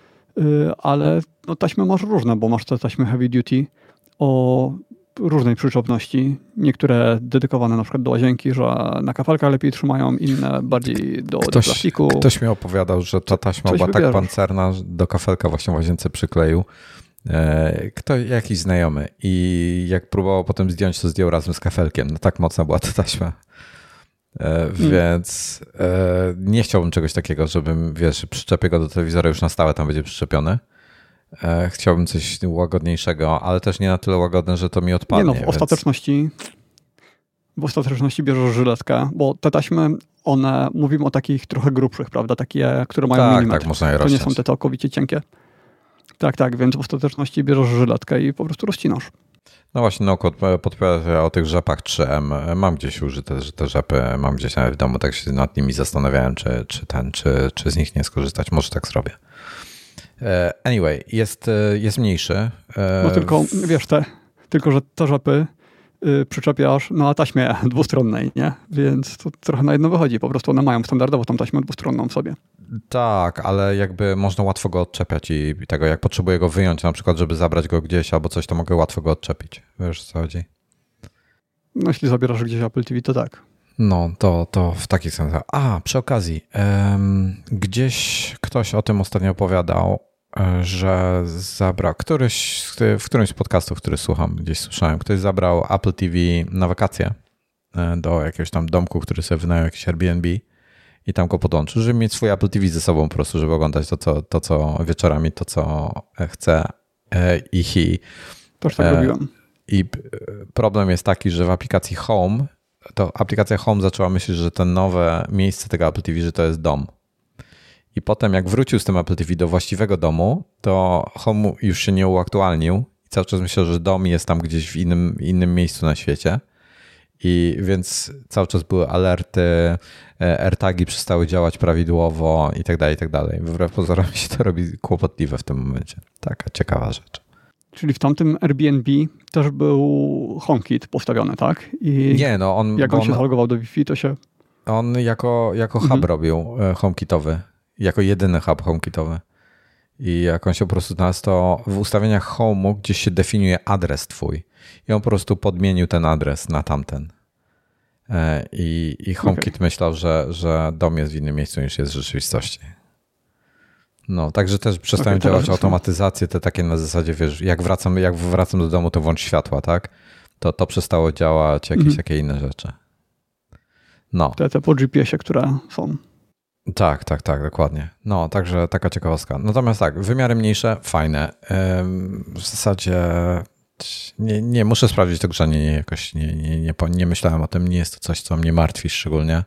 ale no, taśmy masz różne, bo masz te taśmy heavy duty o różnej przyczepności. Niektóre dedykowane na przykład do łazienki, że na kafelkach lepiej trzymają, inne bardziej do, ktoś, do plastiku. Ktoś mi opowiadał, że ta taśma była tak pancerna, że do kafelka właśnie w łazience przykleił. Kto, jakiś znajomy i jak próbował potem zdjąć, to zdjął razem z kafelkiem. No tak mocna była ta taśma. Hmm. Więc nie chciałbym czegoś takiego, żebym, wiesz, przyczepię go do telewizora, już na stałe tam będzie przyczepiony. Chciałbym coś łagodniejszego, ale też nie na tyle łagodne, że to mi odpadnie. Nie no, w więc... ostateczności w ostateczności bierzesz żyletkę, bo te taśmy, one, mówimy o takich trochę grubszych, prawda, takie, które mają tak, milimetr. Tak, można je to rozciąć. nie są te całkowicie cienkie. Tak, tak, więc w ostateczności bierzesz żyletkę i po prostu rozcinasz. No właśnie, no podpowiada o tych rzepach trzy M. Mam gdzieś użyte te rzepy, mam gdzieś nawet w domu, tak się nad nimi zastanawiałem, czy, czy ten, czy, czy z nich nie skorzystać. Może tak zrobię. Anyway, jest, jest mniejszy. No tylko, wiesz, te, tylko że te rzepy y, przyczepiasz na taśmie dwustronnej, nie? Więc to trochę na jedno wychodzi. Po prostu one mają standardowo tą taśmę dwustronną w sobie. Tak, ale jakby można łatwo go odczepiać i tego, jak potrzebuję go wyjąć, na przykład, żeby zabrać go gdzieś albo coś, to mogę łatwo go odczepić. Wiesz, co chodzi? No jeśli zabierasz gdzieś Apple T V, to tak. No, to, to w takich sensach. A, przy okazji, um, gdzieś ktoś o tym ostatnio opowiadał, że zabrał, któryś, w którymś z podcastów, który słucham, gdzieś słyszałem, ktoś zabrał Apple T V na wakacje do jakiegoś tam domku, który sobie wynajął jakiś Airbnb i tam go podłączył, żeby mieć swój Apple T V ze sobą po prostu, żeby oglądać to, co, to, co wieczorami, to, co chce. I, i Też tak robiłem. I problem jest taki, że w aplikacji Home, to aplikacja Home zaczęła myśleć, że to nowe miejsce tego Apple T V, że to jest dom. I potem jak wrócił z tym Apple T V do właściwego domu, to Home już się nie uaktualnił i cały czas myślał, że dom jest tam gdzieś w innym, innym miejscu na świecie. I więc cały czas były alerty, AirTagi przestały działać prawidłowo i tak dalej, i tak dalej. Wbrew pozorom się to robi kłopotliwe w tym momencie. Taka ciekawa rzecz. Czyli w tamtym Airbnb też był HomeKit postawiony, tak? I nie, no on... jak on, on się zalogował do Wi-Fi, to się... On jako, jako hub mhm. robił HomeKitowy. Jako jedyny hub HomeKitowy. I jak on się po prostu znalazł, to w ustawieniach Home'u gdzieś się definiuje adres twój. I on po prostu podmienił ten adres na tamten. I, i HomeKit okay. myślał, że, że dom jest w innym miejscu niż jest w rzeczywistości. No, także też przestają okay, działać automatyzacje, te takie na zasadzie, wiesz, jak wracam, jak wracam do domu, to włącz światła, tak? To to przestało działać, jakieś mm. takie inne rzeczy. No. Te, te po G P S-ie, które są. Tak, tak, tak, dokładnie. No, także taka ciekawostka. Natomiast tak, wymiary mniejsze, fajne. W zasadzie nie, nie muszę sprawdzić to grzanie, nie, jakoś nie, nie, nie, nie myślałem o tym, nie jest to coś, co mnie martwi szczególnie.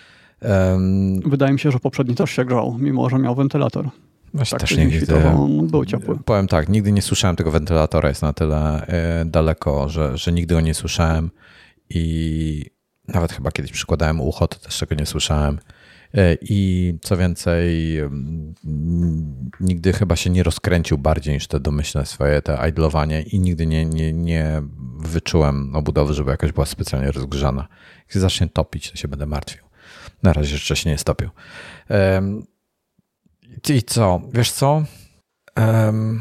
Um, Wydaje mi się, że poprzedni też się grzał, mimo że miał wentylator. Właśnie tak, też nie świtowo, on był ciepły. Powiem tak, nigdy nie słyszałem tego wentylatora, jest na tyle y, daleko, że, że nigdy go nie słyszałem i nawet chyba kiedyś przykładałem ucho, to też tego nie słyszałem. Y, I co więcej, y, nigdy chyba się nie rozkręcił bardziej niż te domyślne swoje, te idlowanie i nigdy nie, nie, nie wyczułem obudowy, żeby jakaś była specjalnie rozgrzana. Jak się zacznie topić, to się będę martwił. Na razie jeszcze się nie stopił. Um, I co? Wiesz co? Um,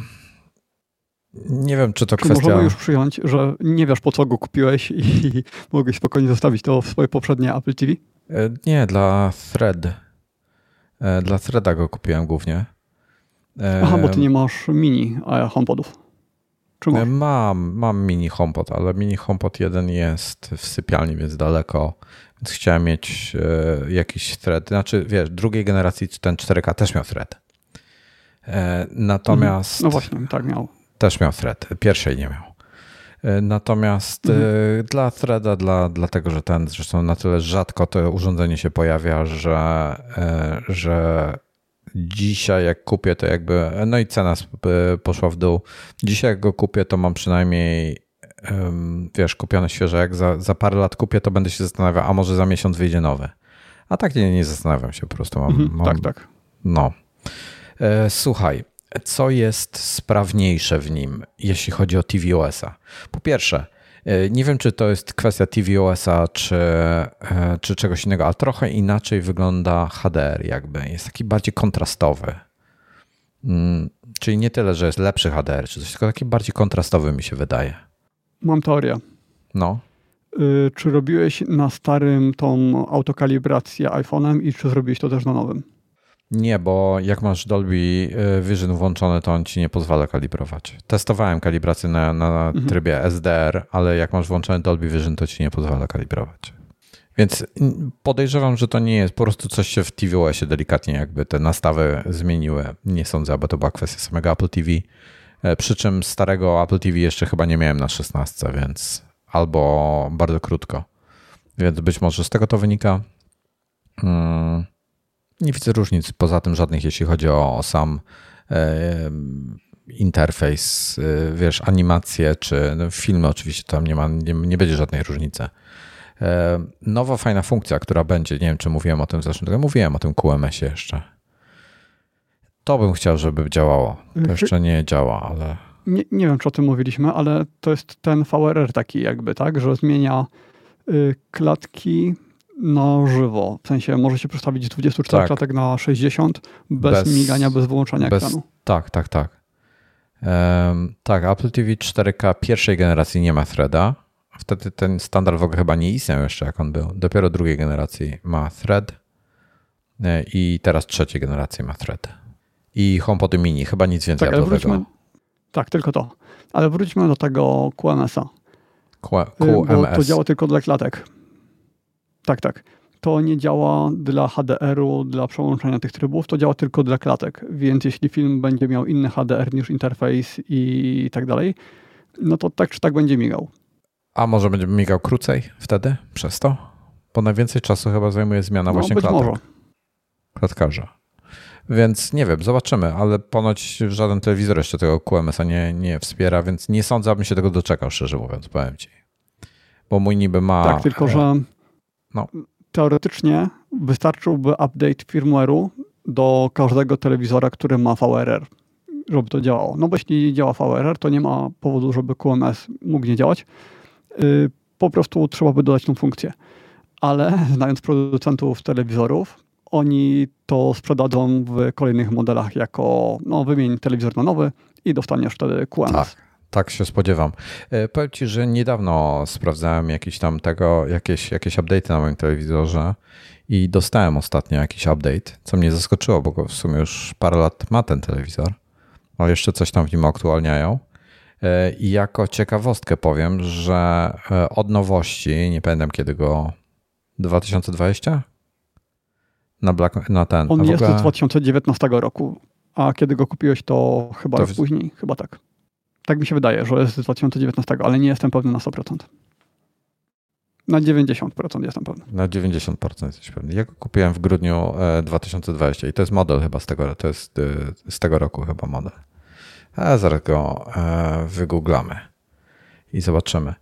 nie wiem, czy to czy kwestia... Możemy już przyjąć, że nie wiesz, po co go kupiłeś i mogłeś spokojnie zostawić to w swoje poprzednie Apple T V? Nie, dla Thread. Dla Threada go kupiłem głównie. Aha, bo ty nie masz mini HomePodów. Czy masz? Mam, mam mini HomePod, ale mini HomePod jeden jest w sypialni, więc daleko. Więc chciałem mieć jakiś Thread. Znaczy, wiesz, drugiej generacji ten cztery K też miał Thread. Natomiast... No właśnie, tak miał. Też miał Thread. Pierwszej nie miał. Natomiast mhm. dla Threada, dla, dlatego, że ten zresztą na tyle rzadko to urządzenie się pojawia, że, że dzisiaj jak kupię, to jakby, no i cena poszła w dół. Dzisiaj jak go kupię, to mam przynajmniej, wiesz, kupione świeże. Jak za, za parę lat kupię, to będę się zastanawiał, a może za miesiąc wyjdzie nowy. A tak nie, nie zastanawiam się, po prostu mam. Mhm, mam tak, tak. No. Słuchaj, co jest sprawniejsze w nim, jeśli chodzi o tvOS-a? Po pierwsze, nie wiem, czy to jest kwestia tvOS-a, czy, czy czegoś innego, ale trochę inaczej wygląda H D R jakby. Jest taki bardziej kontrastowy. Czyli nie tyle, że jest lepszy H D R, czy coś, tylko taki bardziej kontrastowy mi się wydaje. Mam teorię. No. Y, czy robiłeś na starym tą autokalibrację iPhone'em i czy zrobiłeś to też na nowym? Nie, bo jak masz Dolby Vision włączone, to on ci nie pozwala kalibrować. Testowałem kalibrację na, na mhm. trybie S D R, ale jak masz włączony Dolby Vision, to ci nie pozwala kalibrować. Więc podejrzewam, że to nie jest, po prostu coś się w tvOSie delikatnie jakby te nastawy zmieniły. Nie sądzę, aby to była kwestia samego Apple T V. Przy czym starego Apple T V jeszcze chyba nie miałem na szesnastce, więc albo bardzo krótko. Więc być może z tego to wynika. Hmm. Nie widzę różnic poza tym żadnych, jeśli chodzi o, o sam e, interfejs, e, wiesz, animacje czy no, filmy oczywiście tam nie ma, nie, nie będzie żadnej różnicy. E, nowa fajna funkcja, która będzie, nie wiem czy mówiłem o tym w zeszłym tygodniu, mówiłem o tym Q M S-ie jeszcze. To bym chciał, żeby działało. To jeszcze nie działa, ale... Nie, nie wiem, czy o tym mówiliśmy, ale to jest ten V R R taki jakby, tak, że zmienia y, klatki na żywo. W sensie może się przestawić z dwudziestu czterech tak. klatek na sześćdziesiąt bez, bez migania, bez wyłączania bez, ekranu. Tak, tak, tak. Um, tak, Apple T V cztery K pierwszej generacji nie ma Threada. Wtedy ten standard w ogóle chyba nie istniał jeszcze, jak on był. Dopiero drugiej generacji ma Thread i teraz trzeciej generacji ma Thread. I HomePody mini, chyba nic więcej tak, Apple'owego. Wróćmy, tak, tylko to. Ale wróćmy do tego Q M S-a. Q M S. Bo to działa tylko dla klatek. Tak, tak. To nie działa dla H D R-u, dla przełączania tych trybów, to działa tylko dla klatek. Więc jeśli film będzie miał inny H D R niż interfejs i tak dalej, no to tak czy tak będzie migał. A może będzie migał krócej wtedy przez to? Bo najwięcej czasu chyba zajmuje zmiana no, właśnie być klatek. Może. Klatkarza. Więc nie wiem, zobaczymy, ale ponoć żaden telewizor jeszcze tego Q M S-a nie, nie wspiera, więc nie sądzę, abym się tego doczekał, szczerze mówiąc, powiem ci. Bo mój niby ma... Tak, tylko że no. teoretycznie wystarczyłby update firmware'u do każdego telewizora, który ma V R R, żeby to działało. No bo jeśli działa V R R, to nie ma powodu, żeby Q M S mógł nie działać. Yy, po prostu trzeba by dodać tą funkcję. Ale znając producentów telewizorów, oni to sprzedadzą w kolejnych modelach jako no wymień telewizor na nowy i dostaniesz wtedy Q M S. Tak, tak się spodziewam. Powiem ci, że niedawno sprawdzałem jakieś tam tego, jakieś, jakieś update'y na moim telewizorze i dostałem ostatnio jakiś update, co mnie zaskoczyło, bo w sumie już parę lat ma ten telewizor, ale jeszcze coś tam w nim aktualniają. I jako ciekawostkę powiem, że od nowości, nie pamiętam kiedy go, dwa tysiące dwudziesty? Na, Black, na ten. On A w jest ogóle... z dwa tysiące dziewiętnastego roku, a kiedy go kupiłeś, to chyba To rok w- później. Chyba tak. Tak mi się wydaje, że jest z dwa tysiące dziewiętnastego, ale nie jestem pewny na sto procent. Na dziewięćdziesiąt procent jestem pewny. Na dziewięćdziesiąt procent jesteś pewny. Ja go kupiłem w grudniu e, dwa tysiące dwudziestego i to jest model chyba z tego, to jest e, z tego roku chyba model. A zaraz go e, wygooglamy i zobaczymy.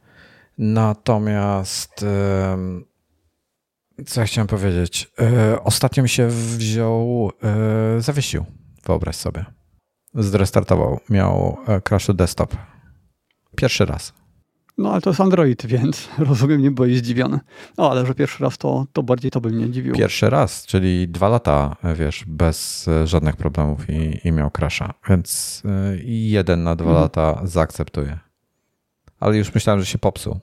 Natomiast e, co ja chciałem powiedzieć? E, ostatnio mi się wziął, e, zawiesił, wyobraź sobie. Zrestartował, miał e, crashu desktop. Pierwszy raz. No ale to jest Android, więc rozumiem, nie byłeś zdziwiony. No ale że pierwszy raz, to, to bardziej to by mnie dziwiło. Pierwszy raz, czyli dwa lata, wiesz, bez e, żadnych problemów i, i miał crasha, więc e, i jeden na dwa Mhm. lata zaakceptuję. Ale już myślałem, że się popsuł.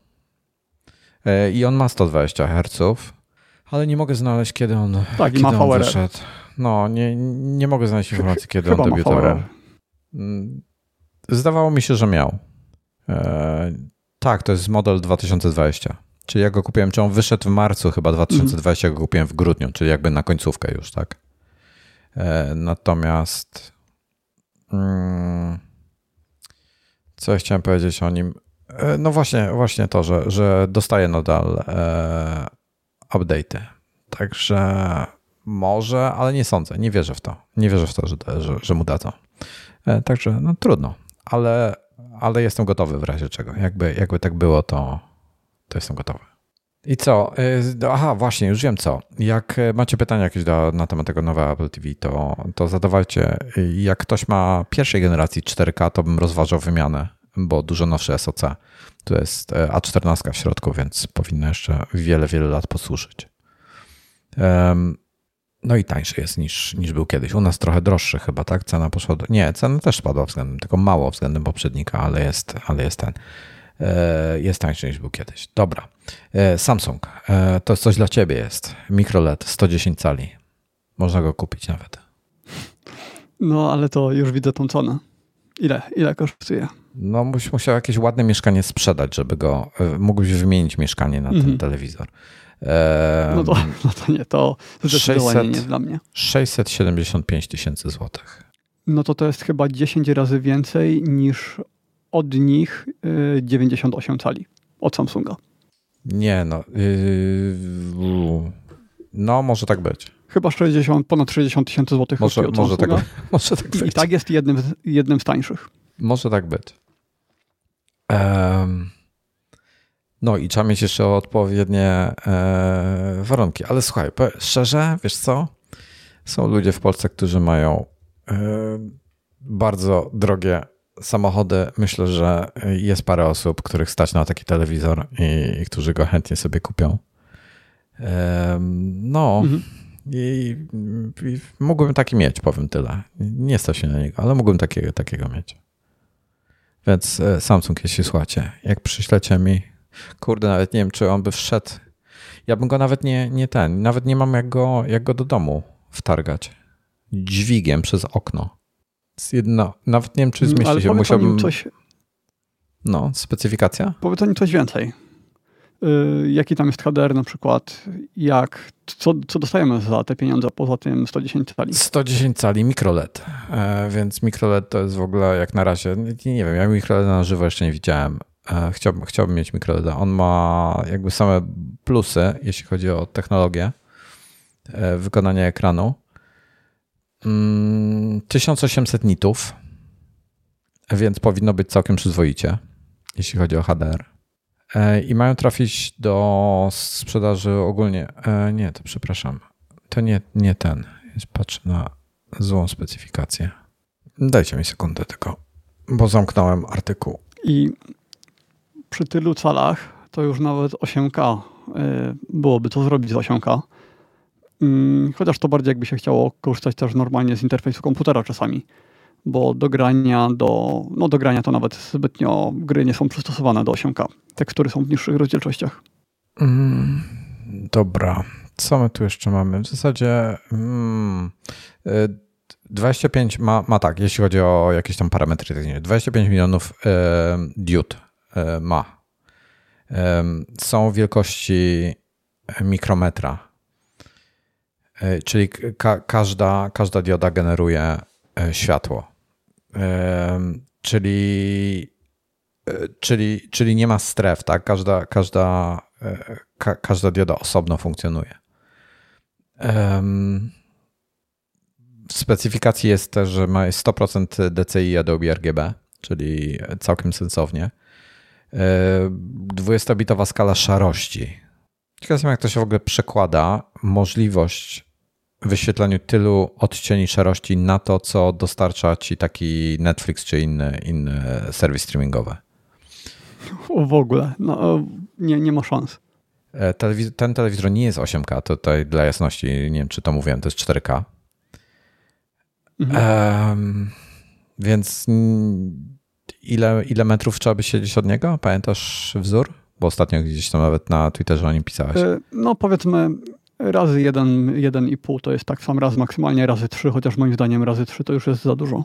E, I on ma sto dwadzieścia herców, ale nie mogę znaleźć, kiedy on, Tak, i kiedy ma on V R R. wyszedł. No, nie, nie mogę znaleźć informacji, kiedy Chyba on ma V R debiutował. R. Mm, Zdawało mi się, że miał. E, tak, to jest model dwa tysiące dwudziesty. Czyli ja go kupiłem, czy on wyszedł w marcu chyba dwa tysiące dwudziestego, go kupiłem w grudniu, czyli jakby na końcówkę już, tak? E, natomiast mm, co ja chciałem powiedzieć o nim? E, no właśnie, właśnie to, że, że dostaje nadal e, update'y. Także może, ale nie sądzę, nie wierzę w to. Nie wierzę w to, że, że, że mu dadzą. E, także no trudno, ale, ale jestem gotowy w razie czego. Jakby, jakby tak było, to, to jestem gotowy. I co? E, Aha, właśnie, już wiem co. Jak macie pytania jakieś do, na temat tego nowego Apple T V, to, to zadawajcie. Jak ktoś ma pierwszej generacji cztery K, to bym rozważał wymianę, bo dużo nowsze S O C. Tu jest A czternaście w środku, więc powinno jeszcze wiele, wiele lat posłużyć. Um, No i tańszy jest niż, niż był kiedyś. U nas trochę droższy chyba, tak? Cena poszła do... Nie, cena też spadła względem, tylko mało względem poprzednika, ale jest, ale jest ten. E, jest tańszy niż był kiedyś. Dobra. E, Samsung. E, to coś dla ciebie jest. Micro L E D, sto dziesięć cali. Można go kupić nawet. No ale to już widzę tą cenę. Ile? Ile kosztuje? No byś musiał jakieś ładne mieszkanie sprzedać, żeby go... e, Mógłbyś wymienić mieszkanie na ten Mhm. telewizor. E, No to, no to nie, to zdecydowanie sześćset nie dla mnie. sześćset siedemdziesiąt pięć tysięcy złotych. No to to jest chyba dziesięć razy więcej niż od nich y, dziewięćdziesiąt osiem cali. Od Samsunga. Nie, no. Yy, no, może tak być. Chyba sześćdziesiąt, ponad sześćdziesiąt tysięcy złotych Może, kosztuje od może, tak, Samsunga. może tak I, być. I tak jest jednym, z- jednym z tańszych. Może tak być. Um, no i trzeba mieć jeszcze odpowiednie e, warunki. Ale słuchaj, powiem szczerze, wiesz co? Są ludzie w Polsce, którzy mają e, bardzo drogie samochody. Myślę, że jest parę osób, których stać na taki telewizor i, i którzy go chętnie sobie kupią. Um, no Mhm. i, i mógłbym taki mieć, powiem tyle. Nie stać się na niego, ale mógłbym takiego, takiego mieć. Więc e, Samsung, jeśli słuchacie, jak przyślecie mi, kurde, nawet nie wiem, czy on by wszedł. Ja bym go nawet nie, nie ten, nawet nie mam jak go, jak go do domu wtargać. Dźwigiem przez okno. Z Jedna, nawet nie wiem, czy zmieści Ale się. powiedz o nim Musiałbym. coś, No, specyfikacja? powiedz o nim coś więcej. Y, jaki tam jest H D R na przykład? Jak, co, co dostajemy za te pieniądze poza tym sto dziesięć cali? sto dziesięć cali micro L E D, e, więc micro L E D to jest w ogóle jak na razie, nie, nie wiem, ja micro L E D na żywo jeszcze nie widziałem. E, chciałbym, chciałbym mieć micro L E D. On ma jakby same plusy, jeśli chodzi o technologię, e, wykonanie ekranu. Mm, tysiąc osiemset nitów, więc powinno być całkiem przyzwoicie, jeśli chodzi o H D R. E, I mają trafić do sprzedaży ogólnie. E, nie, to przepraszam. To nie, nie ten. Patrzę na złą specyfikację. Dajcie mi sekundę tylko, bo zamknąłem artykuł. I przy tylu calach to już nawet osiem K y, byłoby to zrobić z osiem K. Mm, Chociaż to bardziej jakby się chciało korzystać też normalnie z interfejsu komputera czasami, bo do grania, do, no do grania to nawet zbytnio gry nie są przystosowane do osiem K. Tekstury są w niższych rozdzielczościach. Mm, dobra. Co my tu jeszcze mamy? W zasadzie mm, y, dwadzieścia pięć ma, ma tak, jeśli chodzi o jakieś tam parametry techniczne. dwadzieścia pięć milionów y, diod y, ma. Y, są wielkości mikrometra. Czyli ka- każda, każda dioda generuje światło. Czyli, czyli, czyli nie ma stref, tak? Każda, każda, ka- każda dioda osobno funkcjonuje. W specyfikacji jest też, że ma sto procent D C I Adobe R G B, czyli całkiem sensownie. dwudziestobitowa skala szarości. Ciekaw jestem, jak to się w ogóle przekłada, możliwość wyświetleniu tylu odcieni szarości na to, co dostarcza ci taki Netflix czy inny, inny serwis streamingowy. W ogóle, no, nie, nie ma szans. Telewiz- ten telewizor nie jest osiem K, to tutaj dla jasności, nie wiem czy to mówiłem, to jest cztery K. Mhm. Um, więc ile, ile metrów trzeba by siedzieć od niego? Pamiętasz wzór? Bo ostatnio gdzieś tam nawet na Twitterze o nim pisałeś. No powiedzmy razy jeden, jeden i pół to jest tak sam raz, maksymalnie razy trzy, chociaż moim zdaniem razy trzy to już jest za dużo.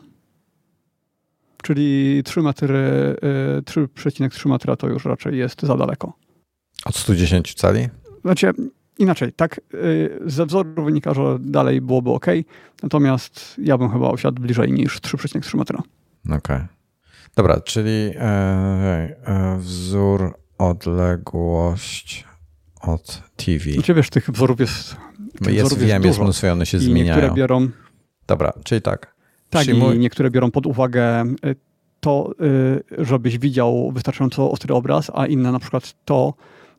Czyli trzy metry, trzy przecinek trzy metra to już raczej jest za daleko. Od stu dziesięciu cali? Znaczy inaczej, tak ze wzoru wynika, że dalej byłoby ok, natomiast ja bym chyba usiadł bliżej niż trzy przecinek trzy metra. Okej. Okay. Dobra, czyli e, e, wzór, odległość od T V. Znaczy wiesz, tych wzorów jest tych Jest, wzorów wiem, jest mnóstwo i one się I zmieniają. Niektóre biorą, Dobra, czyli tak. tak, Przyjmuj... i niektóre biorą pod uwagę to, żebyś widział wystarczająco ostry obraz, a inne na przykład to,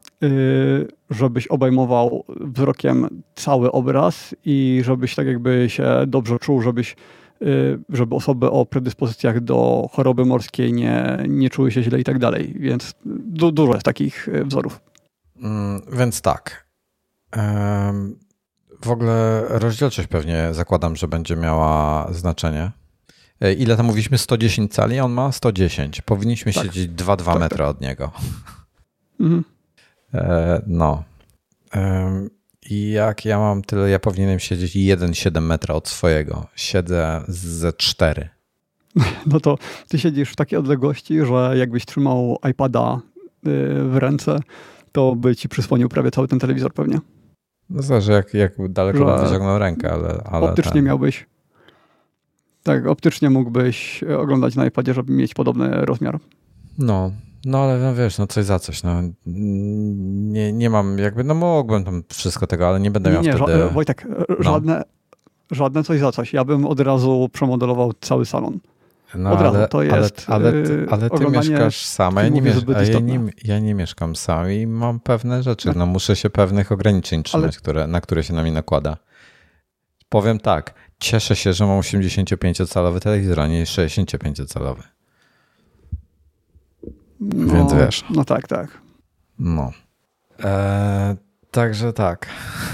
żebyś obejmował wzrokiem cały obraz i żebyś tak jakby się dobrze czuł, żebyś, żeby osoby o predyspozycjach do choroby morskiej nie, nie czuły się źle i tak dalej. Więc du- dużo jest takich wzorów. Mm, więc tak. Um, w ogóle rozdzielczość pewnie zakładam, że będzie miała znaczenie. Ile tam mówiliśmy? sto dziesięć cali? On ma sto dziesięć. Powinniśmy tak. siedzieć dwa przecinek dwa tak, metra tak. od niego. Mhm. E, no. E, I jak ja mam tyle, ja powinienem siedzieć jeden przecinek siedem metra od swojego. Siedzę ze cztery. No to ty siedzisz w takiej odległości, że jakbyś trzymał iPada w ręce, to by ci przysłonił prawie cały ten telewizor pewnie. No zależy jak, jak daleko bym wyciągnął rękę, ale... ale optycznie ten... miałbyś... Tak, optycznie mógłbyś oglądać na iPadzie, żeby mieć podobny rozmiar. No, no ale no wiesz, no coś za coś. No. Nie, nie mam jakby, no mógłbym tam wszystko tego, ale nie będę miał nie, wtedy... Nie, Wojtek, żadne, no. żadne coś za coś. Ja bym od razu przemodelował cały salon. No, od ale, razu, to jest ale, ale, ty, ale ty mieszkasz sam, ja nie, miesz- a ja, nie, ja nie mieszkam sam i mam pewne rzeczy. No muszę się pewnych ograniczeń trzymać, ale... które, na które się na mnie nakłada. Powiem tak, cieszę się, że mam osiemdziesięciopięciocalowy telewizor, a nie sześćdziesięciopięciocalowy. No, więc wiesz. No tak, tak. No. Eee, także tak.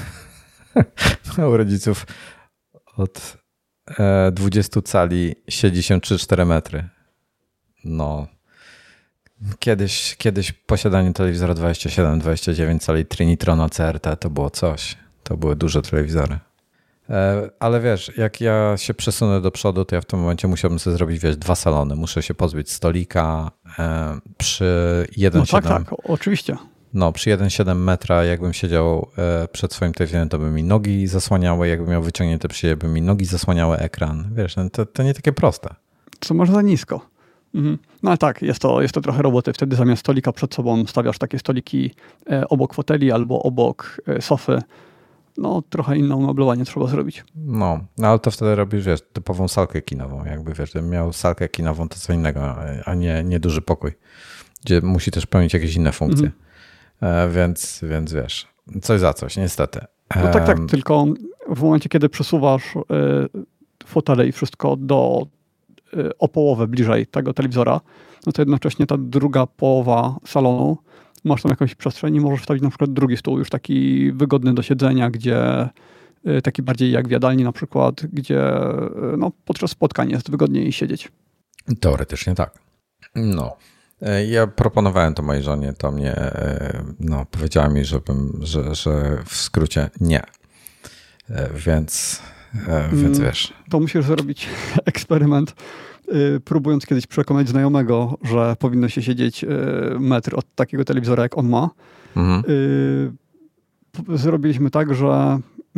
U rodziców od e, dwudziestu cali siedzi się trzy cztery metry. No. Kiedyś, kiedyś posiadanie telewizora dwadzieścia siedem dwadzieścia dziewięć cali Trinitrona C R T to było coś. To były duże telewizory. Ale wiesz, jak ja się przesunę do przodu, to ja w tym momencie musiałbym sobie zrobić, wiesz, dwa salony. Muszę się pozbyć stolika e, przy jeden przecinek siedem. No tak, tak, oczywiście. No, przy jeden przecinek siedem metra, jakbym siedział e, przed swoim telewizorem, to by mi nogi zasłaniały. Jakbym miał wyciągnięte przyje, by mi nogi zasłaniały ekran. Wiesz, no, to, to nie takie proste. Co może za nisko. Mhm. No ale tak, jest to, jest to trochę roboty. Wtedy zamiast stolika przed sobą stawiasz takie stoliki e, obok foteli albo obok e, sofy. No, trochę inne umeblowanie trzeba zrobić. No, no, ale to wtedy robisz, wiesz, typową salkę kinową. Jakby, wiesz, gdybym miał salkę kinową, to co innego, a nie, nie duży pokój, gdzie musi też pełnić jakieś inne funkcje. Mhm. E, więc, więc wiesz, coś za coś, niestety. E, no tak, tak, tylko w momencie, kiedy przesuwasz y, fotele i wszystko do y, o połowę bliżej tego telewizora, no to jednocześnie ta druga połowa salonu masz tam jakąś przestrzeń i możesz wstawić na przykład drugi stół, już taki wygodny do siedzenia, gdzie taki bardziej jak w jadalni na przykład, gdzie no, podczas spotkań jest wygodniej siedzieć. Teoretycznie tak. No. Ja proponowałem to mojej żonie, to mnie no, powiedziała mi, żebym, że, że w skrócie nie. Więc, więc wiesz. To musisz zrobić eksperyment, próbując kiedyś przekonać znajomego, że powinno się siedzieć metr od takiego telewizora, jak on ma. Mhm. Zrobiliśmy tak, że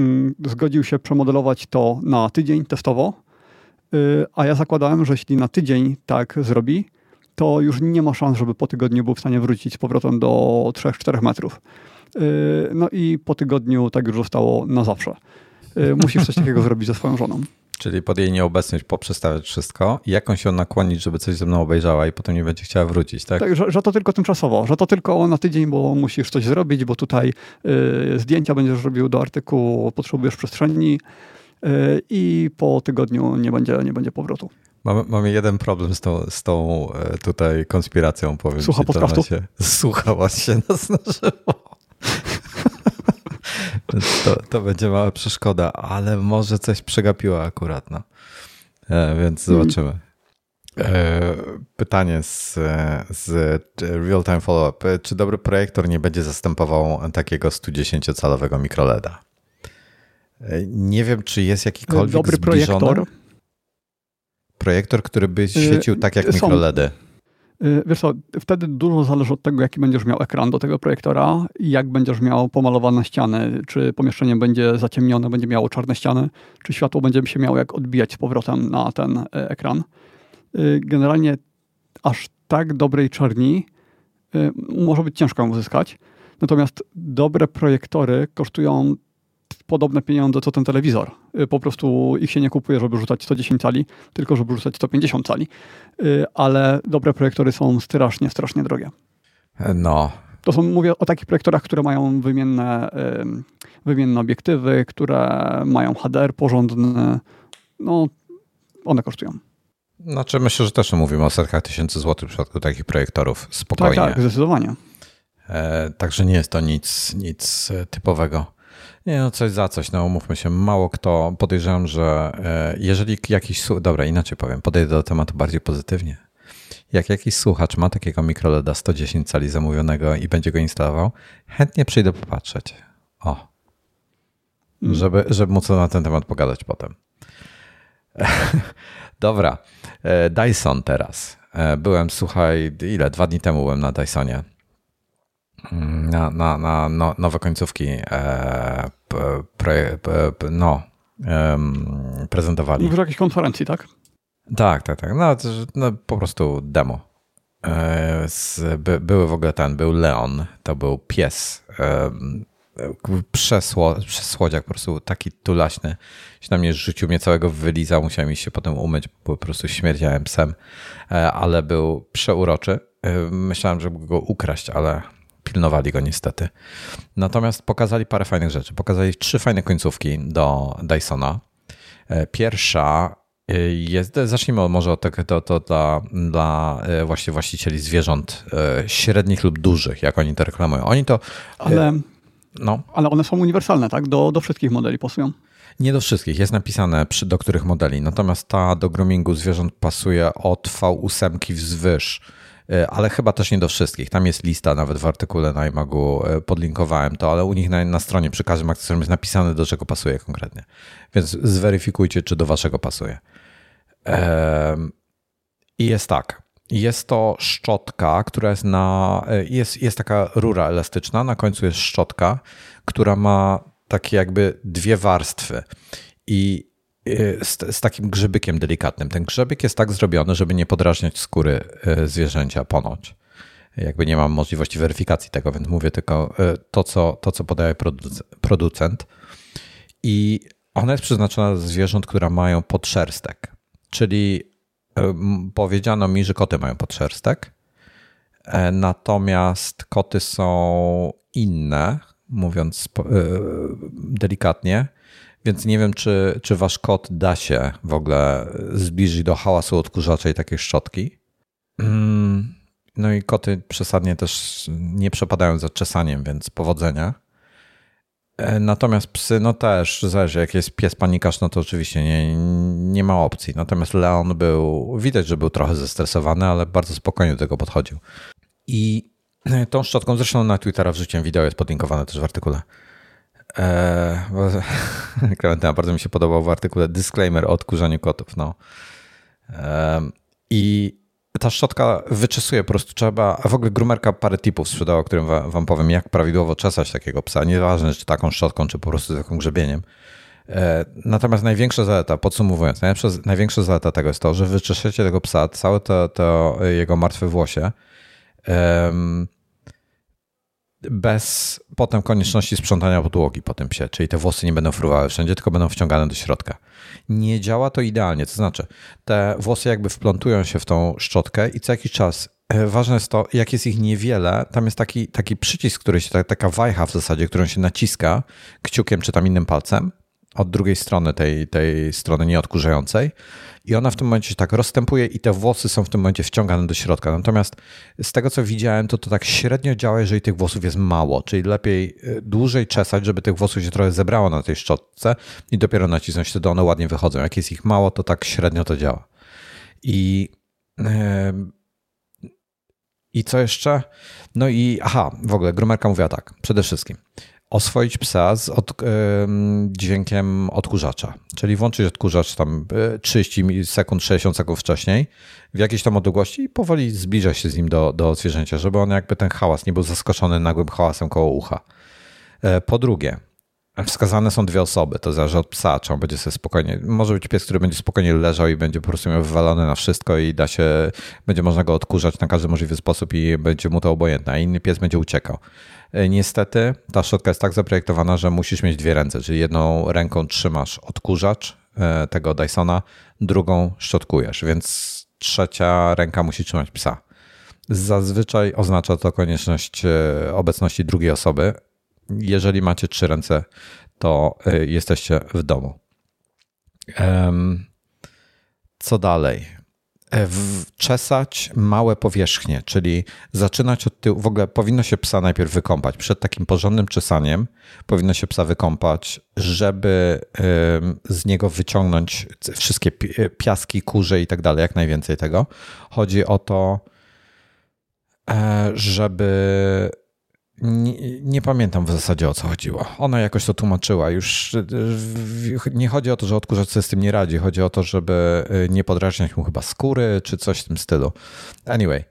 zgodził się przemodelować to na tydzień testowo, a ja zakładałem, że jeśli na tydzień tak zrobi, to już nie ma szans, żeby po tygodniu był w stanie wrócić z powrotem do trzy cztery metrów. No i po tygodniu tak już zostało na zawsze. Musisz coś takiego zrobić ze swoją żoną. Czyli pod jej nieobecność poprzestawiać wszystko i jakąś ją nakłonić, żeby coś ze mną obejrzała i potem nie będzie chciała wrócić, tak? Tak, że, że to tylko tymczasowo, że to tylko na tydzień, bo musisz coś zrobić, bo tutaj y, zdjęcia będziesz robił do artykułu, potrzebujesz przestrzeni y, i po tygodniu nie będzie, nie będzie powrotu. Mamy, mamy jeden problem z tą, z tą tutaj konspiracją, powiem Słucha ci. podcastu? Się, słuchała się nas na żywo. To, to będzie mała przeszkoda, ale może coś przegapiła akurat, no. E, więc zobaczymy. E, pytanie z, z real-time follow-up. Czy dobry projektor nie będzie zastępował takiego sto dziesięciocalowego mikroleda? E, nie wiem, czy jest jakikolwiek dobry zbliżony projektor. Projektor, który by świecił tak jak mikroledy. Wiesz co, wtedy dużo zależy od tego, jaki będziesz miał ekran do tego projektora i jak będziesz miał pomalowane ściany, czy pomieszczenie będzie zaciemnione, będzie miało czarne ściany, czy światło będzie się miało jak odbijać z powrotem na ten ekran. Generalnie aż tak dobrej czerni może być ciężko ją uzyskać, natomiast dobre projektory kosztują podobne pieniądze co ten telewizor. Po prostu ich się nie kupuje, żeby rzucać sto dziesięć cali, tylko żeby rzucać sto pięćdziesiąt cali. Ale dobre projektory są strasznie, strasznie drogie. No. To są, mówię o takich projektorach, które mają wymienne, wymienne obiektywy, które mają H D R porządny. No, one kosztują. Znaczy myślę, że też mówimy o setkach tysięcy złotych w przypadku takich projektorów. Spokojnie. Tak, tak, zdecydowanie. E, także nie jest to nic, nic typowego. Nie, no coś za coś, no umówmy się, mało kto, podejrzewam, że jeżeli jakiś, dobra, inaczej powiem, podejdę do tematu bardziej pozytywnie. Jak jakiś słuchacz ma takiego mikroleda sto dziesięć cali zamówionego i będzie go instalował, chętnie przyjdę popatrzeć. O, mm. żeby, żeby móc na ten temat pogadać potem. Dobra, Dyson teraz. Byłem, słuchaj, ile? Dwa dni temu byłem na Dysonie. Na, na, na no, nowe końcówki e, pre, pre, no, e, prezentowali. Mówisz o jakiejś konferencji, tak? Tak, tak, tak. No, no po prostu demo. E, z, by, były w ogóle ten, był Leon, to był pies. E, przesło, przesłodziak, po prostu taki tulaśny. Się na mnie rzucił, mnie całego wylizał, musiałem iść się potem umyć, bo po prostu śmierdziałem psem. E, ale był przeuroczy. E, myślałem, żeby go ukraść, ale pilnowali go niestety. Natomiast pokazali parę fajnych rzeczy. Pokazali trzy fajne końcówki do Dysona. Pierwsza jest, zacznijmy może od tego, to, to dla, dla właśnie właścicieli zwierząt średnich lub dużych, jak oni to reklamują. Oni to... Ale, no. ale one są uniwersalne, tak? Do, do wszystkich modeli pasują. Nie do wszystkich. Jest napisane przy, do których modeli. Natomiast ta do groomingu zwierząt pasuje od V osiem wzwyż. Ale chyba też nie do wszystkich. Tam jest lista, nawet w artykule na iMagu podlinkowałem to, ale u nich na, na stronie przy każdym akcesorum jest napisane, do czego pasuje konkretnie. Więc zweryfikujcie, czy do waszego pasuje. Ehm, I jest tak. Jest to szczotka, która jest na... Jest, jest taka rura elastyczna, na końcu jest szczotka, która ma takie jakby dwie warstwy. I Z, z takim grzybykiem delikatnym. Ten grzybyk jest tak zrobiony, żeby nie podrażniać skóry zwierzęcia ponoć. Jakby nie mam możliwości weryfikacji tego, więc mówię tylko to, co, to, co podaje producent. I ona jest przeznaczona dla zwierząt, które mają podszerstek. Czyli powiedziano mi, że koty mają podszerstek. Natomiast koty są inne, mówiąc delikatnie. Więc nie wiem, czy, czy wasz kot da się w ogóle zbliżyć do hałasu odkurzaczej takiej szczotki. No i koty przesadnie też nie przepadają za czesaniem, więc powodzenia. Natomiast psy, no też zależy, jak jest pies panikarz, no to oczywiście nie, nie ma opcji. Natomiast Leon był, widać, że był trochę zestresowany, ale bardzo spokojnie do tego podchodził. I tą szczotką, zresztą na Twittera wrzuciłem wideo, jest podlinkowane też w artykule. Eee, Klementyna, bardzo mi się podobał w artykule disclaimer o odkurzaniu kotów. No. Eee, I ta szczotka wyczesuje, po prostu trzeba, a w ogóle Groomerka parę tipów sprzedała, o którym wam powiem, jak prawidłowo czesać takiego psa, nieważne czy taką szczotką, czy po prostu taką grzebieniem. Natomiast największa zaleta, podsumowując, największa zaleta tego jest to, że wyczeszecie tego psa, całe to, to jego martwe włosie, um, bez potem konieczności sprzątania podłogi po tym psie, czyli te włosy nie będą fruwały wszędzie, tylko będą wciągane do środka. Nie działa to idealnie, to znaczy te włosy jakby wplątują się w tą szczotkę i co jakiś czas, ważne jest to, jak jest ich niewiele, tam jest taki, taki przycisk, który się, taka wajcha w zasadzie, którą się naciska kciukiem czy tam innym palcem od drugiej strony tej, tej strony nieodkurzającej i ona w tym momencie się tak rozstępuje i te włosy są w tym momencie wciągane do środka. Natomiast z tego, co widziałem, to to tak średnio działa, jeżeli tych włosów jest mało, czyli lepiej dłużej czesać, żeby tych włosów się trochę zebrało na tej szczotce i dopiero nacisnąć, wtedy one ładnie wychodzą. Jak jest ich mało, to tak średnio to działa. I, yy, i co jeszcze? No i aha, w ogóle Groomerka mówiła tak, przede wszystkim oswoić psa z od, y, dźwiękiem odkurzacza, czyli włączyć odkurzacz tam trzydzieści sekund, sześćdziesiąt sekund wcześniej w jakiejś tam odległości i powoli zbliża się z nim do, do zwierzęcia, żeby on jakby ten hałas nie był zaskoczony nagłym hałasem koło ucha. Po drugie, wskazane są dwie osoby, to zależy od psa, czy on będzie sobie spokojnie, może być pies, który będzie spokojnie leżał i będzie po prostu miał wywalony na wszystko i da się, będzie można go odkurzać na każdy możliwy sposób i będzie mu to obojętne, a inny pies będzie uciekał. Niestety ta szczotka jest tak zaprojektowana, że musisz mieć dwie ręce, czyli jedną ręką trzymasz odkurzacz tego Dysona, drugą szczotkujesz, więc trzecia ręka musi trzymać psa. Zazwyczaj oznacza to konieczność obecności drugiej osoby. Jeżeli macie trzy ręce, to jesteście w domu. Co dalej? Czesać małe powierzchnie, czyli zaczynać od tyłu. W ogóle powinno się psa najpierw wykąpać. Przed takim porządnym czesaniem powinno się psa wykąpać, żeby z niego wyciągnąć wszystkie piaski, kurze i tak dalej, jak najwięcej tego. Chodzi o to, żeby... Nie, nie pamiętam w zasadzie, o co chodziło. Ona jakoś to tłumaczyła. Już nie chodzi o to, że odkurzacz sobie z tym nie radzi. Chodzi o to, żeby nie podrażniać mu chyba skóry, czy coś w tym stylu. Anyway.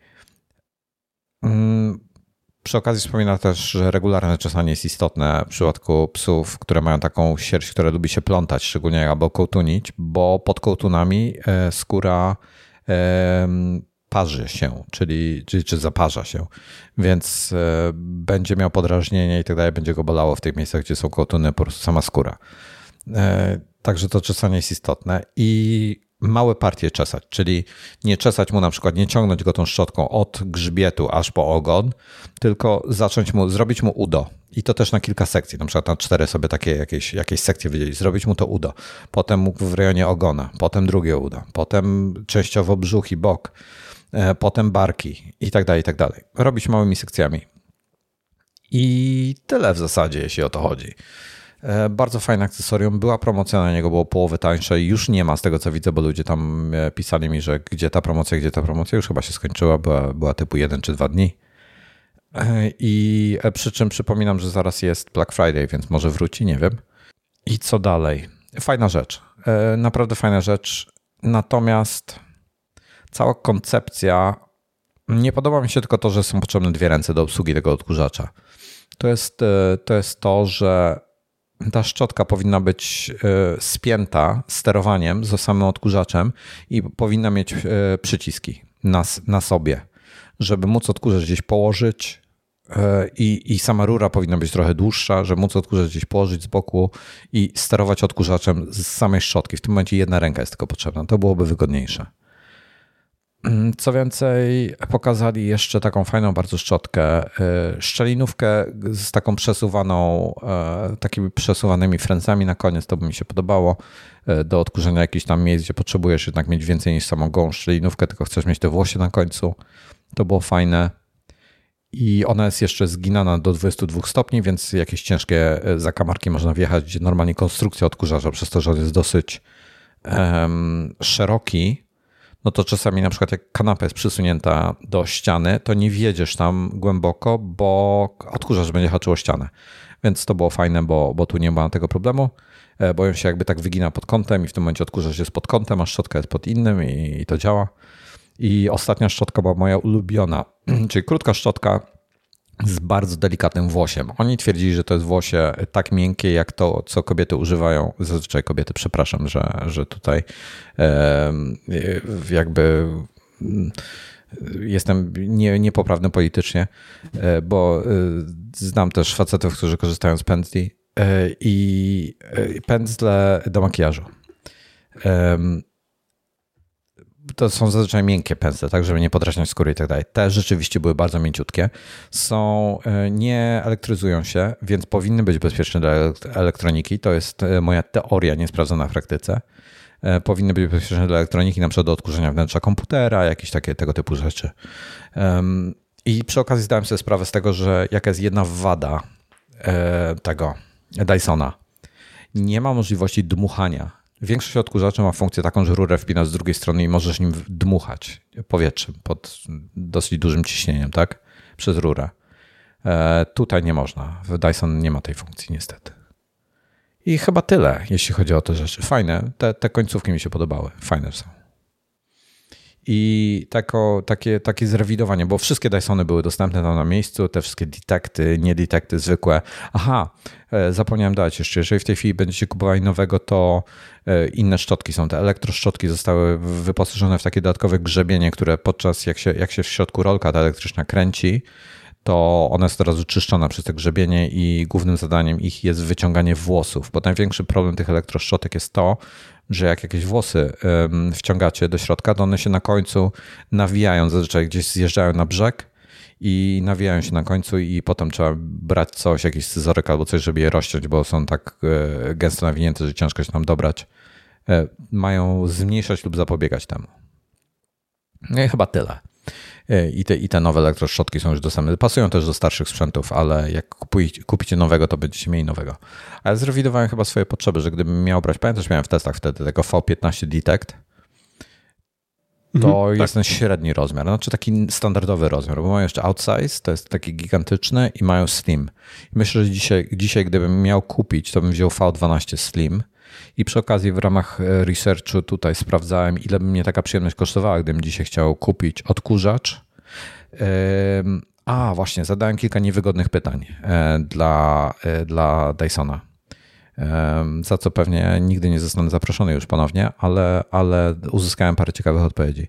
Przy okazji wspomina też, że regularne czesanie jest istotne w przypadku psów, które mają taką sierść, która lubi się plątać, szczególnie albo kołtunić, bo pod kołtunami skóra parzy się, czyli czy, czy zaparza się, więc y, będzie miał podrażnienie i tak dalej, będzie go bolało w tych miejscach, gdzie są kołtuny, po prostu sama skóra. Y, także to czesanie jest istotne i małe partie czesać, czyli nie czesać mu na przykład, nie ciągnąć go tą szczotką od grzbietu aż po ogon, tylko zacząć mu, zrobić mu udo i to też na kilka sekcji, na przykład na cztery sobie takie jakieś, jakieś sekcje wydzielić, zrobić mu to udo, potem mu w rejonie ogona, potem drugie udo, potem częściowo brzuch i bok, potem barki i tak dalej, i tak dalej. Robić małymi sekcjami. I tyle w zasadzie, jeśli o to chodzi. Bardzo fajne akcesorium. Była promocja na niego, było połowę tańsze i już nie ma z tego, co widzę, bo ludzie tam pisali mi, że gdzie ta promocja, gdzie ta promocja. Już chyba się skończyła, była, była typu jeden czy dwa dni. I przy czym przypominam, że zaraz jest Black Friday, więc może wróci, nie wiem. I co dalej? Fajna rzecz. Naprawdę fajna rzecz. Natomiast cała koncepcja, nie podoba mi się tylko to, że są potrzebne dwie ręce do obsługi tego odkurzacza. To jest to, jest to że ta szczotka powinna być spięta sterowaniem z samym odkurzaczem i powinna mieć przyciski na, na sobie, żeby móc odkurzacz gdzieś położyć i, i sama rura powinna być trochę dłuższa, żeby móc odkurzacz gdzieś położyć z boku i sterować odkurzaczem z samej szczotki. W tym momencie jedna ręka jest tylko potrzebna. To byłoby wygodniejsze. Co więcej, pokazali jeszcze taką fajną bardzo szczotkę, szczelinówkę z taką przesuwaną, takimi przesuwanymi frędzami na koniec, to by mi się podobało, do odkurzenia jakichś tam miejsc, gdzie potrzebujesz jednak mieć więcej niż samą gołą szczelinówkę, tylko chcesz mieć te włosie na końcu. To było fajne. I ona jest jeszcze zginana do dwudziestu dwóch stopni, więc jakieś ciężkie zakamarki można wjechać, gdzie normalnie konstrukcja odkurzacza, przez to, że on jest dosyć um, szeroki, no to czasami na przykład jak kanapa jest przysunięta do ściany, to nie wjedziesz tam głęboko, bo odkurzacz będzie haczyło ścianę. Więc to było fajne, bo, bo tu nie ma tego problemu, bo on się jakby tak wygina pod kątem i w tym momencie odkurzacz jest pod kątem, a szczotka jest pod innym i, i to działa. I ostatnia szczotka była moja ulubiona, czyli krótka szczotka z bardzo delikatnym włosiem. Oni twierdzili, że to jest włosie tak miękkie, jak to, co kobiety używają. Zazwyczaj kobiety, przepraszam, że, że tutaj e, jakby jestem nie, niepoprawny politycznie, e, bo e, znam też facetów, którzy korzystają z pędzli e, i e, pędzle do makijażu. E, To są zazwyczaj miękkie pędzle, tak, żeby nie podrażniać skóry i tak dalej. Te rzeczywiście były bardzo mięciutkie. Są, nie elektryzują się, więc powinny być bezpieczne dla elektroniki. To jest moja teoria niesprawdzona w praktyce. Powinny być bezpieczne dla elektroniki, na przykład do odkurzenia wnętrza komputera, jakieś takie tego typu rzeczy. I przy okazji zdałem sobie sprawę z tego, że jaka jest jedna wada tego Dysona. Nie ma możliwości dmuchania. Większość odkurzaczy ma funkcję taką, że rurę wpinasz z drugiej strony i możesz nim dmuchać powietrzem pod dosyć dużym ciśnieniem, tak? Przez rurę. E, tutaj nie można. W Dyson nie ma tej funkcji niestety. I chyba tyle, jeśli chodzi o te rzeczy. Fajne. Te, te końcówki mi się podobały. Fajne są. I tako, takie, takie zrewidowanie, bo wszystkie Dysony były dostępne tam na miejscu, te wszystkie detekty, nie detekty zwykłe. Aha, zapomniałem dać jeszcze, jeżeli w tej chwili będziecie kupowali nowego, to inne szczotki są. Te elektroszczotki zostały wyposażone w takie dodatkowe grzebienie, które podczas jak się, jak się w środku rolka ta elektryczna kręci, to ona jest od razu czyszczona przez te grzebienie i głównym zadaniem ich jest wyciąganie włosów, bo największy problem tych elektroszczotek jest to, że jak jakieś włosy wciągacie do środka, to one się na końcu nawijają, zazwyczaj gdzieś zjeżdżają na brzeg i nawijają się na końcu i potem trzeba brać coś, jakiś scyzoryk albo coś, żeby je rozciąć, bo są tak gęsto nawinięte, że ciężko się tam dobrać. Mają zmniejszać lub zapobiegać temu. No i chyba tyle. I te, I te nowe elektroszczotki są już dostępne. Pasują też do starszych sprzętów, ale jak kupicie, kupicie nowego, to będziecie mieli nowego. Ale zrewidowałem chyba swoje potrzeby, że gdybym miał brać, pamiętasz, miałem w testach wtedy tego V piętnaście Detect, to mhm, jest tak. Ten średni rozmiar, znaczy taki standardowy rozmiar, bo mają jeszcze outsize, to jest taki gigantyczny i mają slim. I myślę, że dzisiaj, dzisiaj gdybym miał kupić, to bym wziął V dwanaście slim. I przy okazji w ramach researchu tutaj sprawdzałem, ile by mnie taka przyjemność kosztowała, gdybym dzisiaj chciał kupić odkurzacz. A, właśnie, zadałem kilka niewygodnych pytań dla, dla Dysona, za co pewnie nigdy nie zostanę zaproszony już ponownie, ale, ale uzyskałem parę ciekawych odpowiedzi.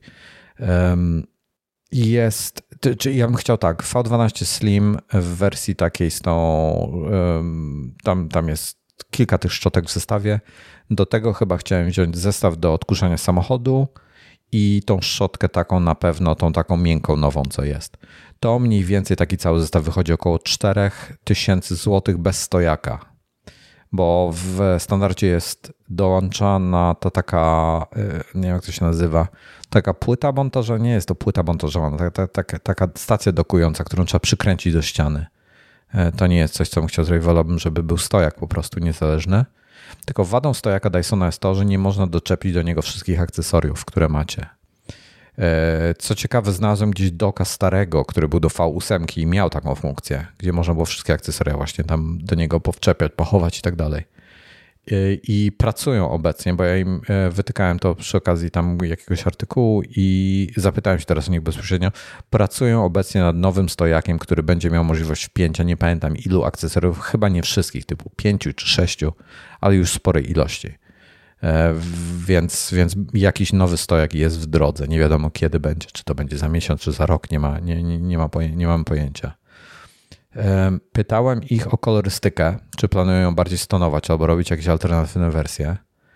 Jest, czy ja bym chciał tak, V dwanaście Slim w wersji takiej z tą, tam, tam jest kilka tych szczotek w zestawie. Do tego chyba chciałem wziąć zestaw do odkurzania samochodu i tą szczotkę taką na pewno, tą taką miękką nową, co jest. To mniej więcej taki cały zestaw wychodzi około cztery tysiące złotych bez stojaka, bo w standardzie jest dołączana ta taka, nie wiem jak to się nazywa, taka płyta montażowa, nie jest to płyta montażowa, taka, taka, taka stacja dokująca, którą trzeba przykręcić do ściany. To nie jest coś, co bym chciał zrobić. Wolałbym, żeby był stojak po prostu niezależny. Tylko wadą stojaka Dysona jest to, że nie można doczepić do niego wszystkich akcesoriów, które macie. Co ciekawe, znalazłem gdzieś doka starego, który był do V osiem i miał taką funkcję, gdzie można było wszystkie akcesoria właśnie tam do niego powczepiać, pochować i tak dalej. I pracują obecnie, bo ja im wytykałem to przy okazji tam jakiegoś artykułu i zapytałem się teraz o nich bezpośrednio. Pracują obecnie nad nowym stojakiem, który będzie miał możliwość wpięcia, nie pamiętam ilu akcesoriów, chyba nie wszystkich, typu pięciu czy sześciu, ale już sporej ilości. Więc, więc jakiś nowy stojak jest w drodze. Nie wiadomo kiedy będzie, czy to będzie za miesiąc, czy za rok, nie, ma, nie, nie, nie, ma poję- nie mam pojęcia. Pytałem ich o kolorystykę, czy planują ją bardziej stonować albo robić jakieś alternatywne wersje.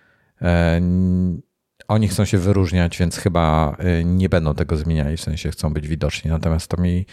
Oni chcą się wyróżniać, więc chyba nie będą tego zmieniali, w sensie chcą być widoczni. Natomiast to mi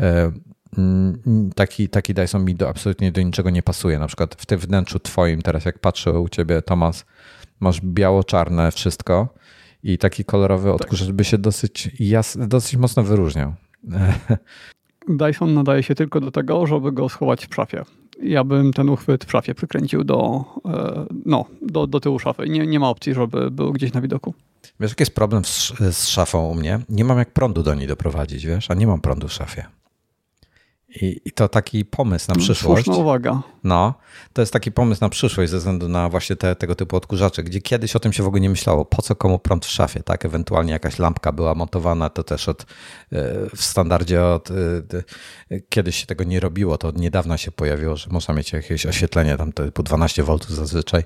taki, taki Dyson mi do, absolutnie do niczego nie pasuje. Na przykład w tym wnętrzu twoim, teraz jak patrzę u ciebie, Tomasz, masz biało-czarne wszystko i taki kolorowy odkurzacz by się dosyć, jas, dosyć mocno wyróżniał. Dyson nadaje się tylko do tego, żeby go schować w szafie. Ja bym ten uchwyt w szafie przykręcił do, no, do, do tyłu szafy. Nie, nie ma opcji, żeby był gdzieś na widoku. Wiesz, jaki jest problem z, z szafą u mnie? Nie mam jak prądu do niej doprowadzić, wiesz? A nie mam prądu w szafie. I, I to taki pomysł na przyszłość. Słuszna uwaga. No, to jest taki pomysł na przyszłość ze względu na właśnie te, tego typu odkurzacze, gdzie kiedyś o tym się w ogóle nie myślało. Po co komu prąd w szafie, tak? Ewentualnie jakaś lampka była montowana, to też od, w standardzie od, kiedyś się tego nie robiło, to od niedawna się pojawiło, że można mieć jakieś oświetlenie tam typu dwanaście woltów zazwyczaj,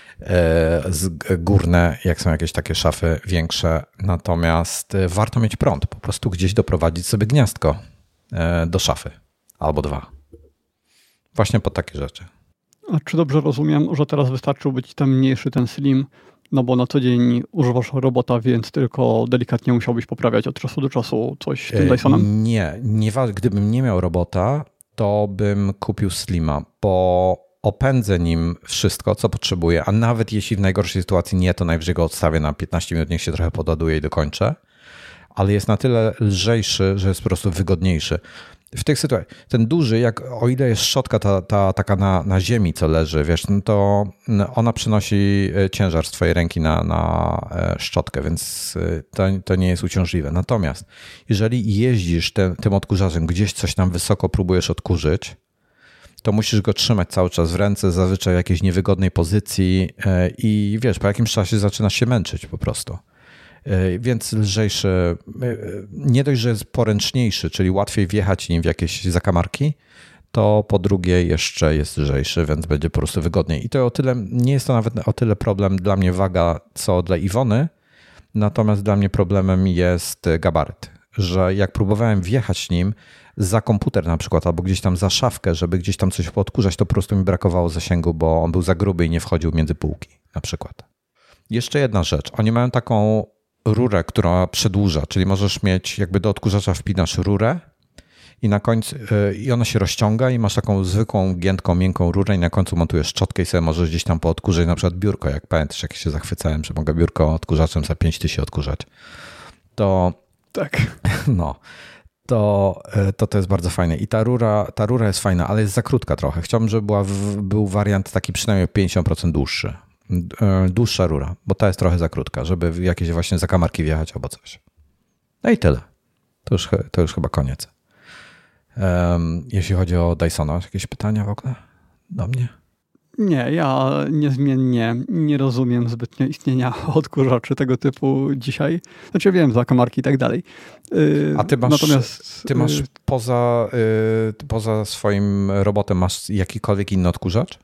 z górne, jak są jakieś takie szafy większe. Natomiast warto mieć prąd, po prostu gdzieś doprowadzić sobie gniazdko do szafy albo dwa. Właśnie po takie rzeczy. A czy dobrze rozumiem, że teraz wystarczyłby ci ten mniejszy, ten slim, no bo na co dzień używasz robota, więc tylko delikatnie musiałbyś poprawiać od czasu do czasu coś tym Dysonem? Nie, nie, gdybym nie miał robota, to bym kupił slima, bo opędzę nim wszystko, co potrzebuję, a nawet jeśli w najgorszej sytuacji nie, to najwyżej go odstawię na piętnaście minut, niech się trochę podładuje i dokończę, ale jest na tyle lżejszy, że jest po prostu wygodniejszy. W tych sytuacjach, ten duży, jak o ile jest szczotka ta, ta taka na, na ziemi, co leży, wiesz, no to ona przenosi ciężar z twojej ręki na, na szczotkę, więc to, to nie jest uciążliwe. Natomiast jeżeli jeździsz te, tym odkurzaczem, gdzieś coś tam wysoko próbujesz odkurzyć, to musisz go trzymać cały czas w ręce, zazwyczaj w jakiejś niewygodnej pozycji i wiesz, po jakimś czasie zaczynasz się męczyć po prostu. Więc lżejszy, nie dość, że jest poręczniejszy, czyli łatwiej wjechać nim w jakieś zakamarki, to po drugie jeszcze jest lżejszy, więc będzie po prostu wygodniej. I to o tyle, nie jest to nawet o tyle problem dla mnie waga, co dla Iwony, natomiast dla mnie problemem jest gabaryt, że jak próbowałem wjechać nim za komputer na przykład, albo gdzieś tam za szafkę, żeby gdzieś tam coś poodkurzać, to po prostu mi brakowało zasięgu, bo on był za gruby i nie wchodził między półki na przykład. Jeszcze jedna rzecz, oni mają taką rurę, która przedłuża, czyli możesz mieć, jakby do odkurzacza wpinasz rurę i na końcu yy, i ona się rozciąga i masz taką zwykłą, giętką, miękką rurę i na końcu montujesz szczotkę i sobie możesz gdzieś tam poodkurzyć, na przykład biurko, jak pamiętasz, jak się zachwycałem, że mogę biurko odkurzaczem za pięć tysięcy odkurzać. To tak. No, to, to to jest bardzo fajne. I ta rura, ta rura jest fajna, ale jest za krótka trochę. Chciałbym, żeby była w, był wariant taki przynajmniej pięćdziesiąt procent dłuższy. Dłuższa rura, bo ta jest trochę za krótka, żeby w jakieś właśnie zakamarki wjechać albo coś. No i tyle. To już, to już chyba koniec. Um, jeśli chodzi o Dysona, jakieś pytania w ogóle do mnie? Nie, ja niezmiennie nie rozumiem zbytnio istnienia odkurzaczy tego typu dzisiaj. Znaczy wiem, zakamarki i tak dalej. A ty masz, Natomiast, ty masz poza, poza swoim robotem masz jakikolwiek inny odkurzacz?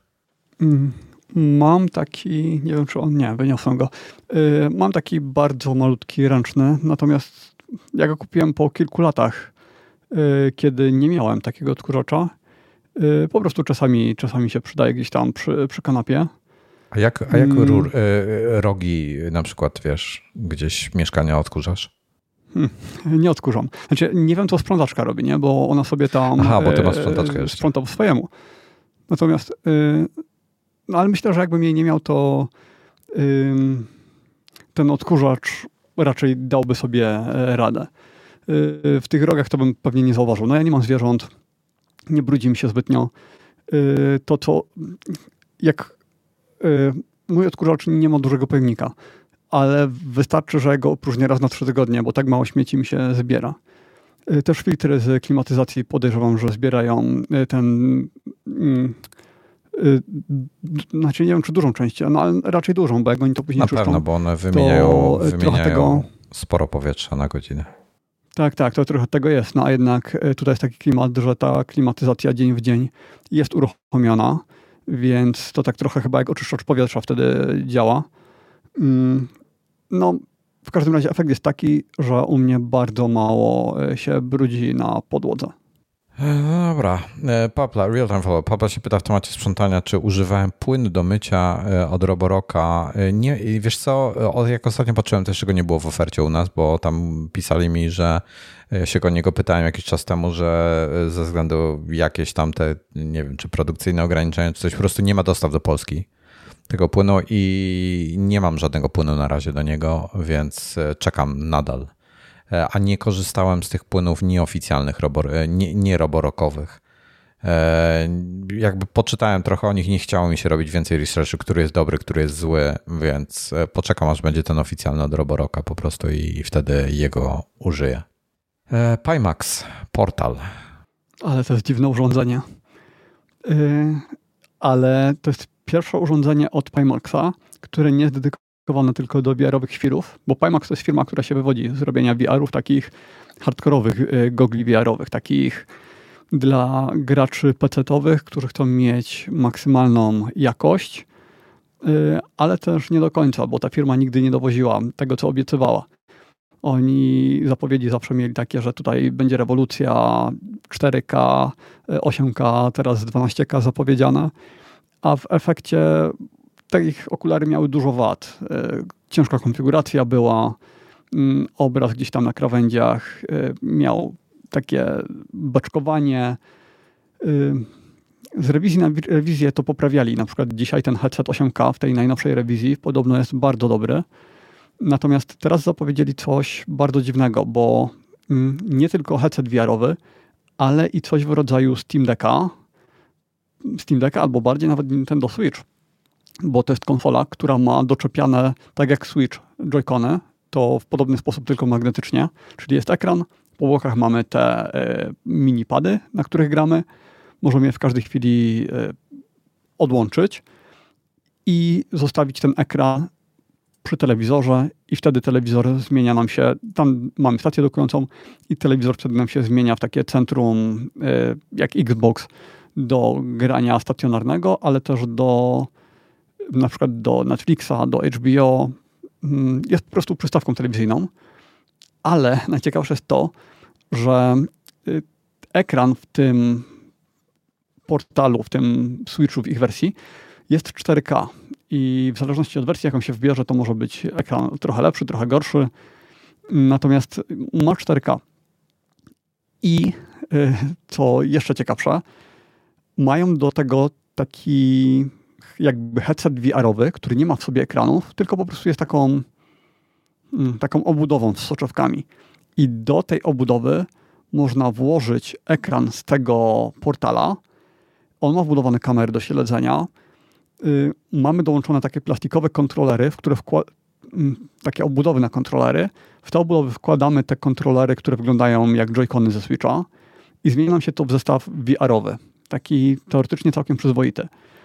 Mam taki, nie wiem czy on, nie, wyniosłem go. Mam taki bardzo malutki, ręczny, natomiast ja go kupiłem po kilku latach, kiedy nie miałem takiego odkurzacza. Po prostu czasami, czasami się przydaje gdzieś tam przy, przy kanapie. A jak, a jak rur, y, rogi na przykład, wiesz, gdzieś mieszkania odkurzasz? Hmm, nie odkurzam. Znaczy, nie wiem, co sprzątaczka robi, nie? Bo ona sobie tam Aha, bo ty masz sprzątaczkę jeszcze. Sprząta po swojemu. Natomiast, y, no ale myślę, że jakbym jej nie miał, to y, ten odkurzacz raczej dałby sobie radę. Y, w tych rogach to bym pewnie nie zauważył. No ja nie mam zwierząt, nie brudzi mi się zbytnio. Y, to, co jak y, mój odkurzacz nie ma dużego pojemnika, ale wystarczy, że go opróżnię raz na trzy tygodnie, bo tak mało śmieci mi się zbiera. Też filtry z klimatyzacji podejrzewam, że zbierają ten... Znaczy nie wiem, czy dużą część, no ale raczej dużą, bo jak oni to później na czyszczą... Na pewno, bo one wymieniają, wymieniają tego... sporo powietrza na godzinę. Tak, tak, to trochę tego jest. No a jednak tutaj jest taki klimat, że ta klimatyzacja dzień w dzień jest uruchomiona, więc to tak trochę chyba jak oczyszczacz powietrza wtedy działa. No, w każdym razie efekt jest taki, że u mnie bardzo mało się brudzi na podłodze. No dobra. Papla, real time follow. Papla się pyta w temacie sprzątania, czy używałem płynu do mycia od Roboroka. Nie, wiesz co, jak ostatnio patrzyłem, też go nie było w ofercie u nas, bo tam pisali mi, że się o niego pytałem jakiś czas temu, że ze względu jakieś tam te, nie wiem, czy produkcyjne ograniczenia, czy coś, po prostu nie ma dostaw do Polski tego płynu i nie mam żadnego płynu na razie do niego, więc czekam nadal. A nie korzystałem z tych płynów nieoficjalnych, nie, nie roborokowych. Jakby poczytałem trochę o nich, nie chciało mi się robić więcej researchu, który jest dobry, który jest zły, więc poczekam, aż będzie ten oficjalny od Roboroka po prostu i wtedy jego użyję. Pimax, portal. Ale to jest dziwne urządzenie. Yy, ale to jest pierwsze urządzenie od Pimaxa, które nie jest dedykowane tylko do V R-owych świrów, bo Pimax to jest firma, która się wywodzi z robienia V R-ów, takich hardkorowych yy, gogli V R-owych, takich dla graczy pecetowych, którzy chcą mieć maksymalną jakość, yy, ale też nie do końca, bo ta firma nigdy nie dowoziła tego, co obiecywała. Oni zapowiedzi zawsze mieli takie, że tutaj będzie rewolucja cztery K, osiem K, teraz dwanaście K zapowiedziane, a w efekcie te ich okulary miały dużo wad. Ciężka konfiguracja była, obraz gdzieś tam na krawędziach miał takie beczkowanie. Z rewizji na rewizję to poprawiali. Na przykład dzisiaj ten headset osiem K w tej najnowszej rewizji podobno jest bardzo dobry. Natomiast teraz zapowiedzieli coś bardzo dziwnego, bo nie tylko headset V R-owy, ale i coś w rodzaju Steam Decka, Steam Decka albo bardziej nawet Nintendo Switch, bo to jest konsola, która ma doczepiane, tak jak Switch, Joy-Cony, to w podobny sposób tylko magnetycznie, czyli jest ekran, po bokach mamy te y, mini-pady, na których gramy, możemy je w każdej chwili y, odłączyć i zostawić ten ekran przy telewizorze i wtedy telewizor zmienia nam się, tam mamy stację dokującą i telewizor wtedy nam się zmienia w takie centrum y, jak Xbox do grania stacjonarnego, ale też do na przykład do Netflixa, do H B O. Jest po prostu przystawką telewizyjną, ale najciekawsze jest to, że y, ekran w tym portalu, w tym Switchu, w ich wersji jest cztery K. I w zależności od wersji, jaką się wbierze, to może być ekran trochę lepszy, trochę gorszy. Natomiast ma cztery K. I co jeszcze ciekawsze, mają do tego taki jakby headset V R-owy, który nie ma w sobie ekranów, tylko po prostu jest taką, taką obudową z soczewkami. I do tej obudowy można włożyć ekran z tego portala. On ma wbudowane kamery do śledzenia. Yy, mamy dołączone takie plastikowe kontrolery, w które wkła- yy, takie obudowy na kontrolery. W te obudowy wkładamy te kontrolery, które wyglądają jak Joy-Cony ze Switcha i zmieni nam się to w zestaw V R-owy. Taki teoretycznie całkiem przyzwoity.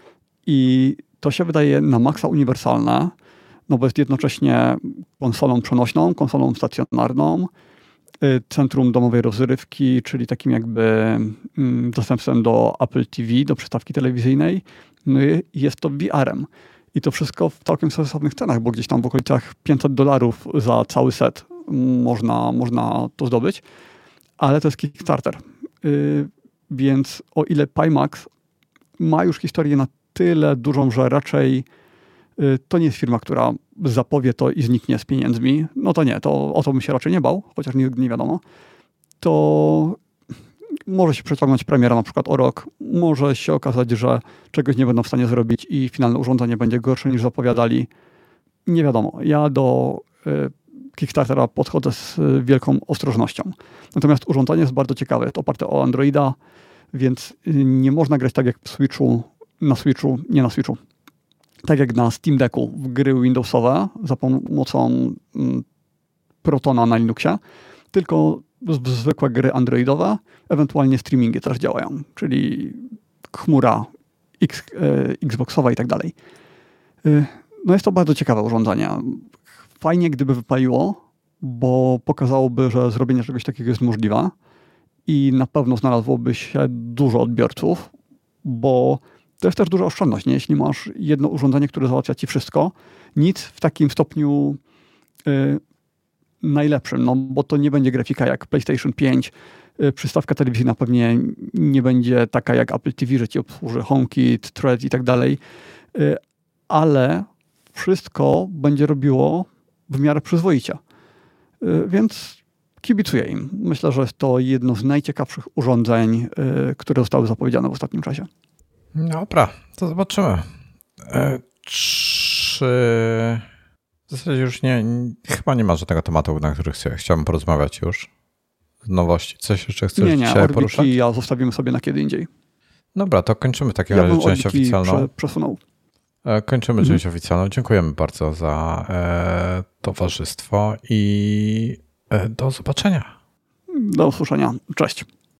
I to się wydaje na maksa uniwersalne, no bo jest jednocześnie konsolą przenośną, konsolą stacjonarną, yy, centrum domowej rozrywki, czyli takim jakby yy, dostępem do Apple T V, do przystawki telewizyjnej. No i jest to V R-em. I to wszystko w całkiem sensownych cenach, bo gdzieś tam w okolicach pięćset dolarów za cały set można, można to zdobyć. Ale to jest Kickstarter. Yy, więc o ile Pimax ma już historię na tyle dużą, że raczej yy, to nie jest firma, która zapowie to i zniknie z pieniędzmi. No to nie, to o to bym się raczej nie bał, chociaż nigdy nie wiadomo. To może się przeciągnąć premiera na przykład o rok. Może się okazać, że czegoś nie będą w stanie zrobić i finalne urządzenie będzie gorsze niż zapowiadali. Nie wiadomo. Ja do y, Kickstartera podchodzę z y, wielką ostrożnością. Natomiast urządzenie jest bardzo ciekawe. Jest oparte o Androida, więc y, nie można grać tak jak w Switchu, na Switchu, nie na Switchu. Tak jak na Steam Decku w gry Windowsowe za pomocą y, Protona na Linuxie, tylko zwykłe gry androidowe, ewentualnie streamingi też działają, czyli chmura X, e, Xboxowa i tak dalej. E, no jest to bardzo ciekawe urządzenie. Fajnie, gdyby wypaliło, bo pokazałoby, że zrobienie czegoś takiego jest możliwe i na pewno znalazłoby się dużo odbiorców, bo to jest też duża oszczędność, nie? Jeśli masz jedno urządzenie, które załatwia ci wszystko, nic w takim stopniu e, najlepszym, no bo to nie będzie grafika jak PlayStation pięć, przystawka telewizyjna pewnie nie będzie taka jak Apple T V, że ci obsłuży HomeKit, Thread i tak dalej, ale wszystko będzie robiło w miarę przyzwoicie. Więc kibicuję im. Myślę, że jest to jedno z najciekawszych urządzeń, które zostały zapowiedziane w ostatnim czasie. Dobra, to zobaczymy. E, czy... W zasadzie już nie, chyba nie ma żadnego tematu, na który chciałbym porozmawiać już. Nowości. Coś jeszcze chcesz nie, nie, dzisiaj poruszyć? Nie, nie, ja zostawimy sobie na kiedy indziej. Dobra, to kończymy w takim ja razie część oficjalną. Prze, przesunął. Kończymy mhm. część oficjalną. Dziękujemy bardzo za e, towarzystwo i e, do zobaczenia. Do usłyszenia. Cześć.